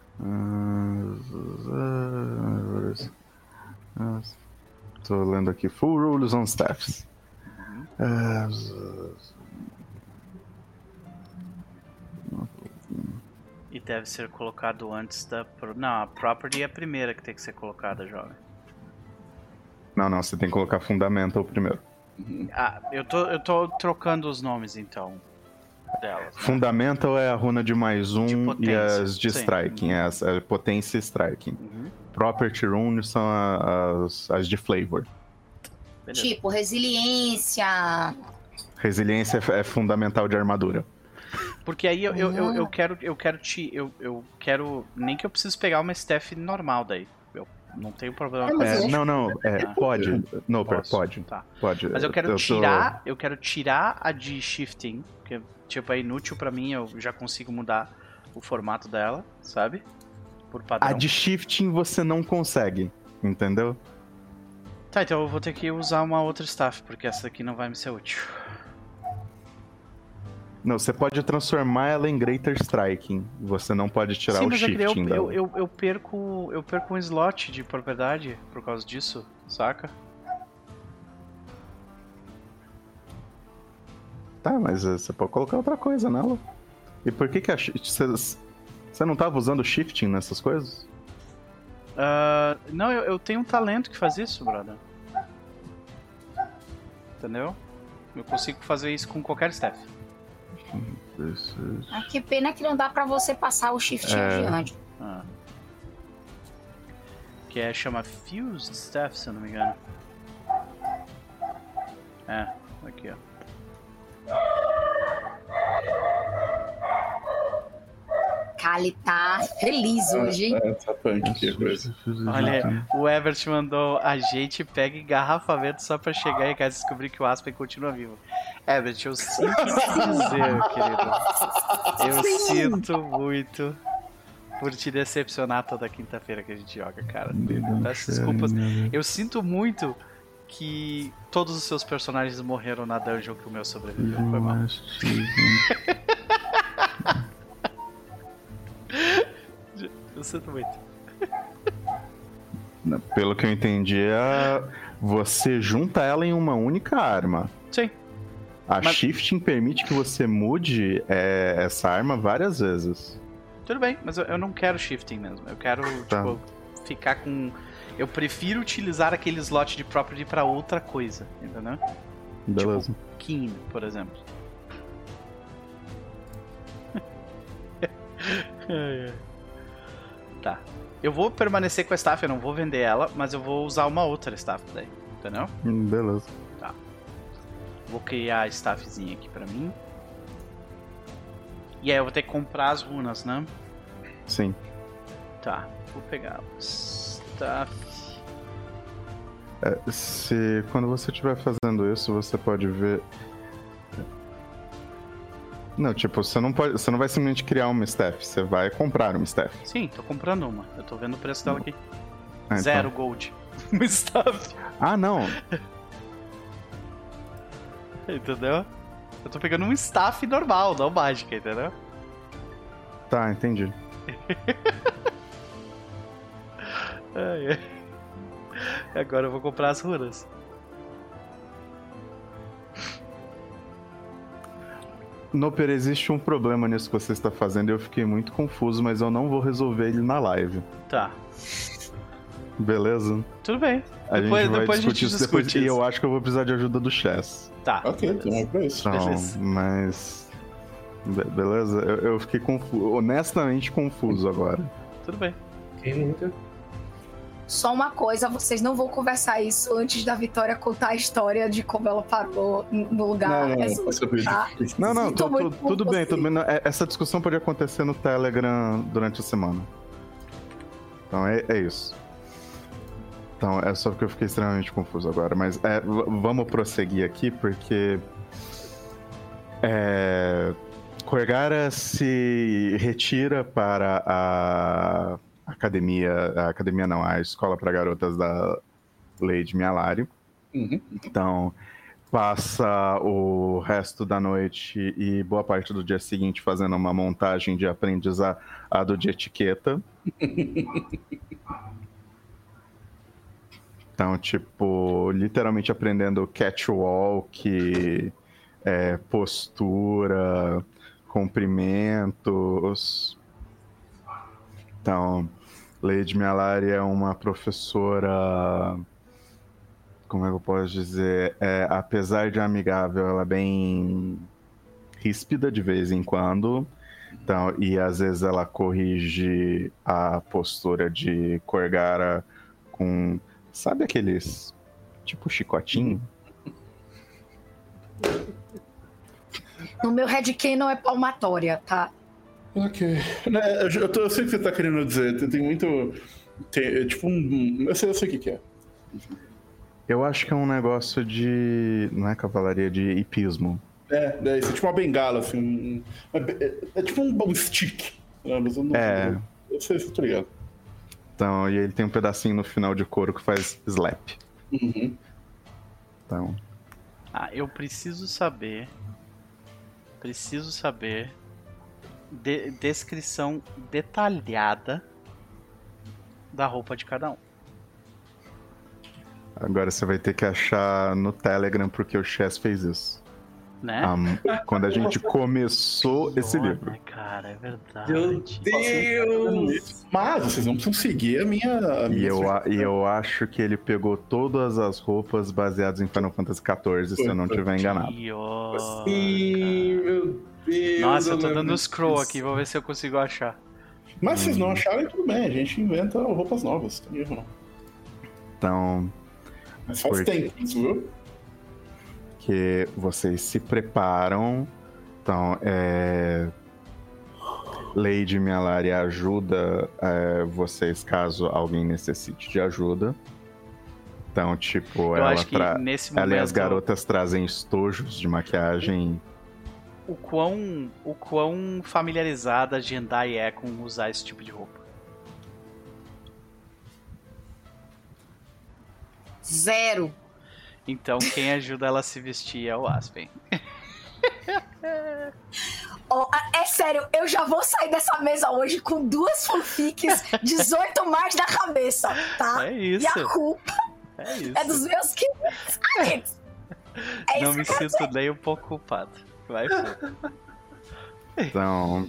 Tô lendo aqui. Full Rules on Staffs. E deve ser colocado antes da... Não, a Property é a primeira que tem que ser colocada, jovem. Não, você tem que colocar Fundamental primeiro. Eu tô trocando os nomes, então, delas. Né? Fundamental é a runa de mais um e as de Striking, a potência e Striking. Property Rune são as de Flavor. Beleza. Tipo, resiliência. Resiliência é fundamental de armadura. Porque aí eu quero nem que eu preciso pegar uma staff normal daí. Eu não tenho problema com isso. Pode. Noper, pode. Tá. Pode. Mas eu quero tirar a de shifting, que tipo é inútil pra mim, eu já consigo mudar o formato dela, sabe? Por padrão. A de shifting você não consegue, entendeu? Tá, então eu vou ter que usar uma outra staff, porque essa daqui não vai me ser útil. Não, você pode transformar ela em Greater Striking. Você não pode tirar o shifting dela. Eu perco um slot de propriedade por causa disso, saca? Tá, mas você pode colocar outra coisa nela. E por que você não tava usando shifting nessas coisas? Não, eu tenho um talento que faz isso, brother. Entendeu? Eu consigo fazer isso com qualquer staff. Que pena que não dá pra você passar o shift adiante. Que chama Fused Staff, se eu não me engano. Aqui, ó. Kali tá feliz hoje. Tá punk aqui, coisa. Olha, o Everett mandou: a gente pega engarrafamento só pra chegar em casa e descobrir que o Aspen continua vivo. Everett, eu sinto te dizer, querido. Eu sinto muito por te decepcionar toda quinta-feira que a gente joga, cara. Peço desculpas. Eu sinto muito que todos os seus personagens morreram na dungeon que o meu sobreviveu. Foi mal. Eu sinto muito. Pelo que eu entendi, você junta ela em uma única arma. Sim. Shifting permite que você mude essa arma várias vezes. Tudo bem, mas eu não quero shifting mesmo. Eu quero, ficar com... Eu prefiro utilizar aquele slot de property pra outra coisa, entendeu? Beleza. Tipo, Keen, por exemplo. Tá. Eu vou permanecer com a staff, eu não vou vender ela, mas eu vou usar uma outra staff daí, entendeu? Beleza. Tá. Vou criar a staffzinha aqui pra mim. E aí eu vou ter que comprar as runas, né? Sim. Tá, vou pegar staff. Quando você estiver fazendo isso, você pode ver... Não, tipo, você não vai simplesmente criar uma staff, você vai comprar uma staff. Sim, tô comprando uma. Eu tô vendo o preço dela aqui. Ah, 0 então. gold. Uma staff. Ah, não. Entendeu? Eu tô pegando um staff normal, não mágica, entendeu? Tá, entendi. Agora eu vou comprar as runas. Noper, existe um problema nisso que você está fazendo e eu fiquei muito confuso, mas eu não vou resolver ele na live. Tá. Beleza? Tudo bem. Depois a gente discute isso. E eu acho que eu vou precisar de ajuda do Chess. Tá. Ok, então é pra isso. Então, Beleza. mas... Beleza? Eu fiquei honestamente confuso agora. Tudo bem. Quem nunca? Só uma coisa, vocês não vão conversar isso antes da Vitória contar a história de como ela parou no lugar. Não, tudo bem. Essa discussão pode acontecer no Telegram durante a semana. Então é isso. Então é só porque eu fiquei extremamente confuso agora. Mas vamos prosseguir aqui, porque... Corgara se retira para a escola para garotas da Lady Mialari. Uhum. Então, passa o resto da noite e boa parte do dia seguinte fazendo uma montagem de aprendizado de etiqueta. Então, tipo, literalmente aprendendo catwalk, postura, cumprimentos. Então, Lady Mialari é uma professora, como é que eu posso dizer, apesar de amigável, ela é bem ríspida de vez em quando. Então, e às vezes ela corrige a postura de Corgara com, sabe aqueles, tipo chicotinho? No meu headcanon é palmatória, tá? Ok. Eu sei o que você tá querendo dizer. Tem muito... tipo um... Eu sei o que é. Eu acho que é um negócio de... Não é cavalaria, de hipismo. Isso é tipo uma bengala, assim. É tipo um stick. Mas eu não eu sei se eu tô ligado. Então, e ele tem um pedacinho no final de couro que faz slap. Uhum. Então... eu preciso saber... descrição detalhada da roupa de cada um. Agora você vai ter que achar no Telegram porque o Chess fez isso. Né? Quando a gente começou esse livro. Cara, é verdade. Meu Deus! Mas vocês não precisam seguir a minha E eu acho que ele pegou todas as roupas baseadas em Final Fantasy XIV, se eu não estiver enganado. Sim, meu Deus! Nossa, eu tô dando scroll aqui, vou ver se eu consigo achar. Mas se vocês não acharem, tudo bem, a gente inventa roupas novas, não tem erro não. Então... Mas faz tempo isso, viu? Que vocês se preparam. Então, Lady Mialari ajuda vocês caso alguém necessite de ajuda. Então, tipo, eu acho que nesse momento... ela e as garotas trazem estojos de maquiagem. O quão familiarizada a Jendai é com usar esse tipo de roupa? 0. Então, quem ajuda ela a se vestir é o Aspen. É sério, eu já vou sair dessa mesa hoje com 2 fanfics, 18 mais na cabeça, tá? É isso. E a culpa é dos meus queridos. Não me sinto nem um pouco culpado. Vai, Então,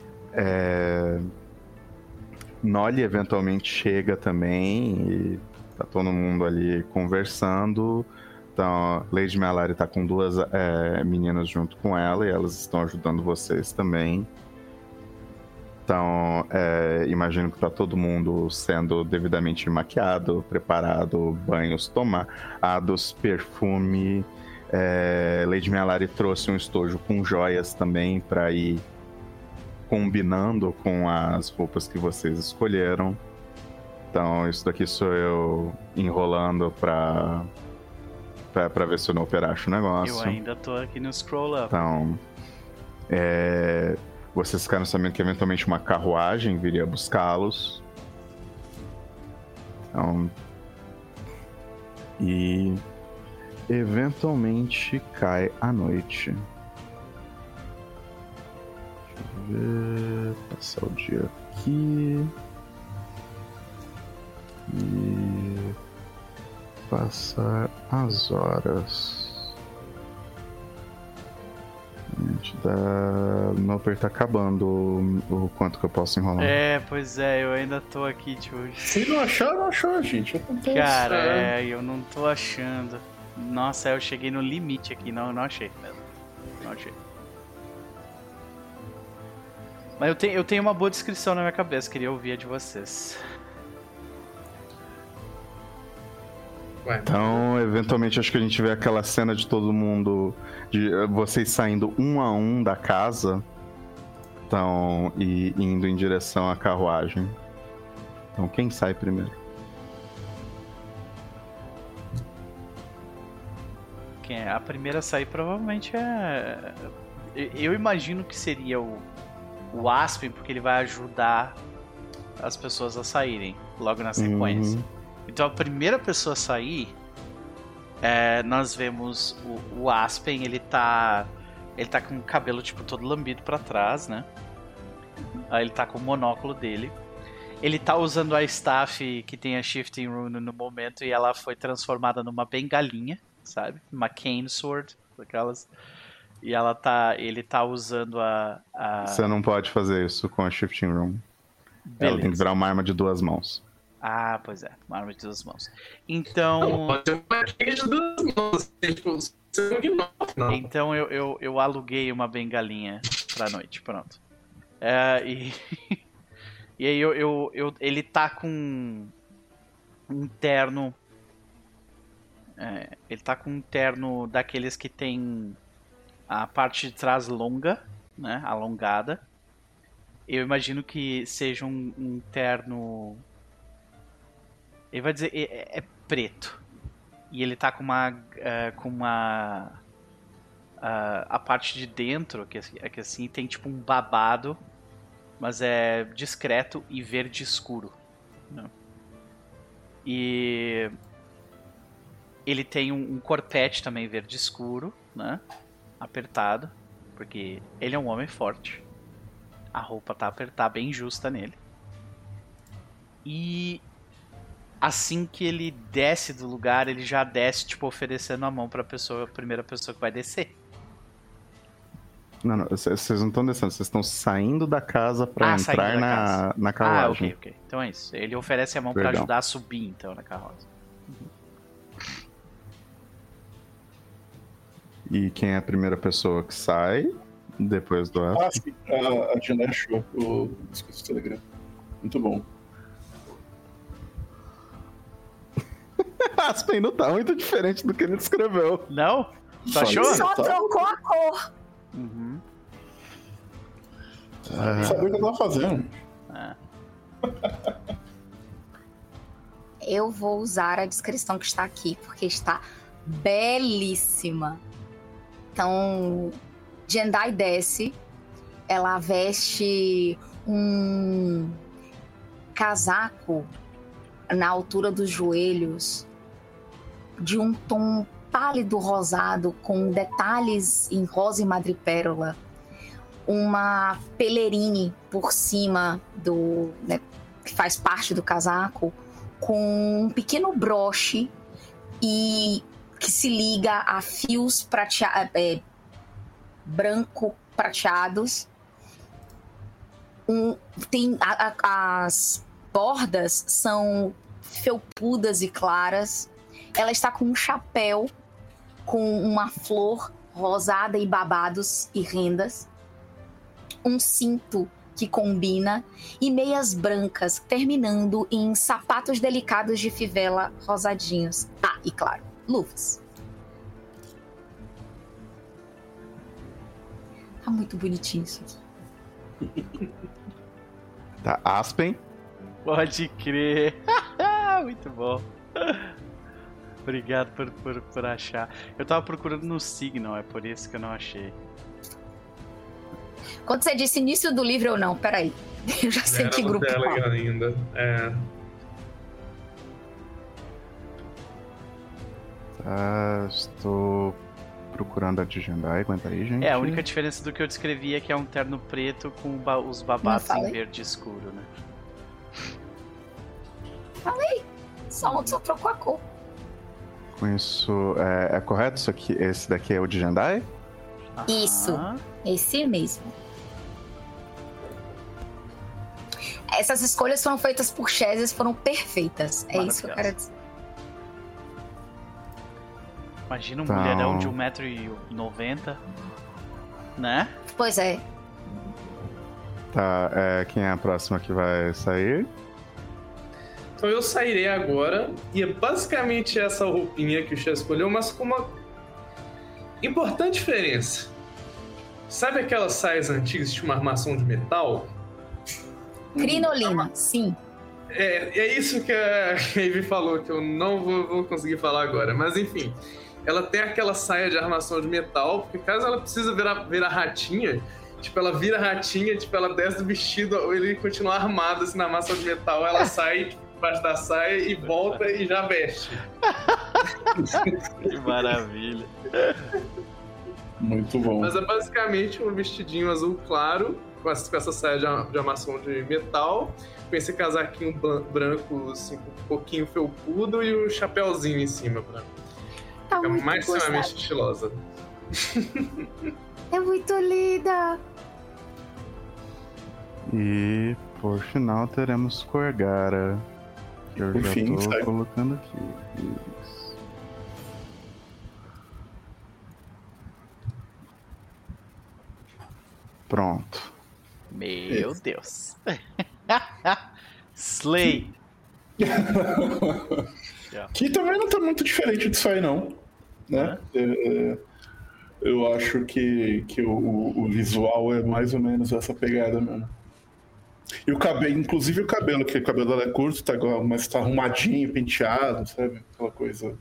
Nolly eventualmente chega também e tá todo mundo ali conversando. Então, Lady Mialari tá com 2 meninas junto com ela e elas estão ajudando vocês também. Então, imagino que tá todo mundo sendo devidamente maquiado, preparado, banhos tomados, perfume. Lady Mialari trouxe um estojo com joias também para ir combinando com as roupas que vocês escolheram. Então, isso daqui sou eu enrolando pra ver se o Noper acha o negócio. Eu ainda tô aqui no scroll up. Então, Vocês ficaram sabendo que eventualmente uma carruagem viria buscá-los. Então, e eventualmente cai a noite. Deixa eu ver. Passar o dia aqui. E passar as horas. Noper tá acabando o quanto que eu posso enrolar. Pois é, eu ainda tô aqui, tipo. Se não achar, não achou, gente. Cara, eu não tô achando. Nossa, eu cheguei no limite aqui, não achei mesmo. Não achei. Mas eu tenho uma boa descrição na minha cabeça, queria ouvir a de vocês. Então, eventualmente, acho que a gente vê aquela cena de todo mundo, de vocês saindo um a um da casa, então, e indo em direção à carruagem. Então, quem sai primeiro? A primeira a sair provavelmente é... Eu imagino que seria o Aspen, porque ele vai ajudar as pessoas a saírem logo na sequência. Então a primeira pessoa a sair, nós vemos o Aspen, ele tá com o cabelo tipo todo lambido pra trás, né? Aí ele tá com o monóculo dele. Ele tá usando a staff que tem a Shifting Rune no momento e ela foi transformada numa bengalinha, sabe? Uma Cane Sword, aquelas. E ele tá usando a... Você não pode fazer isso com a Shifting Rune. Ela tem que virar uma arma de 2 mãos. Ah, pois é, uma arma de 2 mãos. Então... Então eu aluguei uma bengalinha pra noite, pronto. E aí ele tá com um terno... ele tá com um terno daqueles que tem a parte de trás longa, né, alongada. Eu imagino que seja um terno... Ele vai dizer é preto. E ele tá com uma a parte de dentro que assim tem tipo um babado, mas é discreto e verde escuro, né? E ele tem um corpete também verde escuro, né? Apertado, porque ele é um homem forte. A roupa tá bem justa nele. E assim que ele desce do lugar, ele já desce, tipo, oferecendo a mão pra primeira pessoa que vai descer. Não, vocês não estão descendo, vocês estão saindo da casa pra entrar na carruagem. Ok. Então é isso. Ele oferece a mão pra ajudar a subir, então, na carroça. E quem é a primeira pessoa que sai depois do Aspen? A Diana achou o discurso do Telegram. Muito bom. Aspen não tá muito diferente do que ele descreveu. Não? Tu achou? Só trocou a cor. Sabia o que eu tava fazendo. Eu vou usar a descrição que está aqui, porque está belíssima. Então, Jendai desce, ela veste um casaco na altura dos joelhos, de um tom pálido rosado, com detalhes em rosa e madrepérola, uma pelerine por cima que faz parte do casaco, com um pequeno broche e que se liga a fios branco prateados. As bordas são felpudas e claras. Ela está com um chapéu com uma flor rosada e babados e rendas, um cinto que combina e meias brancas terminando em sapatos delicados de fivela rosadinhos. Ah, e claro, luvas. Tá muito bonitinho isso aqui. Tá, Aspen. Pode crer. Muito bom. Obrigado por achar. Eu tava procurando no Signal, é por isso que eu não achei. Quando você disse início do livro, eu não, peraí. Eu já sei que grupo fala. Ainda. Estou procurando a de Jendai, aguenta aí, gente. A única diferença do que eu descrevi é que é um terno preto com os babados em verde escuro, né? Falei, só trocou a cor. Com isso, é correto isso aqui? Esse daqui é o de Jendai? Isso, esse mesmo. Essas escolhas foram feitas por Chazes, foram perfeitas. É isso que eu quero dizer. Imagina um mulherão de 1,90m, né? Pois é. Tá, quem é a próxima que vai sair? Então eu sairei agora, e é basicamente essa roupinha que o Chaz escolheu, mas com uma importante diferença. Sabe aquelas saias antigas que tinha uma armação de metal? Crinolina, sim. É isso que a Ivy falou, que eu não vou conseguir falar agora, mas enfim. Ela tem aquela saia de armação de metal, porque caso ela precise virar ratinha, tipo, ela vira ratinha, tipo, ela desce do vestido, ou ele continua armado assim na armação de metal, ela sai tipo, debaixo da saia e volta e já veste. Que maravilha. Muito bom. Mas é basicamente um vestidinho azul claro, com essa saia de armação de metal, com esse casaquinho branco, assim, um pouquinho felpudo e o chapéuzinho em cima, branco. Tá Fica muito maximamente estilosa. É muito linda. E, por final, teremos Corgara. Eu Enfim, já tô sai. colocando aqui. Isso. Pronto. Meu Deus. Slay. Que também não tá muito diferente disso aí, não. Né? Eu acho que o visual é mais ou menos essa pegada mesmo. E o cabelo, inclusive o cabelo, que o cabelo dela é curto, mas tá arrumadinho, penteado, sabe? Aquela coisa.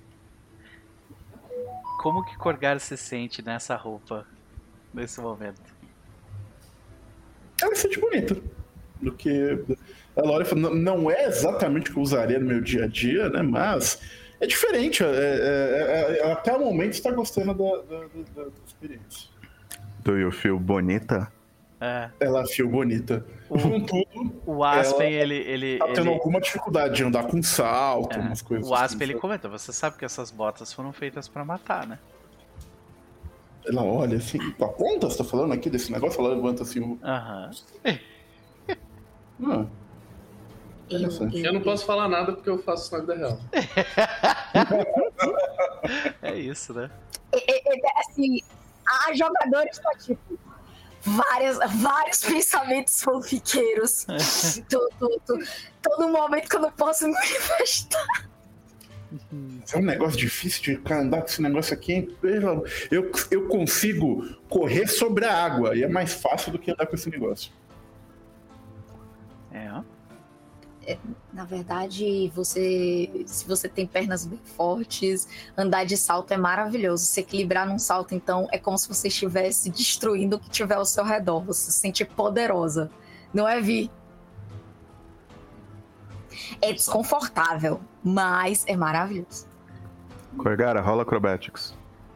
Como que Corgara se sente nessa roupa, nesse momento? Ela se sente bonita. Do que. A Lore falou, não é exatamente o que eu usaria no meu dia a dia, né? Mas é diferente. Até o momento está gostando da experiência. Do you feel bonita? Ela feel bonita. Contudo, o Aspen, ele tá tendo alguma dificuldade de andar com salto, umas coisas o Aspen, assim, ele comenta, você sabe que essas botas foram feitas pra matar, né? Ela olha assim, aponta, você tá falando aqui desse negócio? Ela levanta assim o... Eu não posso falar nada porque eu faço isso na vida real. É isso, né? Assim, há jogadores com tipo vários pensamentos fanfiqueiros. Todo momento que eu não posso me manifestar. É um negócio difícil de andar com esse negócio aqui. Eu consigo correr sobre a água e é mais fácil do que andar com esse negócio. Na verdade, se você tem pernas bem fortes, andar de salto é maravilhoso. Se equilibrar num salto, então, é como se você estivesse destruindo o que tiver ao seu redor. Você se sente poderosa. Não é, Vi? É desconfortável, mas é maravilhoso. Corgara, rola acrobatics.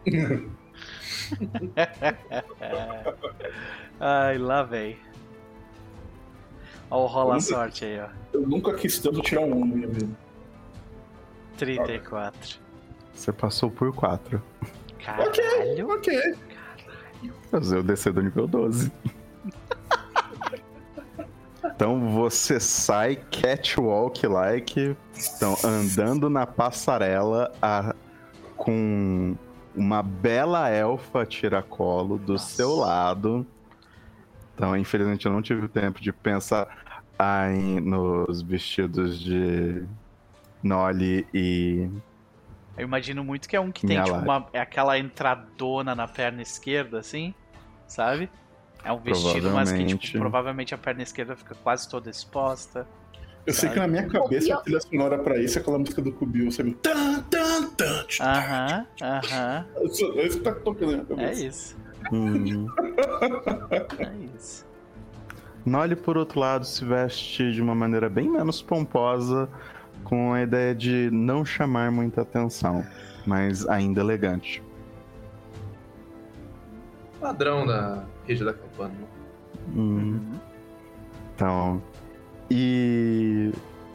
Ai, lá vem. Ó o rola sorte aí, ó. Eu nunca quis tanto tirar um na minha vida. 34. Você passou por 4. Caralho. Ok. Fazer eu descer do nível 12. Então você sai catwalk-like, então, andando na passarela com uma bela elfa tiracolo do seu lado. Então, infelizmente, eu não tive tempo de pensar nos vestidos de Nolly e... Eu imagino muito que é um que tem, tipo, aquela entradona na perna esquerda, assim, sabe? É um vestido, mas que, tipo, provavelmente a perna esquerda fica quase toda exposta. Eu sei que na minha cabeça a trilha sonora pra isso é aquela música do Kubil, sabe? Aham. É isso que tá tocando na minha cabeça. É isso. Hum. É deles. Nolly, por outro lado, se veste de uma maneira bem menos pomposa, com a ideia de não chamar muita atenção, mas ainda elegante. Padrão da rede da campana. Então, e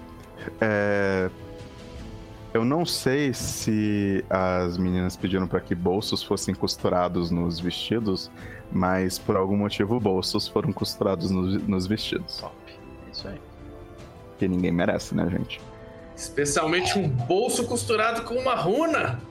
eu não sei se as meninas pediram para que bolsos fossem costurados nos vestidos, mas por algum motivo bolsos foram costurados nos vestidos. Top, é isso aí. Que ninguém merece, né, gente? Especialmente um bolso costurado com uma runa.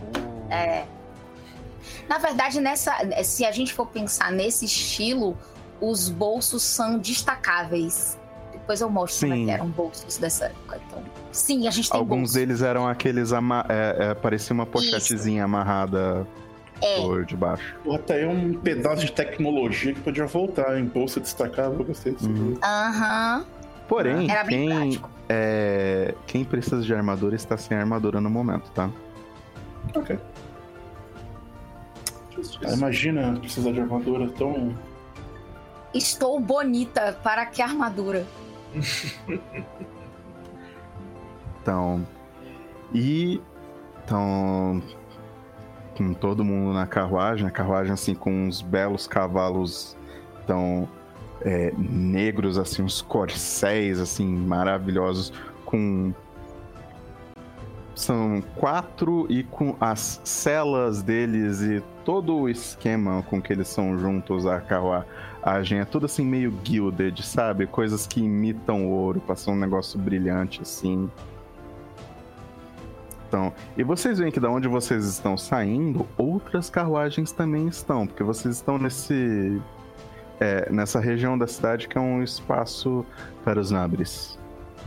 Na verdade, se a gente for pensar nesse estilo, os bolsos são destacáveis. Depois eu mostro como é que eram bolsos dessa época. Então, sim, a gente tem alguns bolsos. Deles eram aqueles parecia uma pochetezinha amarrada por debaixo. Até aí um pedaço de tecnologia que podia voltar em bolsa destacável. Eu gostei disso. Porém, era bem prático. Quem precisa de armadura está sem armadura no momento, tá? Ok. Imagina precisar de armadura tão... Estou bonita, para que armadura? Então, com todo mundo na carruagem, a carruagem assim com uns belos cavalos tão negros, assim, uns corcéis assim maravilhosos, são 4 e com as celas deles e todo o esquema com que eles são juntos à carruagem é tudo assim meio gilded, sabe? Coisas que imitam ouro, passam um negócio brilhante assim. Então, e vocês veem que da onde vocês estão saindo, outras carruagens também estão, porque vocês estão nessa região da cidade que é um espaço para os nobres.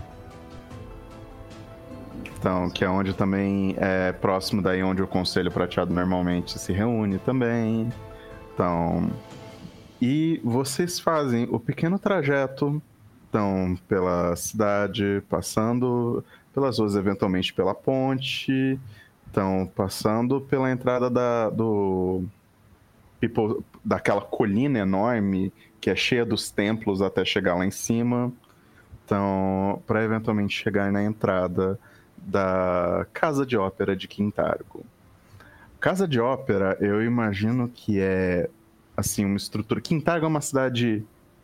Então, que é onde também é próximo daí onde o Conselho Prateado normalmente se reúne também. Então, e vocês fazem o pequeno trajeto, então, pela cidade, passando pelas ruas, eventualmente pela ponte, então, passando pela entrada daquela colina enorme que é cheia dos templos até chegar lá em cima. Então, para eventualmente chegar na entrada da Casa de Ópera de Quintargo. Casa de Ópera, eu imagino que é assim uma estrutura. Quintargo é uma cidade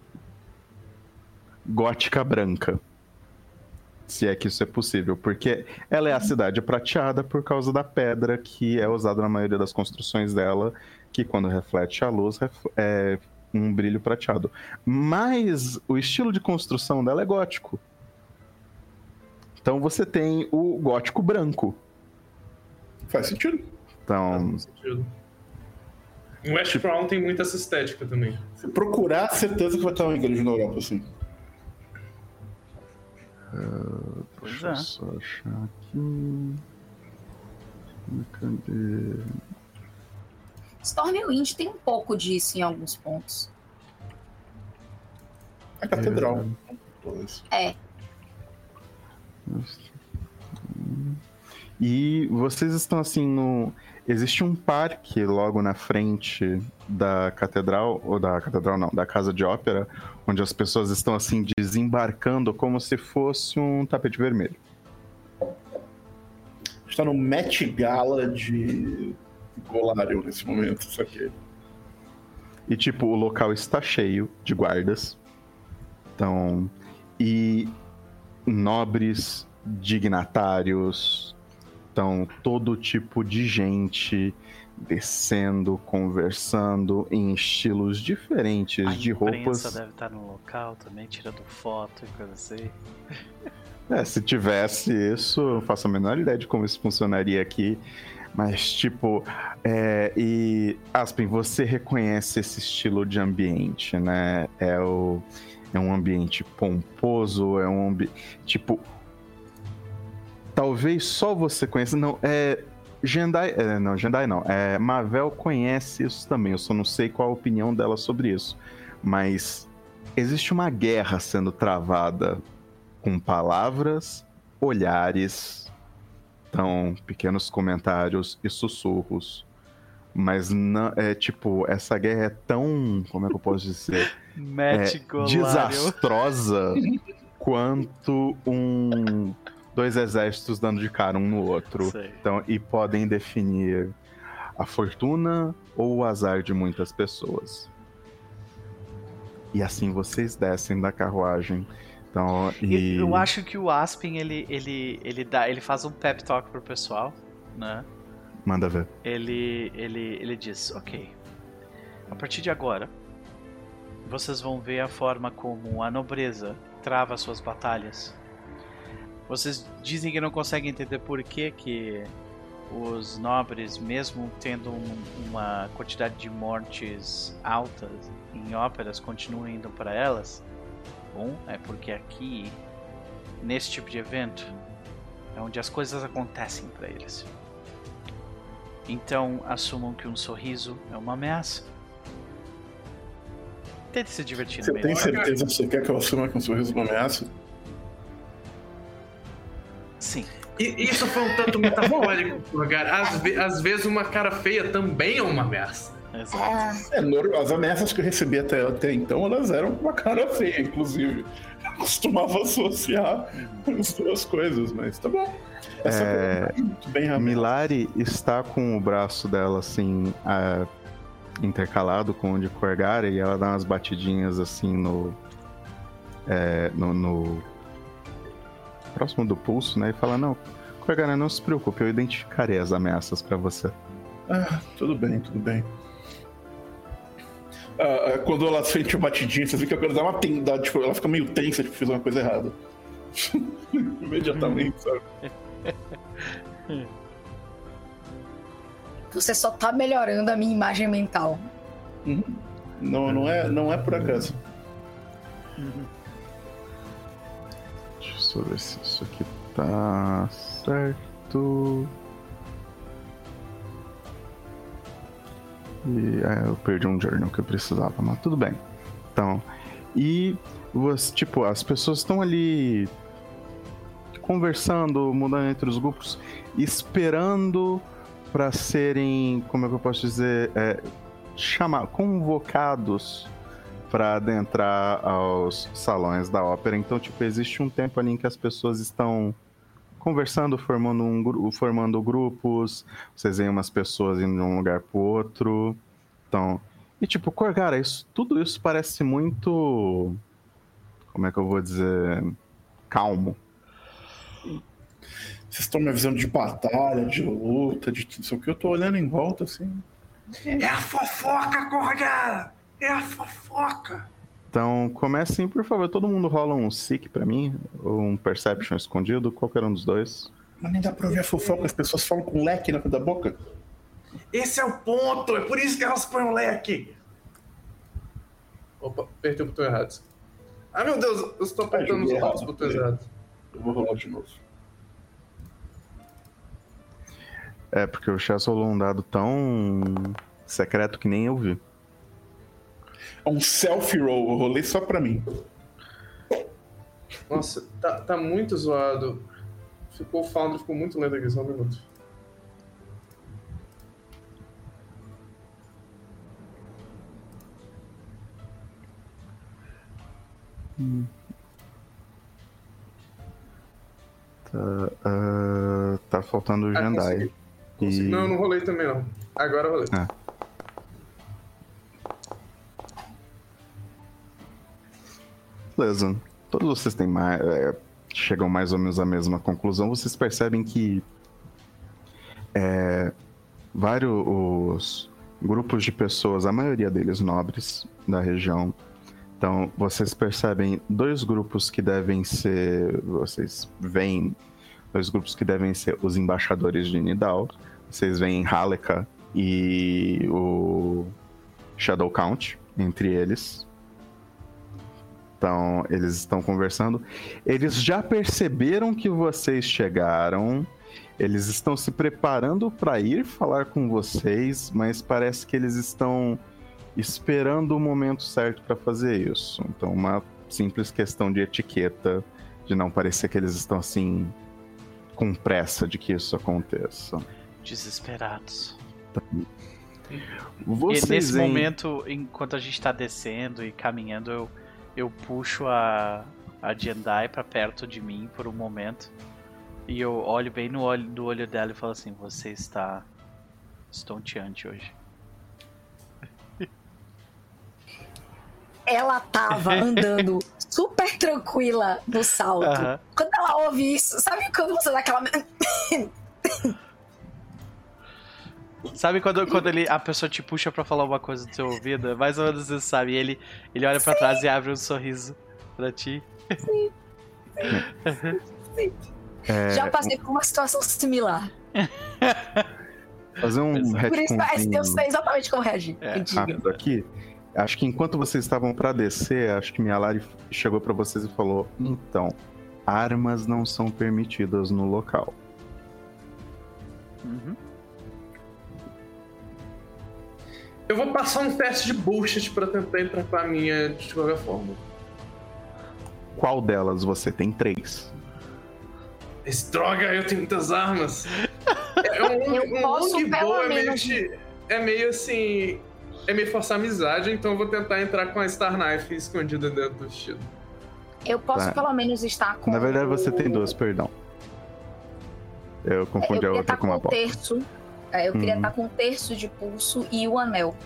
gótica branca, se é que isso é possível, porque ela é a cidade prateada por causa da pedra que é usada na maioria das construções dela, que quando reflete a luz é um brilho prateado. Mas o estilo de construção dela é gótico. Então você tem o gótico branco. Faz sentido. Então... Faz sentido. O West Brown tem muita essa estética também. Se procurar, certeza que vai estar uma igreja na Europa, assim. Deixa eu só achar aqui. Cadê? Stormwind tem um pouco disso em alguns pontos. A catedral. E vocês estão assim existe um parque logo na frente da catedral, ou da catedral não, da Casa de Ópera, onde as pessoas estão assim desembarcando como se fosse um tapete vermelho. Está no Met Gala de Golarion nesse momento, isso aqui. E tipo, o local está cheio de guardas. Então, e nobres, dignatários, então todo tipo de gente descendo, conversando em estilos diferentes de roupas. A imprensa deve estar no local também, tirando foto e coisa assim. Se tivesse isso, eu não faço a menor ideia de como isso funcionaria aqui. Mas, tipo, e Aspen, você reconhece esse estilo de ambiente, né? É um ambiente pomposo, é um ambiente, tipo... Talvez só você conheça, Jendai não. Mavel conhece isso também, eu só não sei qual a opinião dela sobre isso. Mas existe uma guerra sendo travada com palavras, olhares, então, pequenos comentários e sussurros. Mas não, essa guerra é tão, como é que eu posso dizer? desastrosa quanto dois exércitos dando de cara um no outro. Então, e podem definir a fortuna ou o azar de muitas pessoas. E assim vocês descem da carruagem. Então, Eu acho que o Aspen ele faz um pep talk pro pessoal, né? Manda ver. Ele diz, ok, a partir de agora vocês vão ver a forma como a nobreza trava suas batalhas. Vocês dizem que não conseguem entender por que os nobres, mesmo tendo uma quantidade de mortes altas em óperas, continuam indo para elas. Bom, é porque aqui, nesse tipo de evento, é onde as coisas acontecem para eles. Então, assumam que um sorriso é uma ameaça. Tente se divertir no meio. Você tem certeza que você quer que eu assuma que um sorriso é uma ameaça? Sim. E isso foi um tanto metafórico, cara. Às vezes uma cara feia também é uma ameaça. Exato. As ameaças que eu recebi até então, elas eram uma cara feia, inclusive. Eu costumava associar as duas coisas, mas tá bom. Essa foi muito bem rápida. Milari está com o braço dela assim, intercalado com o de Korgara, e ela dá umas batidinhas assim no próximo do pulso, né? E fala, não, Korgara, não se preocupe, eu identificarei as ameaças pra você. Tudo bem. Quando ela sente uma batidinha, você vê que a coisa dá uma tendada, tipo, ela fica meio tensa, tipo, fiz uma coisa errada. Imediatamente, sabe? Você só tá melhorando a minha imagem mental. Não é por acaso. Deixa eu só ver se isso aqui tá certo. E eu perdi um journal que eu precisava, mas tudo bem. Então, as pessoas estão ali conversando, mudando entre os grupos, esperando para serem, como é que eu posso dizer, convocados para adentrar aos salões da ópera. Então, existe um tempo ali em que as pessoas estão conversando, formando grupos, vocês veem umas pessoas indo de um lugar pro outro. Então, Korgara, tudo isso parece muito, como é que eu vou dizer, calmo. Vocês estão me avisando de batalha, de luta, de tudo isso que eu tô olhando em volta, assim. É a fofoca, Korgara! É a fofoca! Então, comecem, por favor, todo mundo rola um Seek pra mim, ou um Perception escondido, qualquer um dos dois. Mas nem dá pra ouvir a fofoca, as pessoas falam com leque na da boca. Esse é o ponto, é por isso que elas põem um leque. Opa, apertei o botão errado. Meu Deus, eu estou apertando os botões errados. Eu vou rolar de novo. Porque o Chess rolou um dado tão secreto que nem eu vi. É um selfie-roll, eu rolei só pra mim. Nossa, tá muito zoado. O Foundry ficou muito lento aqui, só um minuto. Tá faltando o Jandai. Consegui. Não, eu não rolei também não. Agora eu rolei. Beleza. Todos vocês têm chegam mais ou menos à mesma conclusão. Vocês percebem que vários grupos de pessoas, a maioria deles nobres da região. Então, vocês percebem dois grupos que devem ser... Vocês veem dois grupos que devem ser os embaixadores de Nidal. Vocês veem Haleka e o Shadow Count entre eles. Então, eles estão conversando. Eles já perceberam que vocês chegaram. Eles estão se preparando para ir falar com vocês, mas parece que eles estão esperando o momento certo para fazer isso. Então, uma simples questão de etiqueta, de não parecer que eles estão assim com pressa de que isso aconteça. Desesperados. E nesse momento, enquanto a gente tá descendo e caminhando, eu puxo a Jendai pra perto de mim por um momento. E eu olho bem no olho dela e falo assim, você está estonteante hoje. Ela tava andando super tranquila no salto. Quando ela ouve isso, sabe quando você dá aquela... Sabe quando a pessoa te puxa pra falar uma coisa no seu ouvido? Mais ou menos isso, sabe? E ele olha pra trás e abre um sorriso pra ti. Sim. Sim. Já passei por uma situação similar. Fazer um por isso, eu sei exatamente como reagir. Rápido aqui. Acho que enquanto vocês estavam pra descer, acho que Mialari chegou pra vocês e falou: então, armas não são permitidas no local. Eu vou passar um teste de bullshit pra tentar entrar com a minha de qualquer forma. Qual delas você tem? 3. Droga, eu tenho muitas armas. Um longbow é meio assim... É meio forçar amizade, então eu vou tentar entrar com a Star Knife escondida dentro do vestido. Eu posso pelo menos estar com... Na verdade você tem 2, perdão. Eu confundi a outra com uma bola. Eu queria estar com um terço de pulso e o anel.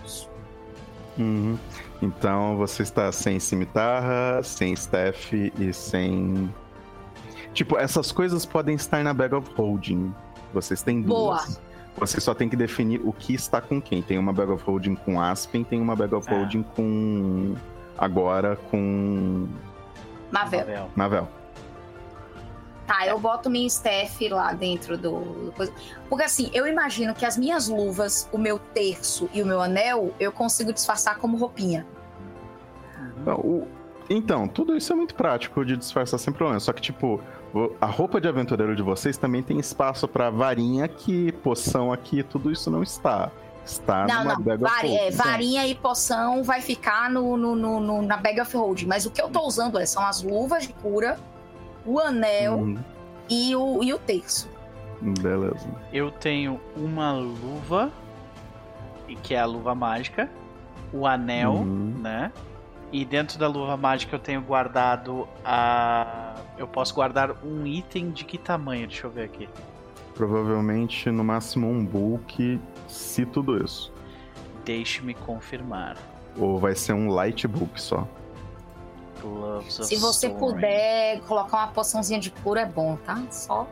Então você está sem cimitarra, sem staff e sem... Tipo, essas coisas podem estar na Bag of Holding. Vocês têm 2. Boa. Você só tem que definir o que está com quem. Tem uma Bag of Holding com Aspen, tem uma Bag of Holding com... Agora com... Mavel. Tá, eu boto minha staff lá dentro do... Porque assim, eu imagino que as minhas luvas, o meu terço e o meu anel, eu consigo disfarçar como roupinha. Então, tudo isso é muito prático de disfarçar sem problema. Só que, tipo, a roupa de aventureiro de vocês também tem espaço pra varinha aqui, poção aqui, tudo isso não está. Está numa Bag of Holding. Varinha e poção vai ficar na Bag of Holding. Mas o que eu tô usando são as luvas de cura, o anel e o terço. Beleza. Eu tenho uma luva, que é a luva mágica, o anel, né? E dentro da luva mágica eu tenho guardado eu posso guardar um item de que tamanho? Deixa eu ver aqui. Provavelmente no máximo um bulk, se tudo isso. Deixe-me confirmar. Ou vai ser um light bulk só. Se você puder colocar uma poçãozinha de cura é bom, tá? Só.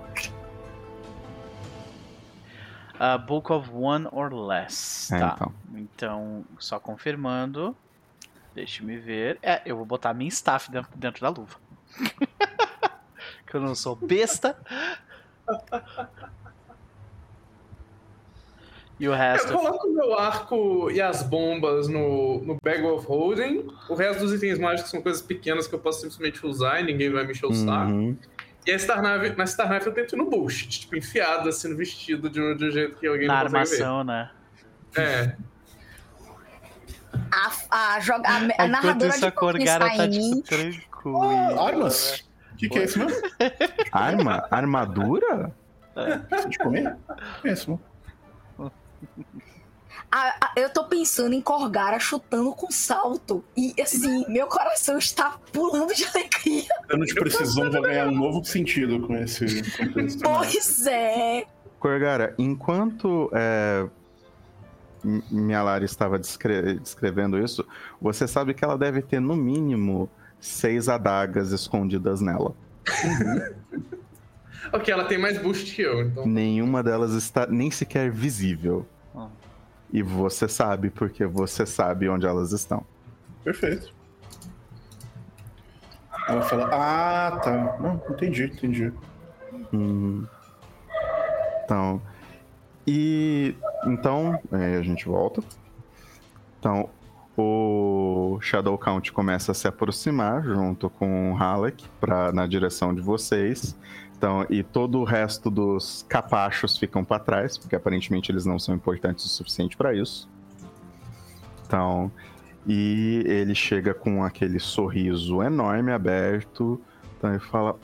Bulk of 1 or less. Tá. Então, só confirmando. Deixa-me ver. Eu vou botar minha staff dentro da luva. Que eu não sou besta. E o resto... Eu coloco o meu arco e as bombas no Bag of Holding. O resto dos itens mágicos são coisas pequenas que eu posso simplesmente usar e ninguém vai me encher o saco. E na Star Knife eu tento ir no bullshit, tipo, enfiado assim no vestido de um jeito que alguém não consegue ver. Na armação, né? A narradora de Korgara tá tipo tranquilo. Armas? O que é isso mesmo? Armadura? Isso de comer? É isso. Eu tô pensando em Korgara chutando com salto. E assim, meu coração está pulando de alegria. Dano de precisão vai ganhar um novo sentido com esse contexto. Pois é. Korgara, enquanto Mialari estava descrevendo isso, você sabe que ela deve ter no mínimo 6 adagas escondidas nela. Ok, ela tem mais boost que eu, então. Nenhuma delas está nem sequer visível. E você sabe, porque você sabe onde elas estão. Perfeito. Ela fala, tá. Não, entendi. Então, a gente volta. Então, o Shadow Count começa a se aproximar junto com o Halleck na direção de vocês. Então, e todo o resto dos capachos ficam para trás, porque aparentemente eles não são importantes o suficiente para isso. Então, e ele chega com aquele sorriso enorme aberto. Então ele fala: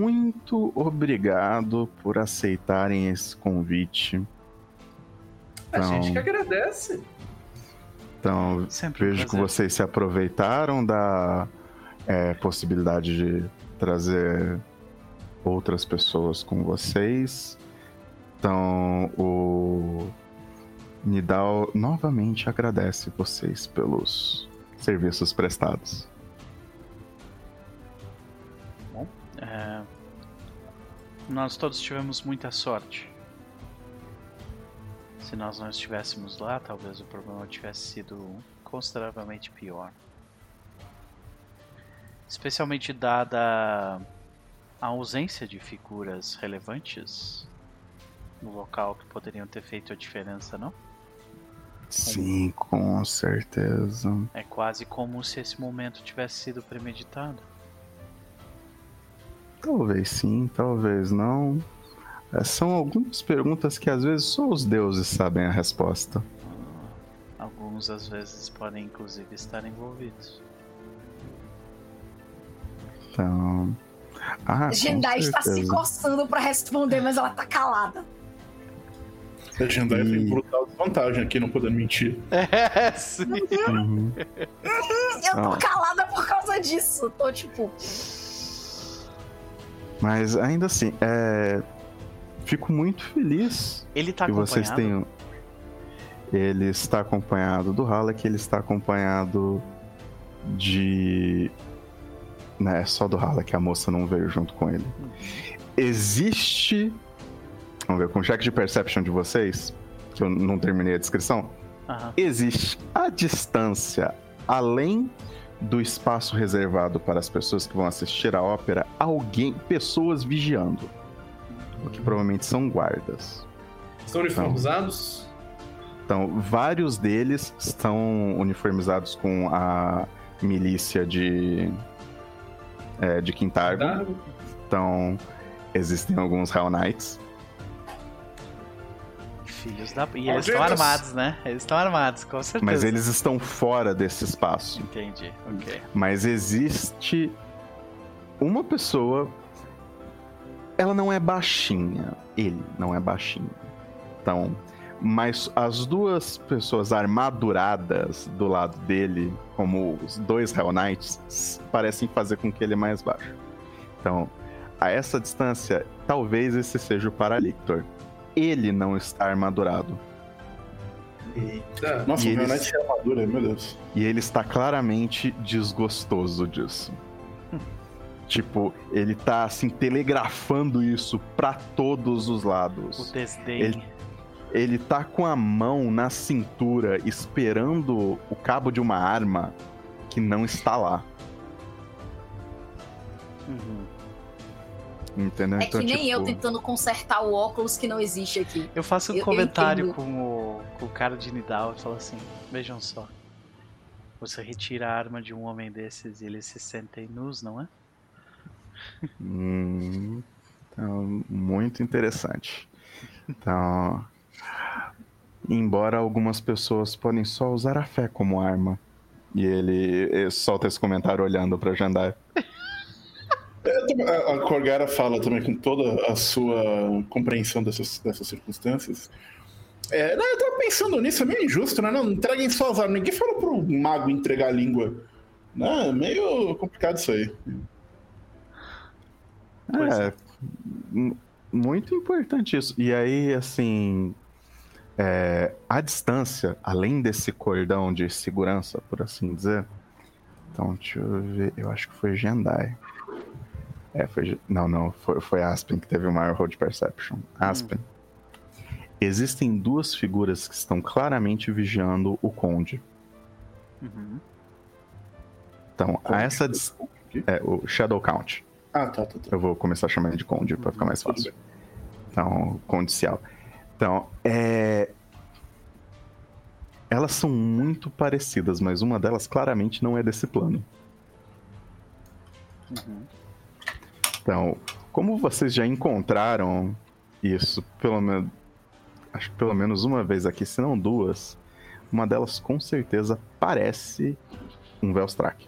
muito obrigado por aceitarem esse convite. A gente que agradece. Então, vejo que vocês se aproveitaram da possibilidade de trazer outras pessoas com vocês. Então, o Nidal novamente agradece vocês pelos serviços prestados. Bom, nós todos tivemos muita sorte. Se nós não estivéssemos lá, talvez o problema tivesse sido consideravelmente pior. Especialmente dada a ausência de figuras relevantes no local que poderiam ter feito a diferença, não? Sim, com certeza. É quase como se esse momento tivesse sido premeditado. Talvez sim, talvez não. São algumas perguntas que às vezes só os deuses sabem a resposta. Alguns às vezes podem inclusive estar envolvidos. Então... Jendai está se coçando pra responder, mas ela tá calada. A Jendai tem brutal desvantagem aqui, não podendo mentir. Sim. Uhum. Eu tô calada por causa disso. Tô tipo... Mas ainda assim, fico muito feliz ele tá que vocês acompanhado? Ele está acompanhado do Halleck, ele está acompanhado de... Não é só do Halleck, a moça não veio junto com ele. Existe... Vamos ver, com o check de perception de vocês, que eu não terminei a descrição, existe a distância, além do espaço reservado para as pessoas que vão assistir a ópera, pessoas vigiando. O que provavelmente são guardas. Estão uniformizados? Então, vários deles estão uniformizados com a milícia de Quintargo. Então, existem alguns Hell Knights. Filhos da... E eles estão armados, né? Eles estão armados, com certeza. Mas eles estão fora desse espaço. Entendi, ok. Mas existe uma pessoa... Ela não é baixinha. Ele não é baixinho. Então... Mas as duas pessoas armaduradas do lado dele, como os dois Hell Knights, parecem fazer com que ele é mais baixo. Então, a essa distância, talvez esse seja o Paralictor. Ele não está armadurado. Eita. Nossa, o Hell Knight é armadura, meu Deus. E ele está claramente desgostoso disso. Tipo, ele tá assim, telegrafando isso pra todos os lados. O desdém. Ele tá com a mão na cintura, esperando o cabo de uma arma que não está lá. Entendeu? É que nem tipo... eu tentando consertar o óculos que não existe aqui. Eu faço um comentário com o cara de Nidal e falo assim, vejam só. Você retira a arma de um homem desses e eles se sentem nus, não é? Então, muito interessante. Então... Embora algumas pessoas podem só usar a fé como arma. E ele solta esse comentário olhando pra Jendai. A Corgara fala também com toda a sua compreensão dessas circunstâncias. Eu tava pensando nisso, é meio injusto, né? Não entreguem só as armas. Ninguém falou pro mago entregar a língua. Não, é meio complicado isso aí. Muito importante isso. E aí, assim... a distância, além desse cordão de segurança, por assim dizer. Então, deixa eu ver. Eu acho que foi Jendai. Foi Aspen que teve o maior roll de perception. Aspen. Existem duas figuras que estão claramente vigiando o Conde. Então, a essa o Shadow Count. Tá. Eu vou começar a chamar ele de Conde pra ficar mais fácil. Então, Condicial. Então, elas são muito parecidas, mas uma delas claramente não é desse plano. Então, como vocês já encontraram isso, acho que pelo menos uma vez aqui, se não duas, uma delas com certeza parece um Velstrak.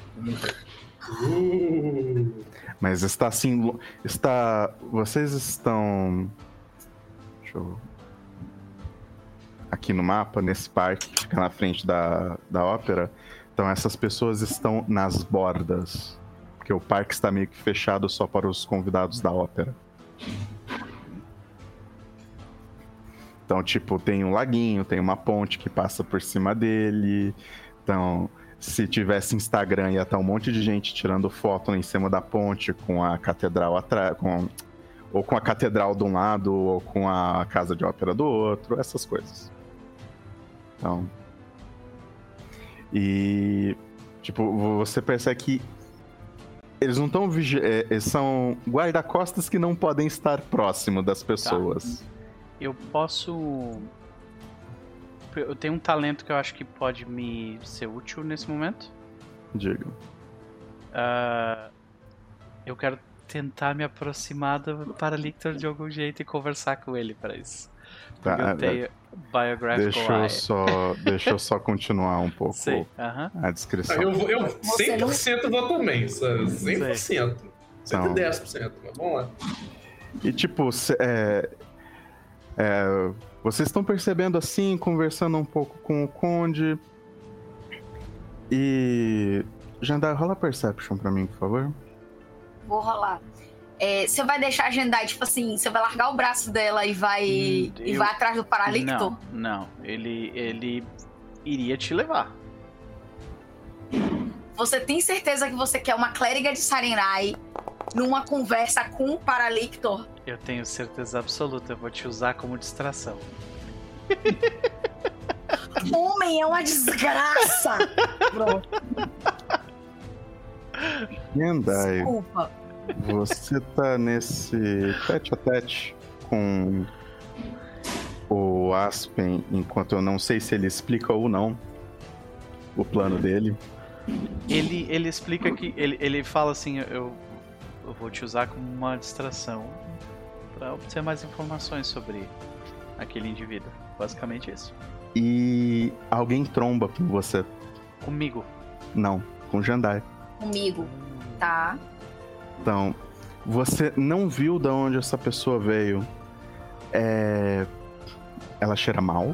Mas está assim, vocês estão... aqui no mapa, nesse parque que fica na frente da ópera. Então essas pessoas estão nas bordas, porque o parque está meio que fechado só para os convidados da ópera. Então, tipo, tem um laguinho, tem uma ponte que passa por cima dele. Então, se tivesse Instagram, ia estar um monte de gente tirando foto em cima da ponte com a catedral atrás, ou com a catedral de um lado, ou com a casa de ópera do outro, essas coisas. Então... E, tipo, você percebe que eles não estão eles são guarda-costas que não podem estar próximo das pessoas. Tá. Eu tenho um talento que eu acho que pode me ser útil nesse momento. Diga. Eu quero tentar me aproximar do Paralictor de algum jeito e conversar com ele para isso. Tá, eu tenho Biographical deixa eu só continuar um pouco a descrição. Eu 100% vou também, 100%. 110%, mas vamos lá. E tipo, vocês estão percebendo assim, conversando um pouco com o Conde. E... Jandai, rola Perception pra mim, por favor. Vou rolar. Você vai deixar a Jandai, tipo assim, você vai largar o braço dela e vai atrás do Paralictor? Não. Ele iria te levar. Você tem certeza que você quer uma clériga de Sarenrae numa conversa com o Paralictor? Eu tenho certeza absoluta, eu vou te usar como distração. Homem, é uma desgraça! Pronto. Jandai, desculpa. Você tá nesse tete-a-tete com o Aspen, enquanto eu não sei se ele explica ou não o plano dele. Ele explica que... Ele fala assim, eu vou te usar como uma distração para obter mais informações sobre aquele indivíduo. Basicamente isso. E alguém tromba com você? Comigo? Não, com Jandai. Comigo, tá. Então, você não viu de onde essa pessoa veio. Ela cheira mal.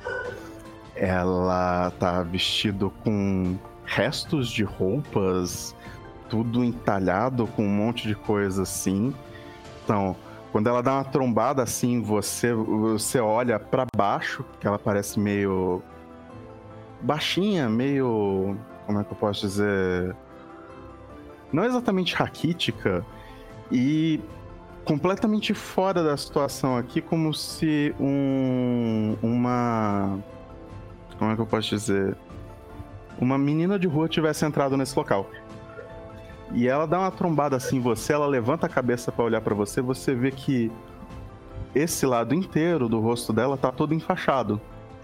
Ela tá vestido com restos de roupas, tudo entalhado com um monte de coisa assim. Então, quando ela dá uma trombada assim, você olha pra baixo, que ela parece meio baixinha, meio... Como é que eu posso dizer? Não exatamente raquítica, e completamente fora da situação aqui, como se uma... Como é que eu posso dizer? Uma menina de rua tivesse entrado nesse local. E ela dá uma trombada assim em você, ela levanta a cabeça pra olhar pra você, você vê que esse lado inteiro do rosto dela tá todo enfaixado.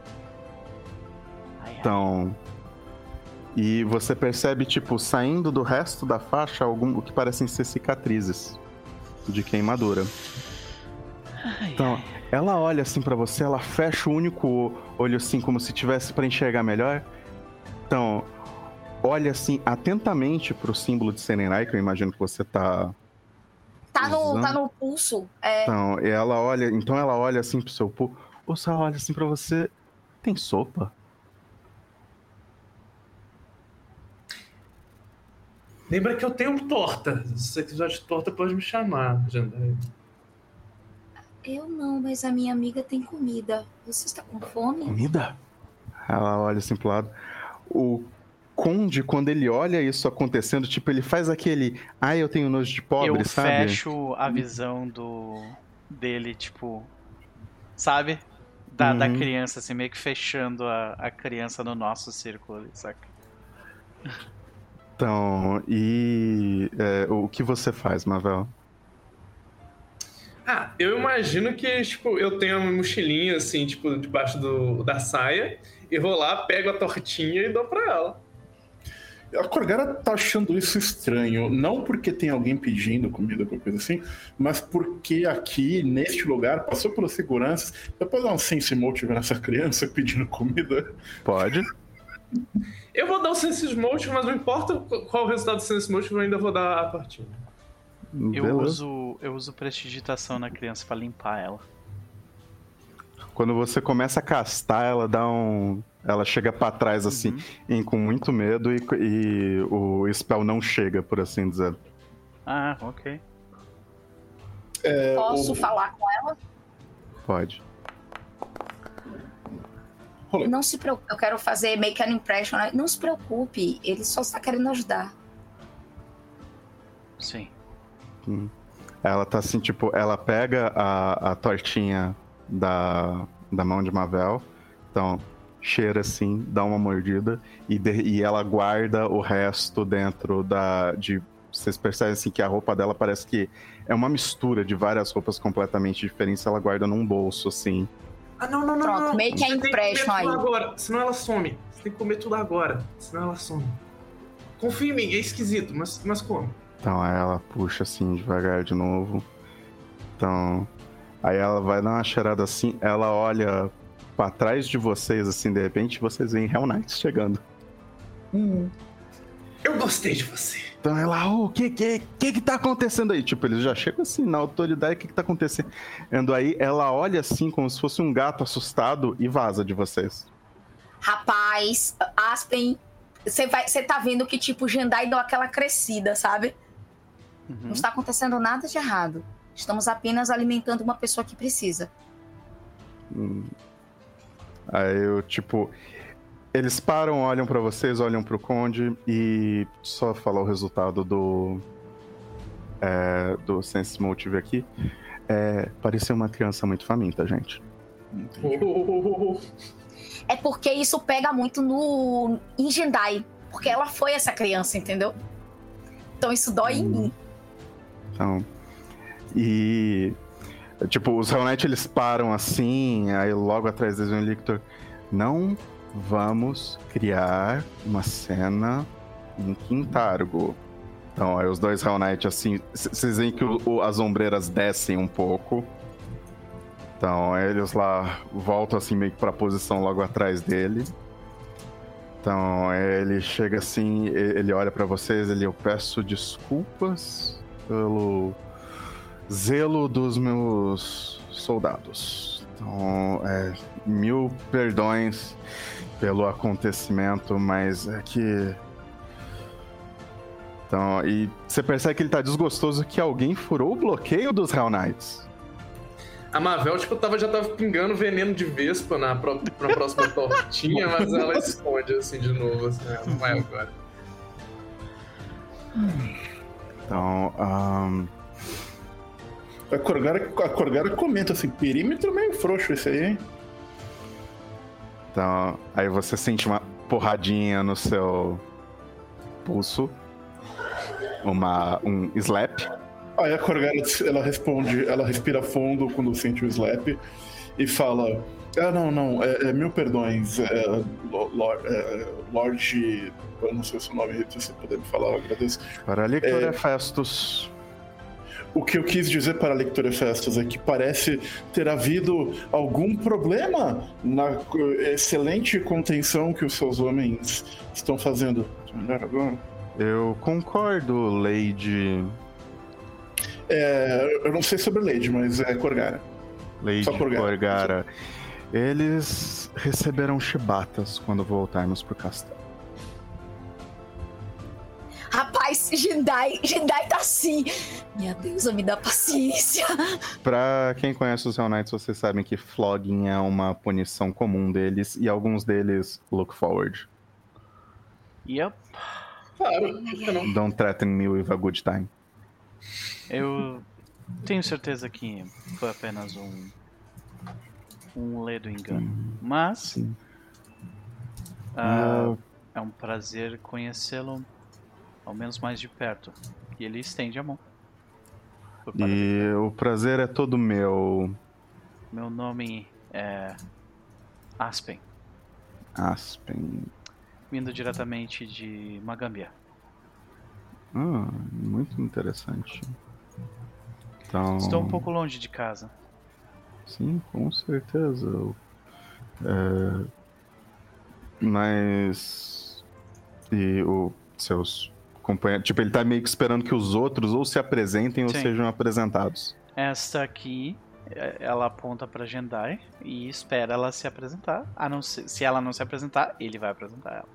Então... E você percebe, tipo, saindo do resto da faixa, o que parecem ser cicatrizes de queimadura. Então, ela olha assim pra você, ela fecha o único olho assim, como se tivesse pra enxergar melhor. Então, olha assim, atentamente pro símbolo de Sarenrae, que eu imagino que você tá... Tá no pulso. Então, ela olha assim pro seu pulso. Ou se ela olha assim pra você, tem sopa? Lembra que eu tenho torta. Se você quiser de torta, pode me chamar, Jandai. Eu não, mas a minha amiga tem comida. Você está com fome? Comida? Ela olha assim pro lado. O Conde, quando ele olha isso acontecendo, tipo, ele faz aquele... eu tenho nojo de pobre, sabe? Eu fecho a visão dele, tipo... Sabe? Da criança, assim, meio que fechando a criança no nosso círculo ali, saca? Então, o que você faz, Mavel? Eu imagino que, tipo, eu tenho uma mochilinha, assim, tipo, debaixo da saia, e vou lá, pego a tortinha e dou pra ela. A Corgara tá achando isso estranho, não porque tem alguém pedindo comida, qualquer coisa assim, mas porque aqui, neste lugar, passou pelas seguranças. Você pode dar um sense motive nessa criança pedindo comida? Pode. Eu vou dar o sense motive, mas não importa qual o resultado do sense motive, eu ainda vou dar a partida. Eu uso prestidigitação na criança pra limpar ela. Quando você começa a castar, ela dá ela chega pra trás, assim, com muito medo e o spell não chega, por assim dizer. Ah, ok. Posso falar com ela? Pode. Não se preocupe, eu quero fazer make an impression. Não se preocupe, ele só está querendo ajudar. Sim. Ela tá assim, tipo, ela pega a tortinha da mão de Mavel, então cheira assim, dá uma mordida e ela guarda o resto dentro vocês percebem assim que a roupa dela parece que é uma mistura de várias roupas completamente diferentes, ela guarda num bolso assim. Ah, não. Pronto, make a impression aí. Agora, senão ela some. Você tem que comer tudo agora, senão ela some. Confia em mim, é esquisito, mas como? Então aí ela puxa assim devagar de novo. Então, aí ela vai dar uma cheirada assim, ela olha pra trás de vocês assim, de repente vocês veem Hell Knights chegando. Eu gostei de você. Então ela, o que tá acontecendo aí? Tipo, eles já chegam assim na autoridade, o que tá acontecendo? Aí ela olha assim como se fosse um gato assustado e vaza de vocês. Rapaz, Aspen, você tá vendo que tipo, o Jendai deu aquela crescida, sabe? Não está acontecendo nada de errado. Estamos apenas alimentando uma pessoa que precisa. Aí eu, tipo... Eles param, olham pra vocês, olham pro Conde e só falar o resultado do Sense Motive aqui. Parecia uma criança muito faminta, gente. É porque isso pega muito em Jendai, porque ela foi essa criança, entendeu? Então isso dói em mim. Então, e tipo, os Hell Knights, eles param assim, aí logo atrás deles vem o Lictor. Não vamos criar uma cena em Quintargo. Então, aí os dois Hell Knights, assim, vocês veem que as ombreiras descem um pouco. Então, eles lá voltam, assim, meio que pra posição logo atrás dele. Então, ele chega assim, ele olha pra vocês, eu peço desculpas pelo zelo dos meus soldados. Então, 1000 perdões pelo acontecimento, mas é que... Então, e você percebe que ele tá desgostoso que alguém furou o bloqueio dos Hell Knights. A Mavel, tipo, já tava pingando veneno de vespa na próxima tortinha, mas ela esconde, assim, de novo, assim, não vai agora. Então, A Corgara comenta assim, perímetro meio frouxo esse aí, hein? Então, aí você sente uma porradinha no seu pulso. Um slap. Aí a Corgara, ela responde, ela respira fundo quando sente o slap e fala: não, 1000 perdões, Lorde. Eu não sei o seu nome, se você puder me falar, eu agradeço. Para Lictor Hefestus. O que eu quis dizer para Lictor Hefestus é que parece ter havido algum problema na excelente contenção que os seus homens estão fazendo. Melhor agora? Eu concordo, Lady. Eu não sei sobre Lady, mas é Corgara. Lady Corgara. Eles receberão chibatas quando voltarmos pro castelo. Rapaz, Jendai tá assim. Minha deusa, me dá paciência. Pra quem conhece os Hell Knights, vocês sabem que flogging é uma punição comum deles e alguns deles look forward. Yep. Claro, não. Don't threaten me with a good time. Eu tenho certeza que foi apenas um ledo engano. Mas é um prazer conhecê-lo, ao menos mais de perto. E ele estende a mão. E o prazer é todo meu. Meu nome é Aspen. Aspen. Vindo diretamente de Magambia. Muito interessante. Então... Estou um pouco longe de casa. Sim, com certeza. Mas... E os seus companheiros... Tipo, ele tá meio que esperando que os outros ou se apresentem ou sejam apresentados. Esta aqui ela aponta pra Jendai e espera ela se apresentar. Se ela não se apresentar, ele vai apresentar ela.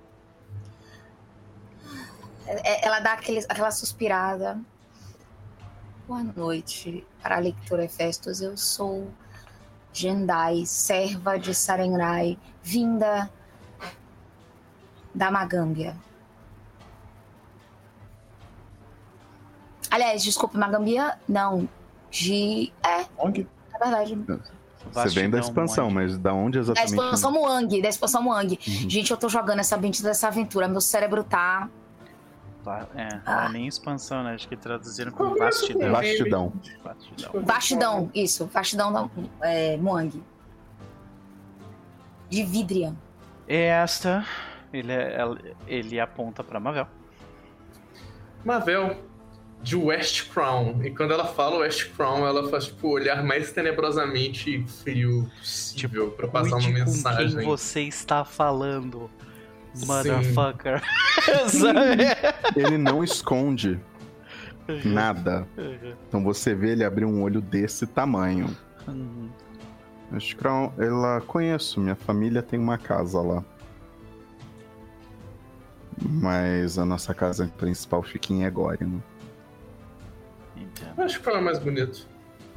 Ela dá aquela suspirada. Boa noite, para a leitura Hefestos. Eu sou Jendai, serva de Sarenrai, vinda da Magâmbia. Aliás, desculpe, Magâmbia, não. Muang? É verdade. Você vem da expansão, mas da onde exatamente? Da expansão Muang. Gente, eu tô jogando essa bendita dessa aventura. Meu cérebro tá... Não é nem expansão, né? Acho que traduziram como vastidão. Vastidão, isso. Vastidão da Muang. De Vidrian. Ele aponta pra Mavel. Mavel, de West Crown. E quando ela fala West Crown, ela faz tipo o olhar mais tenebrosamente frio possível pra passar uma mensagem. Com quem você está falando, motherfucker. Ele não esconde nada. Então você vê ele abrir um olho desse tamanho. West Crown, ela conheço. Minha família tem uma casa lá. Mas a nossa casa principal fica em Egório. Acho que ela é mais bonito.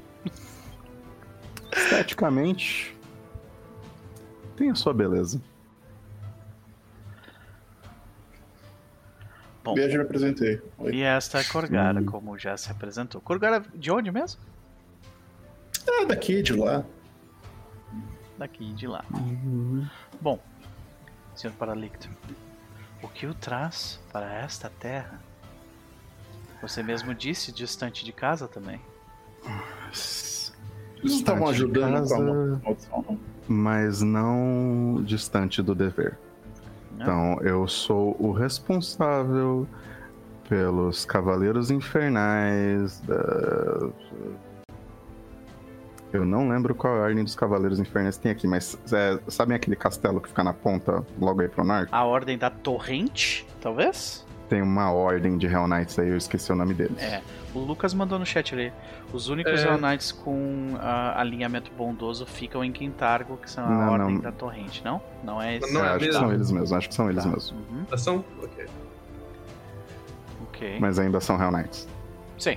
Esteticamente, tem a sua beleza. Bom, Beijo, me apresentei. Oi. E esta é Corgara, como já se apresentou. Corgara de onde mesmo? Daqui, de lá. Daqui e de lá. Bom, Sr. Paralicto, o que o traz para esta terra? Você mesmo disse distante de casa também. Eles estavam ajudando com a maldição, não? Mas não distante do dever. Não? Então, eu sou o responsável pelos Cavaleiros Infernais Eu não lembro qual é a ordem dos Cavaleiros Infernais que tem aqui, mas sabem aquele castelo que fica na ponta, logo aí pro norte? A Ordem da Torrente, talvez? Tem uma ordem de Hell Knights aí, eu esqueci o nome deles. O Lucas mandou no chat ali. Os únicos Hell Knights com alinhamento bondoso ficam em Quintargo, que são a Ordem da Torrente, não? Não é esse? Não é acho que são eles mesmos, acho que são eles mesmos. São? Ok. Mas ainda são Hell Knights. Sim.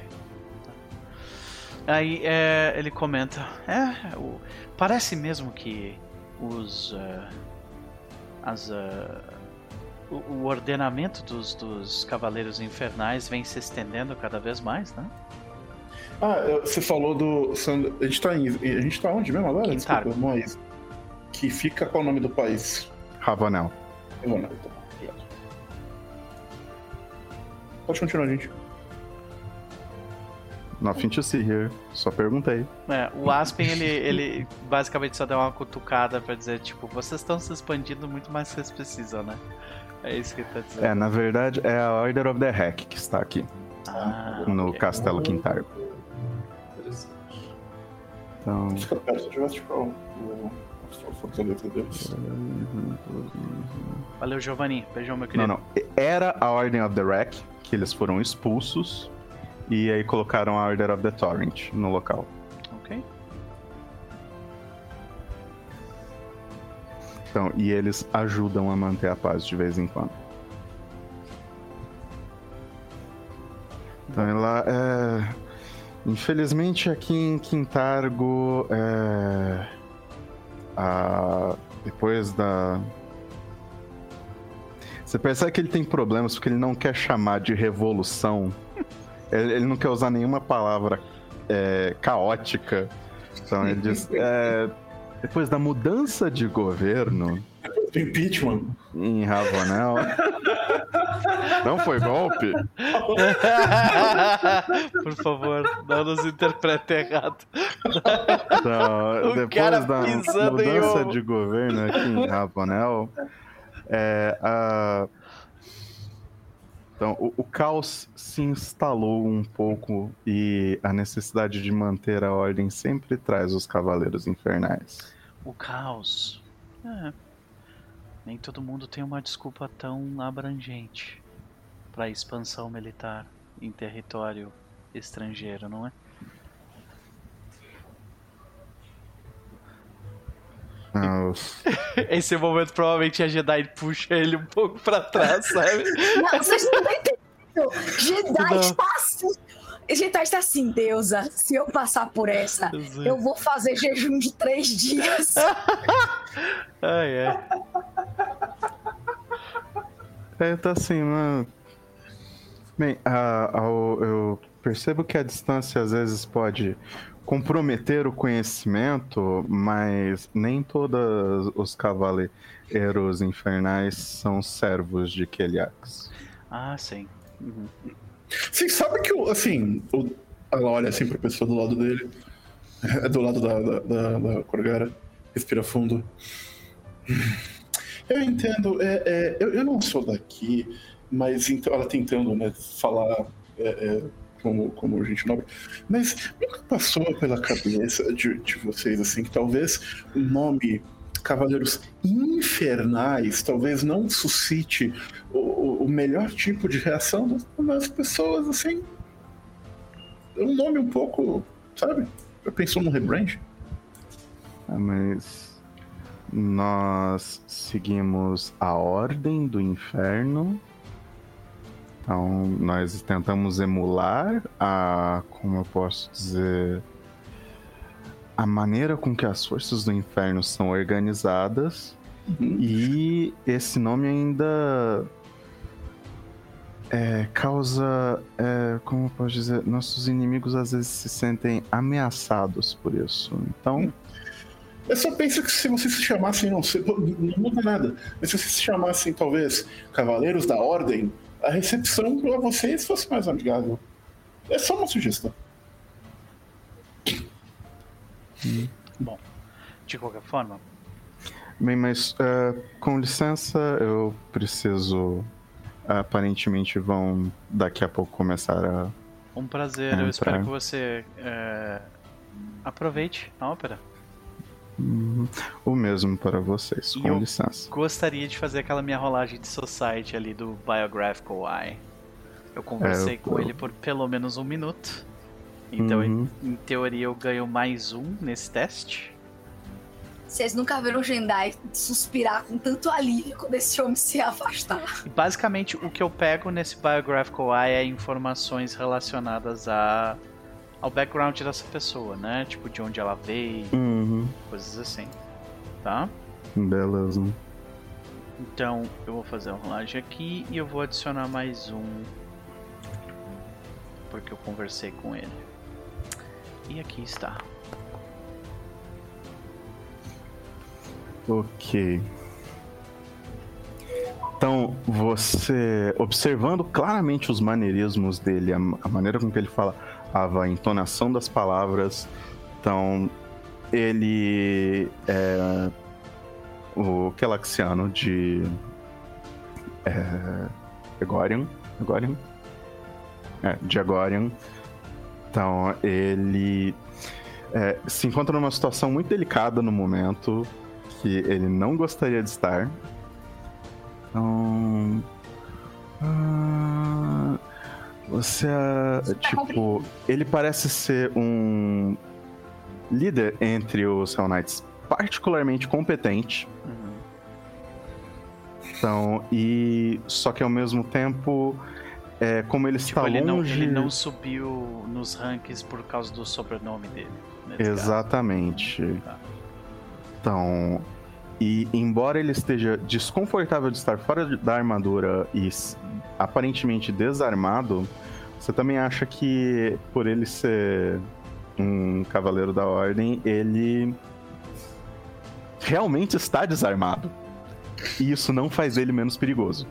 Aí ele comenta, parece mesmo que o ordenamento dos Cavaleiros Infernais vem se estendendo cada vez mais, né? Você falou do... A gente tá onde mesmo agora? Quintargo. Desculpa, não é isso. Que fica qual o nome do país? Ravanel. Ravanel, tá. Obrigado. Pode continuar, gente. Nothing to see here. Só perguntei. O Aspen, ele basicamente só deu uma cutucada pra dizer, tipo, vocês estão se expandindo muito mais que vocês precisam, né? É isso que ele tá dizendo. Na verdade, é a Order of the Hack que está aqui. No ok. Castelo Quintargo. Então... Fica perto de West Crown. Fortaleza deles. Valeu, Giovanni. Beijão, meu querido. Não. Era a Ordem of the Wreck, que eles foram expulsos. E aí colocaram a Order of the Torrent no local. Ok. Então, e eles ajudam a manter a paz de vez em quando. Então, ela infelizmente aqui em Quintargo, depois da... Você percebe que ele tem problemas porque ele não quer chamar de revolução. Ele não quer usar nenhuma palavra caótica. Então ele diz... depois da mudança de governo... Do impeachment. Em Ravanel... Não foi golpe? Por favor, não nos interprete errado. Então, depois da mudança de governo aqui em Ravanel... Então, o caos se instalou um pouco e a necessidade de manter a ordem sempre traz os Cavaleiros Infernais. O caos. Nem todo mundo tem uma desculpa tão abrangente para expansão militar em território estrangeiro, não é? Esse momento provavelmente a Jedi puxa ele um pouco pra trás, sabe? Não, vocês não estão entendendo. Jedi está assim. Jedi está assim, deusa. Se eu passar por essa, eu vou fazer jejum de 3 dias. Tá assim, mano. Bem, eu percebo que a distância às vezes pode comprometer o conhecimento, mas nem todos os cavaleiros infernais são servos de Keliax. Ah, sim. Uhum. Sim, sabe que, assim, ela olha assim pra pessoa do lado dele, do lado da Corgara, respira fundo. Eu entendo, eu não sou daqui, mas então, ela tentando, né, falar como gente nobre, mas nunca passou pela cabeça de vocês, assim, que talvez o nome Cavaleiros Infernais talvez não suscite o melhor tipo de reação das pessoas, assim. Um nome um pouco, sabe? Eu pensou num rebrand. Mas nós seguimos a Ordem do Inferno. Então, nós tentamos emular como eu posso dizer, a maneira com que as forças do inferno são organizadas. E esse nome ainda causa, como eu posso dizer, nossos inimigos às vezes se sentem ameaçados por isso. Então... Eu só penso que se vocês se chamassem, não muda nada, mas se vocês se chamassem, talvez, Cavaleiros da Ordem, a recepção para vocês fosse mais amigável. É só uma sugestão. Bom, de qualquer forma. Bem, mas com licença, eu preciso... Aparentemente vão daqui a pouco começar a... Um prazer, eu espero que você aproveite a ópera. O mesmo para vocês, com licença. Gostaria de fazer aquela minha rolagem de Society ali do Biographical Eye. Eu conversei com ele por pelo menos 1 minuto. Então, em teoria, eu ganho mais 1 nesse teste. Vocês nunca viram o Jendai suspirar com tanto alívio quando esse homem se afastar. E basicamente, o que eu pego nesse Biographical Eye é informações relacionadas ao background dessa pessoa, né? Tipo, de onde ela veio, coisas assim, tá? Beleza. Então, eu vou fazer uma rolagem aqui e eu vou adicionar mais 1, porque eu conversei com ele. E aqui está. Ok. Então, você, observando claramente os maneirismos dele, a maneira com que ele falava, a entonação das palavras, então, ele é o Kelaxiano de Egorian. De Egorian. Então, ele se encontra numa situação muito delicada no momento, que ele não gostaria de estar. Então... você tipo... Ele parece ser um líder entre os Hell Knights particularmente competente. Então, só que ao mesmo tempo... como ele está longe... Ele não subiu nos rankings por causa do sobrenome dele. Exatamente. Tá. Então, e embora ele esteja desconfortável de estar fora da armadura e aparentemente desarmado, você também acha que por ele ser um cavaleiro da ordem, ele realmente está desarmado. E isso não faz ele menos perigoso.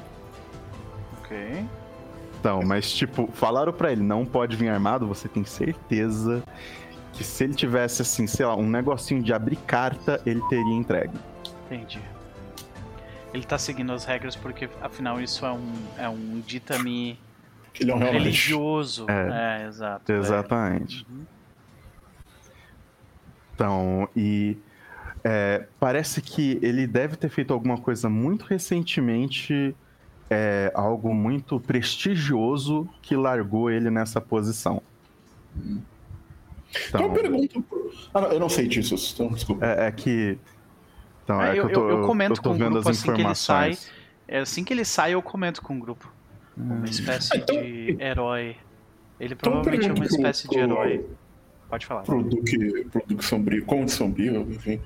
Ok. Então, mas tipo, falaram pra ele, não pode vir armado, você tem certeza que se ele tivesse, assim, sei lá, um negocinho de abrir carta, ele teria entregue. Entendi. Ele tá seguindo as regras porque, afinal, isso é um ditame religioso. Exato. Exatamente. Então, parece que ele deve ter feito alguma coisa muito recentemente, algo muito prestigioso que largou ele nessa posição. Então eu pergunto... eu não sei disso, então desculpa. Que Então, eu comento com o grupo assim que ele sai. Assim que ele sai, eu comento com o grupo. Uma espécie de herói. Ele provavelmente é uma espécie de herói. Pode falar. Pro Duque Sombrio, Conde Sombrio, enfim.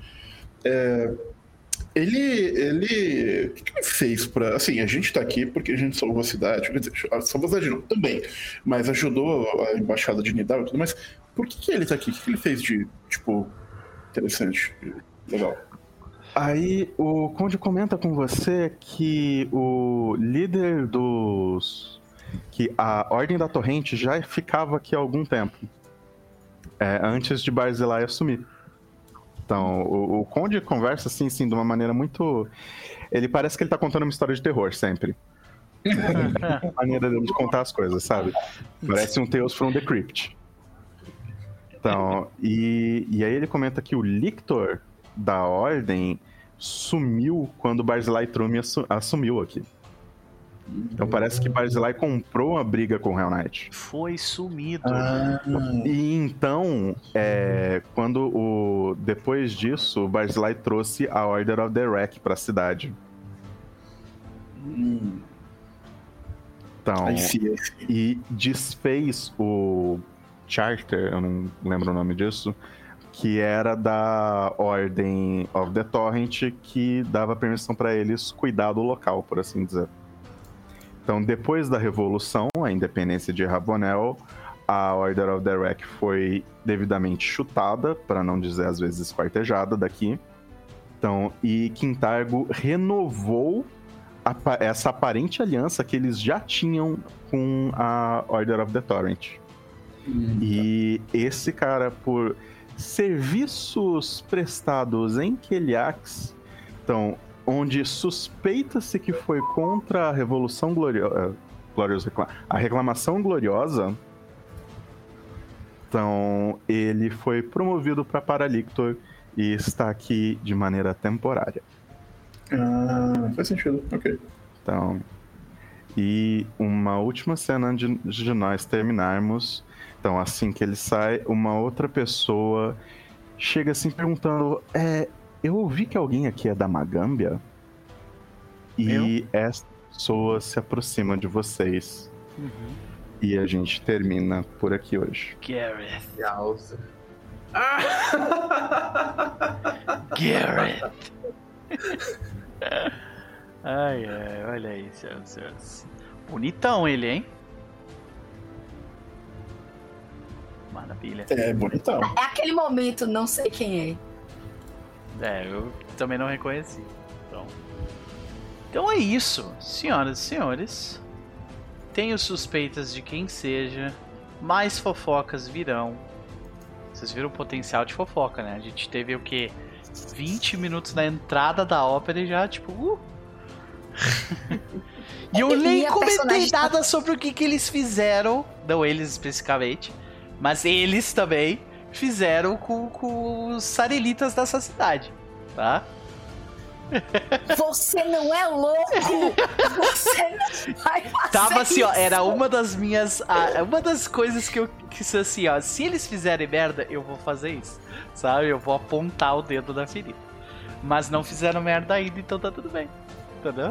Ele... O que ele fez pra... Assim, a gente tá aqui porque a gente salvou a cidade. Quer dizer, salvou a cidade não, também. Mas ajudou a embaixada de Nidal e tudo mais. Por que ele tá aqui? O que ele fez de, tipo, interessante, legal? Aí o Conde comenta com você que o líder dos... que a Ordem da Torrente já ficava aqui há algum tempo. Antes de Barzillai assumir. Então, o Conde conversa assim, de uma maneira muito... Ele parece que ele tá contando uma história de terror, sempre. A maneira dele de contar as coisas, sabe? Parece um Tales from the Crypt. Então, e aí ele comenta que o Lictor da Ordem sumiu quando Barzillai Trume assumiu aqui. Então parece que Barzillai comprou uma briga com o Hell Knight. Foi sumido. E então, depois disso, o Barzillai trouxe a Order of the Wreck pra cidade. Então, e desfez o Charter, eu não lembro o nome disso, que era da Ordem of the Torrent, que dava permissão para eles cuidar do local, por assim dizer. Então, depois da Revolução, a independência de Ravenel, a Order of the Wreck foi devidamente chutada, para não dizer às vezes esquartejada daqui. Então, e Quintargo renovou essa aparente aliança que eles já tinham com a Order of the Torrent. E esse cara, por serviços prestados em Keliax, então, onde suspeita-se que foi contra a Revolução a Reclamação Gloriosa, então ele foi promovido para Paralictor e está aqui de maneira temporária. Faz sentido, ok. Então, e uma última cena antes de nós terminarmos. Então, assim que ele sai, uma outra pessoa chega assim perguntando: eu ouvi que alguém aqui é da Magâmbia? E essa pessoa se aproxima de vocês. E a gente termina por aqui hoje. Gareth. Gareth. Ai, olha aí, senhores. Bonitão ele, hein? Maravilha. Bonitão. É aquele momento, não sei quem é. Eu também não reconheci. Então é isso, senhoras e senhores. Tenho suspeitas de quem seja. Mais fofocas virão. Vocês viram o potencial de fofoca, né? A gente teve o quê? 20 minutos na entrada da ópera e já, tipo... E eu nem comentei nada sobre o que eles fizeram. Não eles especificamente, mas eles também fizeram com os sarelitas dessa cidade, tá? Você não é louco! Você não vai fazer Tava assim, isso. ó, era uma das minhas... uma das coisas que eu quis assim, ó, se eles fizerem merda, eu vou fazer isso, sabe? Eu vou apontar o dedo na ferida. Mas não fizeram merda ainda, então tá tudo bem, entendeu?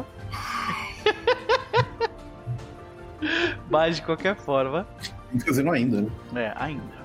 Mas de qualquer forma... Não fazendo ainda, né? Ainda.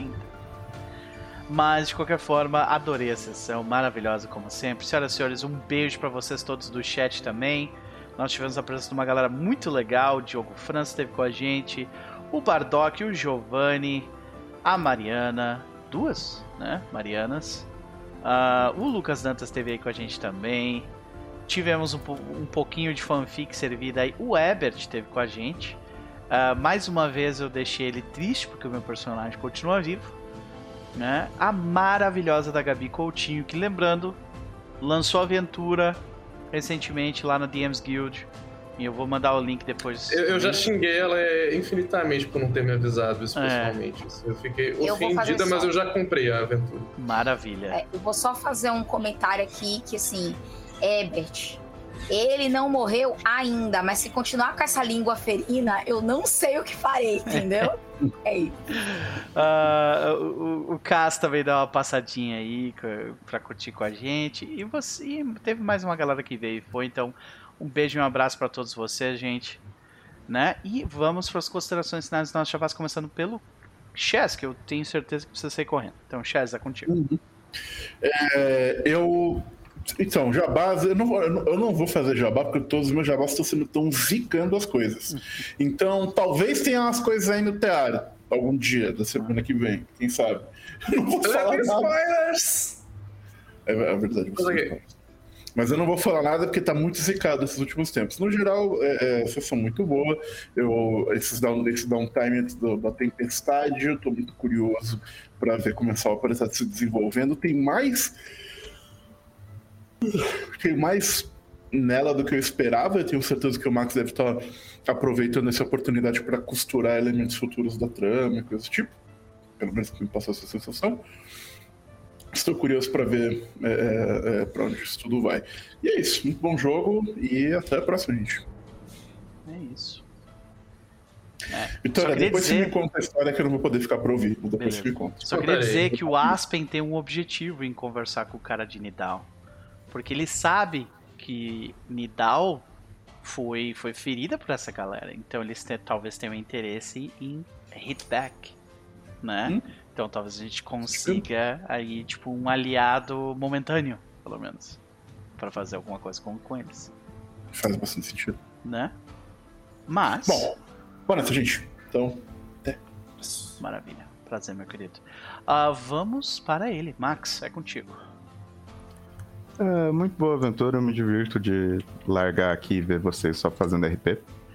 Mas, de qualquer forma, adorei a sessão, maravilhosa como sempre. Senhoras e senhores, um beijo pra vocês todos do chat também. Nós tivemos a presença de uma galera muito legal. O Diogo França esteve com a gente, o Bardock, o Giovanni, a Mariana, duas, né, Marianas. O Lucas Dantas esteve aí com a gente também. Tivemos um pouquinho de fanfic servida aí. O Ebert esteve com a gente. Mais uma vez eu deixei ele triste, porque o meu personagem continua vivo. Né? A maravilhosa da Gabi Coutinho, que, lembrando, lançou aventura recentemente lá na DM's Guild, e eu vou mandar o link depois. Eu já xinguei ela infinitamente por não ter me avisado isso pessoalmente. Eu fiquei ofendida, mas eu já comprei a aventura. Maravilha. Eu vou só fazer um comentário aqui que, assim, Ebert, Ele não morreu ainda, mas se continuar com essa língua ferina, eu não sei o que farei, entendeu? É isso. O Cass também dá uma passadinha aí pra curtir com a gente. E você teve mais uma galera que veio e foi, então um beijo e um abraço pra todos vocês, gente. Né? E vamos para as considerações finais do nosso chavaz, começando pelo Chess, que eu tenho certeza que precisa sair correndo. Então, Chess, é contigo. Então, jabás, eu não vou fazer jabá, porque todos os meus jabás estão zicando as coisas. Então, talvez tenha umas coisas aí no teatro, algum dia da semana que vem, quem sabe. Eu não vou falar nada. Spoilers! É verdade, mas eu não vou falar nada porque tá muito zicado esses últimos tempos. No geral, vocês são muito boa. Esse downtime da tempestade, eu tô muito curioso para ver como essa ópera está se desenvolvendo. Tem mais nela do que eu esperava. Eu tenho certeza que o Max deve estar aproveitando essa oportunidade para costurar elementos futuros da trama e coisa do tipo. Pelo menos que me passou essa sensação. Estou curioso para ver para onde isso tudo vai. E é isso. Muito bom jogo e até a próxima, gente. É isso. Vitória, depois você me conta a história que eu não vou poder ficar para ouvir. Depois você me conta. Só queria dizer que o Aspen tem um objetivo em conversar com o cara de Nidal. Porque ele sabe que Nidal foi ferida por essa galera. Então eles talvez tenham interesse em hit back, né? Então talvez a gente consiga aí, tipo, um aliado momentâneo, pelo menos, para fazer alguma coisa com eles. Faz bastante sentido. Né? Mas... Bom, boa noite, gente. Então, até. Maravilha. Prazer, meu querido. Vamos para ele. Max, é contigo. Muito boa aventura, eu me divirto de largar aqui e ver vocês só fazendo RP.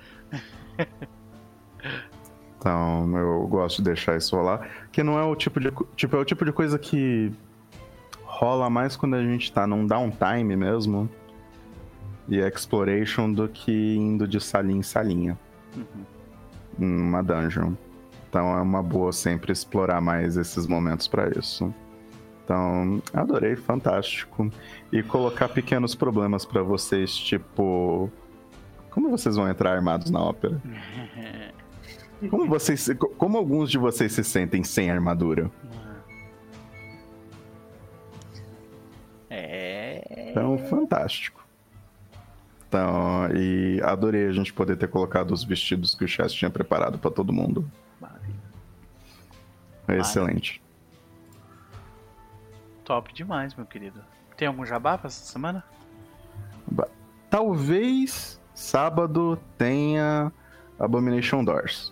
Então, eu gosto de deixar isso rolar. Que não é o tipo de... é o tipo de coisa que rola mais quando a gente tá num downtime mesmo. E exploration do que indo de salinha em salinha. Numa dungeon. Então é uma boa sempre explorar mais esses momentos pra isso. Então, adorei, fantástico. E colocar pequenos problemas pra vocês, tipo... Como vocês vão entrar armados na ópera? Como alguns de vocês se sentem sem armadura? Então, fantástico. Então, e adorei a gente poder ter colocado os vestidos que o Chess tinha preparado pra todo mundo. Maravilha. Excelente. Top demais, meu querido. Tem algum jabá pra essa semana? Talvez sábado tenha Abomination Doors.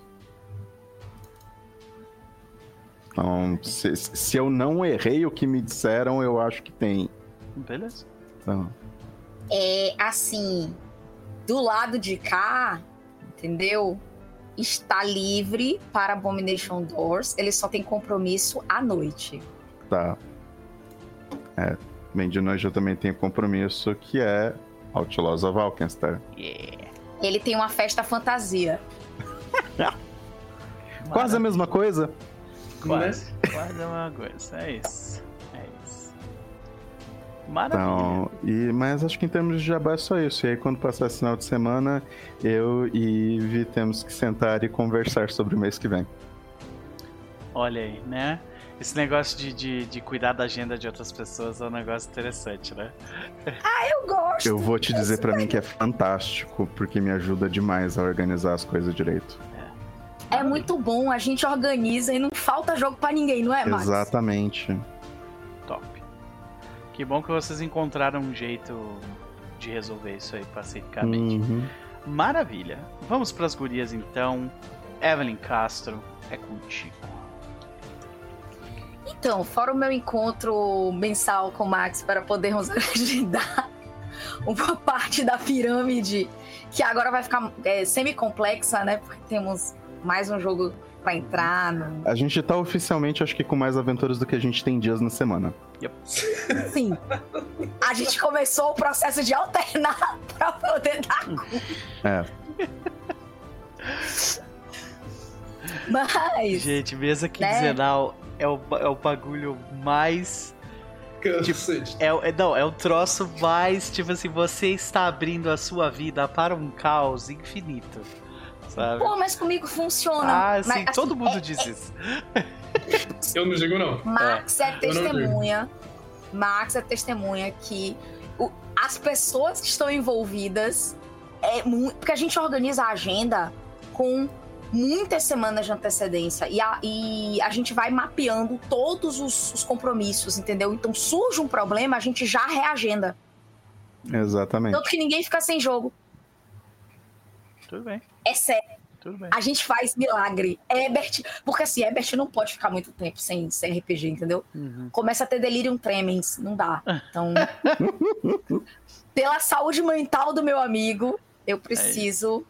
Então, se eu não errei o que me disseram, eu acho que tem. Beleza. Então. Assim, do lado de cá, entendeu? Está livre para Abomination Doors. Ele só tem compromisso à noite. Tá. Bem, de noite eu também tenho compromisso, que é Outlaws of Alkenstar. Yeah. Ele tem uma festa fantasia. Quase a mesma coisa. Quase a mesma coisa. É isso. Maravilha. Então, mas acho que em termos de jabá é só isso. E aí, quando passar esse final de semana, eu e Ivy temos que sentar e conversar sobre o mês que vem. Olha aí, né? Esse negócio de cuidar da agenda de outras pessoas é um negócio interessante, né? Eu gosto. Eu vou te dizer pra mim que é fantástico, porque me ajuda demais a organizar as coisas direito. É muito bom, a gente organiza e não falta jogo pra ninguém, não é, Max? Exatamente. Top. Que bom que vocês encontraram um jeito de resolver isso aí pacificamente. Maravilha. Vamos pras gurias então. Evelyn Castro, é contigo. Então, fora o meu encontro mensal com o Max para podermos agendar uma parte da pirâmide, que agora vai ficar semi-complexa, né? Porque temos mais um jogo para entrar. A gente tá oficialmente, acho que com mais aventuras do que a gente tem dias na semana. Yep. Sim. A gente começou o processo de alternar para poder dar conta. Mas... Gente, mesa quinzenal é o bagulho mais Cacete. Não, é um troço mais, tipo assim, você está abrindo a sua vida para um caos infinito, sabe? Pô, mas comigo funciona. Sim, mas, todo assim, mundo diz isso. Eu não digo não. Max é testemunha. Max é testemunha que as pessoas que estão envolvidas, porque a gente organiza a agenda com muitas semanas de antecedência e a gente vai mapeando todos os compromissos, entendeu? Então surge um problema, a gente já reagenda. Exatamente. Tanto que ninguém fica sem jogo. Tudo bem. É sério. Tudo bem. A gente faz milagre. Porque assim, Herbert não pode ficar muito tempo sem RPG, entendeu? Uhum. Começa a ter delirium tremens, não dá. Então, pela saúde mental do meu amigo, eu preciso...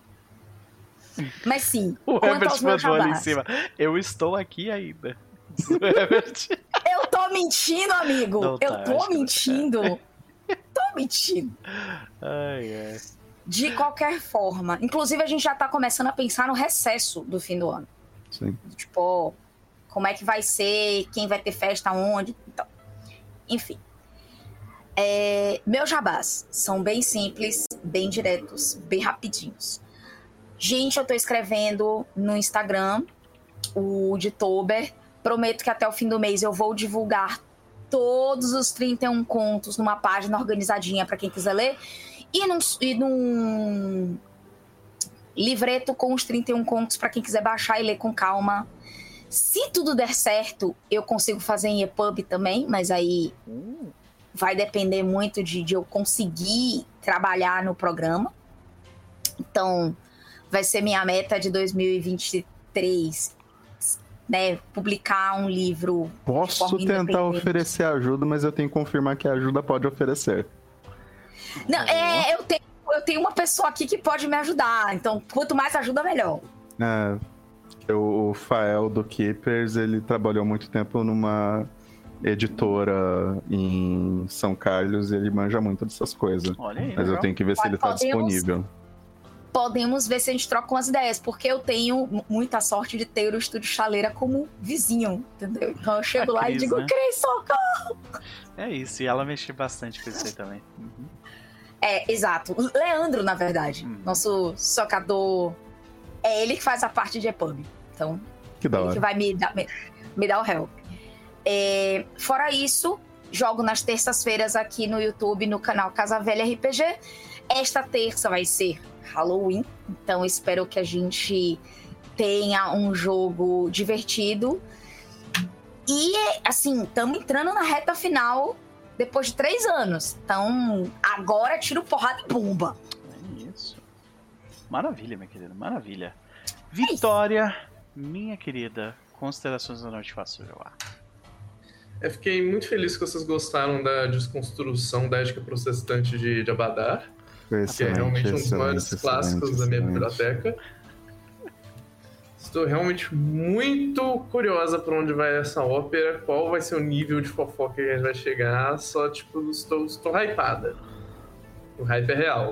Mas sim, o Herbert mandou ali em jabás. cima. Eu estou aqui ainda. Herbert. Eu tô mentindo, amigo. Não, eu tô mentindo. Tô mentindo. Ai. De qualquer forma. Inclusive, a gente já tá começando a pensar no recesso do fim do ano. Sim. Tipo, como é que vai ser, quem vai ter festa, onde. Então, enfim. Meus jabás são bem simples, bem diretos, bem rapidinhos. Gente, eu tô escrevendo no Instagram, o de Tober. Prometo que até o fim do mês eu vou divulgar todos os 31 contos numa página organizadinha para quem quiser ler. E num livreto com os 31 contos para quem quiser baixar e ler com calma. Se tudo der certo, eu consigo fazer em EPUB também, mas aí vai depender muito de eu conseguir trabalhar no programa. Então, vai ser minha meta de 2023, né? Publicar um livro. Posso tentar oferecer ajuda, mas eu tenho que confirmar que a ajuda pode oferecer. Não, eu tenho uma pessoa aqui que pode me ajudar. Então, quanto mais ajuda, melhor. O Fael do Keepers, ele trabalhou muito tempo numa editora em São Carlos e ele manja muito dessas coisas. Olha aí, mas eu tenho que ver se ele tá disponível. Podemos ver se a gente troca umas ideias, porque eu tenho muita sorte de ter o Estúdio Chaleira como vizinho, entendeu? Então eu chego lá e digo, Cris, socorro! É isso, e ela mexeu bastante com isso aí também. Uhum. Exato. O Leandro, na verdade, nosso socador, é ele que faz a parte de EPUB. Então, que da hora. Ele que vai me dar o help. Fora isso, jogo nas terças-feiras aqui no YouTube, no canal Casa Velha RPG. Esta terça vai ser Halloween, então espero que a gente tenha um jogo divertido. E, assim, estamos entrando na reta final depois de 3 anos. Então, agora tiro porrada e bomba. É isso. Maravilha, minha querida, maravilha. Vitória, minha querida, considerações da Norte Fácil jogar. Eu fiquei muito feliz que vocês gostaram da desconstrução da ética protestante de Abadar, que é realmente um dos maiores clássicos da minha biblioteca. Estou realmente muito curiosa para onde vai essa ópera, qual vai ser o nível de fofoca que a gente vai chegar, só, tipo, estou hypada. O hype é real.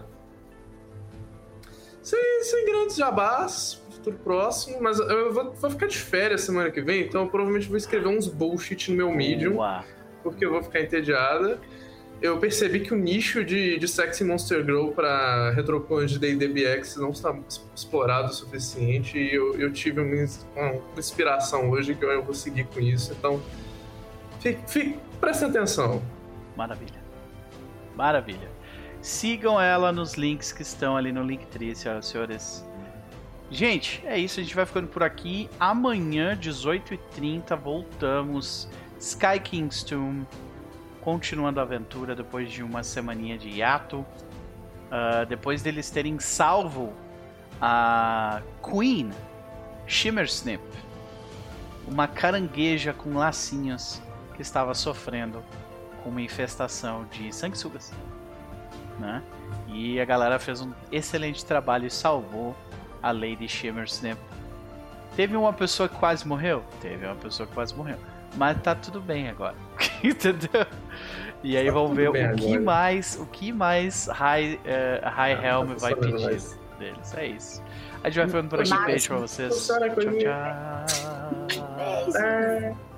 Sem grandes jabás, futuro próximo, mas eu vou ficar de férias semana que vem, então eu provavelmente vou escrever uns bullshit no meu Medium, porque eu vou ficar entediada. Eu percebi que o nicho de Sexy Monster Girl para retroclones de D&D BX não está explorado o suficiente e eu tive uma inspiração hoje que eu vou seguir com isso. Então, prestem atenção. Maravilha. Maravilha. Sigam ela nos links que estão ali no Linktree, senhoras e senhores. Gente, é isso. A gente vai ficando por aqui. Amanhã, 18h30, voltamos. Sky King's Tomb. Continuando a aventura depois de uma semaninha de hiato. Depois deles terem salvo a Queen Shimmersnip, uma carangueja com lacinhos que estava sofrendo com uma infestação de sanguessugas, né? E a galera fez um excelente trabalho e salvou a Lady Shimmersnip. Teve uma pessoa que quase morreu? Teve uma pessoa que quase morreu. Mas tá tudo bem agora. Entendeu? E aí vamos ver o que mais High Helm vai pedir deles. É isso. A gente vai ficando por aqui. Beijo pra vocês. Tchau, tchau.